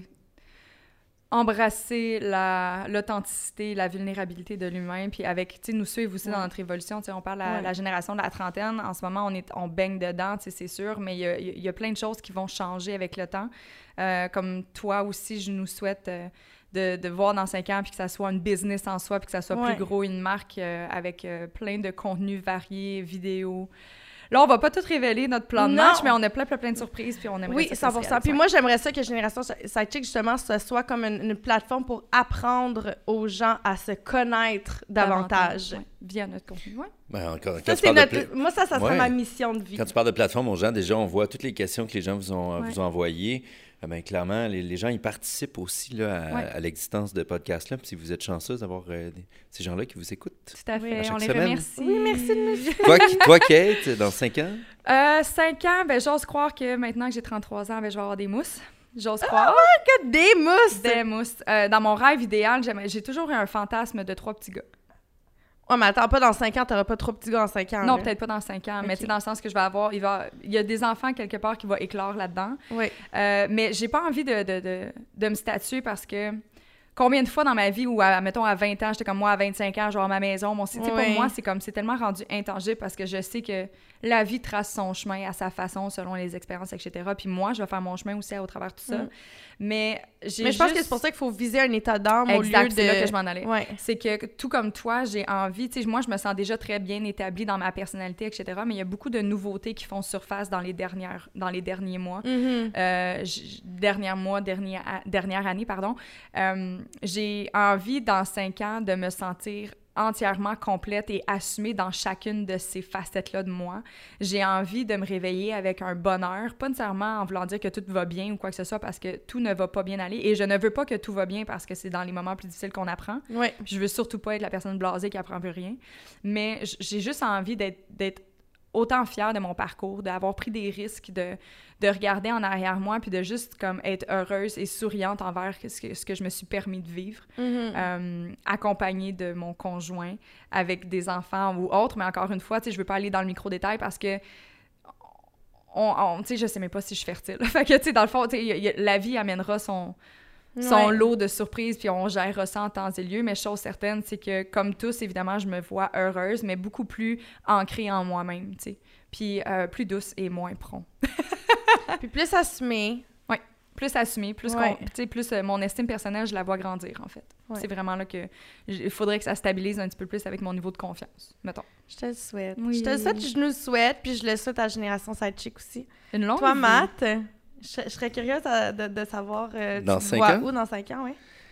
C: embrasser l'authenticité, la vulnérabilité de l'humain, puis avec, tu sais, nous suivre aussi dans notre évolution. Tu sais, on parle de la génération de la trentaine. En ce moment, on baigne dedans, tu sais, c'est sûr, mais il y a plein de choses qui vont changer avec le temps. Comme toi aussi, je nous souhaite de voir dans 5 ans, puis que ça soit une business en soi, puis que ça soit plus gros, une marque avec plein de contenus variés, vidéos. Là, on va pas tout révéler notre plan de match, mais on a plein de surprises, puis on aimerait ça.
B: Oui, 100%. Puis moi, j'aimerais ça que Génération Sidechick, justement, ce soit comme une plateforme pour apprendre aux gens à se connaître davantage.
C: Via notre contenu,
D: Moi,
B: ça serait ma mission de vie.
D: Quand tu parles de plateforme aux gens, déjà, on voit toutes les questions que les gens vous ont envoyées. Ben, clairement, les gens, ils participent aussi là,
C: Ouais.
D: à l'existence de podcasts-là. Puis si vous êtes chanceuse d'avoir ces gens-là qui vous écoutent.
C: Tout à
B: Oui,
C: fait.
D: à chaque
C: On les
D: semaine.
C: remercie.
B: Oui, merci de nous suivre.
D: Toi, Kate, dans 5 ans?
C: 5 ans, ben, j'ose croire que maintenant que j'ai 33 ans, ben, je vais avoir des mousses. J'ose croire.
B: Que des mousses!
C: Des mousses. Dans mon rêve idéal, j'ai toujours eu un fantasme de 3 petits gars.
B: Ouais, mais attends, pas dans 5 ans, t'auras pas trop petits gars en 5 ans.
C: Non,
B: là.
C: peut-être pas dans 5 ans, mais
B: Ok.
C: tu sais, dans le sens que je vais avoir... Il y a des enfants quelque part qui vont éclore là-dedans.
B: Oui.
C: Mais j'ai pas envie de me statuer parce que combien de fois dans ma vie où, mettons, à 20 ans, j'étais comme moi, à 25 ans, je vais avoir ma maison, tu sais,
B: Ouais.
C: pour moi, c'est tellement rendu intangible parce que je sais que la vie trace son chemin à sa façon, selon les expériences, etc. Puis moi, je vais faire mon chemin aussi au travers de tout ça.
B: Mm.
C: Mais
B: Mais je pense que c'est pour ça qu'il faut viser un état d'âme au lieu
C: Exact,
B: de...
C: c'est là que je m'en allais.
B: Ouais.
C: C'est que tout comme toi, j'ai envie, tu sais, moi, je me sens déjà très bien établie dans ma personnalité, etc. Mais il y a beaucoup de nouveautés qui font surface dans les derniers mois.
B: Mhm.
C: Dernière année, pardon. J'ai envie, dans 5 ans, de me sentir entièrement complète et assumée dans chacune de ces facettes-là de moi. J'ai envie de me réveiller avec un bonheur, pas nécessairement en voulant dire que tout va bien ou quoi que ce soit, parce que tout ne va pas bien aller. Et je ne veux pas que tout va bien parce que c'est dans les moments plus difficiles qu'on apprend.
B: Ouais.
C: Je veux surtout pas être la personne blasée qui apprend plus rien. Mais j'ai juste envie d'être autant fière de mon parcours, d'avoir pris des risques, de regarder en arrière moi, puis de juste comme être heureuse et souriante envers ce que je me suis permis de vivre, accompagnée de mon conjoint, avec des enfants ou autres. Mais encore une fois, tu sais, je veux pas aller dans le micro-détail parce que tu sais, je sais même pas si je suis fertile. Fait que, tu sais, dans le fond, tu sais, la vie amènera son lot de surprises, puis on gère ça en temps et lieu. Mais chose certaine, c'est que, comme tous, évidemment, je me vois heureuse, mais beaucoup plus ancrée en moi-même, tu sais. Puis plus douce et moins prompt.
B: Puis plus assumé.
C: Plus assumée, plus,
B: Ouais.
C: plus mon estime personnelle, je la vois grandir, en fait.
B: Ouais.
C: C'est vraiment là que il faudrait que ça stabilise un petit peu plus avec mon niveau de confiance, mettons.
B: Je te le souhaite.
C: Oui.
B: Je te le souhaite, je nous le souhaite, puis je le souhaite à la génération Sidechick aussi.
C: Une longue
B: Toi,
C: vie.
B: Matt, je serais curieuse de savoir...
D: Dans
B: tu te
D: 5
B: vois
D: ans?
B: où dans 5 ans, oui?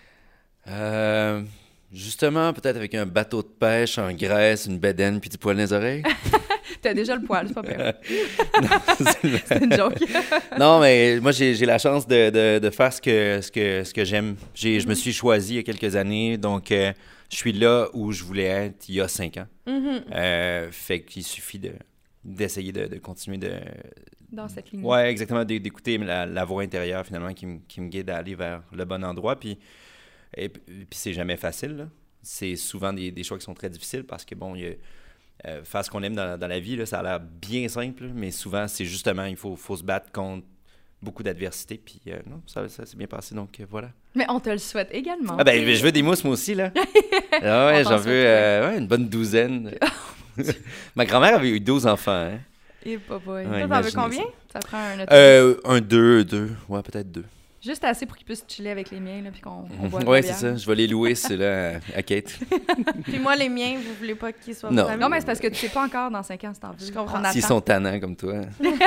D: Justement, peut-être avec un bateau de pêche en Grèce, une bédaine, puis du poil dans les oreilles.
C: T'as déjà le poil, c'est pas pire.
D: Non,
C: C'est une joke.
D: non, mais moi, j'ai la chance de faire ce que j'aime. Je me suis choisi il y a quelques années, donc je suis là où je voulais être il y a 5 ans. Fait qu'il suffit d'essayer de continuer
C: Dans cette ligne.
D: Ouais, exactement, d'écouter la voix intérieure, finalement, qui me guide à aller vers le bon endroit. Puis c'est jamais facile, là. C'est souvent des choix qui sont très difficiles parce que, bon, faire ce qu'on aime dans la vie, là, ça a l'air bien simple, mais souvent, c'est justement, il faut se battre contre beaucoup d'adversité. Puis non, ça s'est bien passé, donc voilà.
C: Mais on te le souhaite également.
D: Ah ben, je veux des mousses, moi aussi, là. Ah ouais,
C: On t'en
D: j'en veux
C: souhaite,
D: une bonne douzaine. Ma grand-mère avait eu 12 enfants, hein.
C: Et pas boy.
D: Ouais,
B: Toi, t'en veux
D: imaginez
B: combien?
C: Ça prend un autobus.
D: Un, deux. Ouais, peut-être 2.
C: Juste assez pour qu'ils puissent chiller avec les miens, là, puis qu'on boit de la
D: Ouais, c'est
C: bière.
D: ça. Je vais les louer, ceux-là, à Kate.
B: Puis moi, les miens, vous voulez pas qu'ils soient
D: Non.
B: vos amis?
C: Non, mais c'est parce que tu sais pas encore dans 5 ans si t'en veux.
B: Je comprends.
C: On
D: S'ils
C: attend.
D: sont tannants comme toi.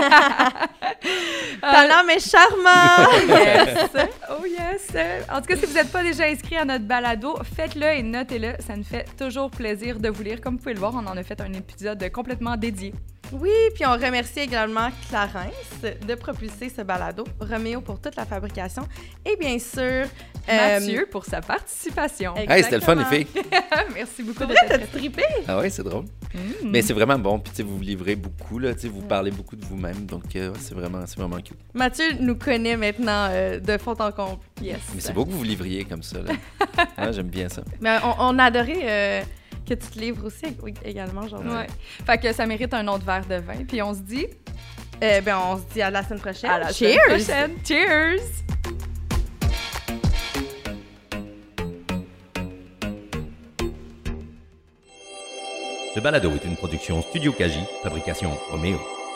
B: Talent, mais charmant!
C: Yes! Oh yes! En tout cas, si vous n'êtes pas déjà inscrit à notre balado, faites-le et notez-le. Ça nous fait toujours plaisir de vous lire. Comme vous pouvez le voir, on en a fait un épisode complètement dédié.
B: Oui, puis on remercie également Clarence de propulser ce balado, Roméo pour toute la fabrication et bien sûr...
C: Mathieu pour sa participation.
D: Hey, c'était le fun, les filles.
C: Merci beaucoup
B: Pour
C: de
B: vrai,
C: t'être
B: t'as trippé?
D: Ah ouais, c'est drôle. Mais c'est vraiment bon. Puis, tu sais, vous vous livrez beaucoup, là. Tu sais, vous parlez beaucoup de vous-même. Donc, ouais, c'est vraiment cute.
B: Mathieu nous connaît maintenant de fond en comble.
C: Yes.
D: Mais c'est beau que vous vous livriez comme ça, là. Ouais, j'aime bien ça.
B: Mais on a adoré que tu te livres aussi également, genre.
C: Ouais. Fait que ça mérite un autre verre de vin. Puis on se dit
B: On se dit à la semaine prochaine.
C: à la
B: Cheers!
C: semaine prochaine. Cheers!
A: Ce balado est une production Studio Kaji, fabrication Roméo.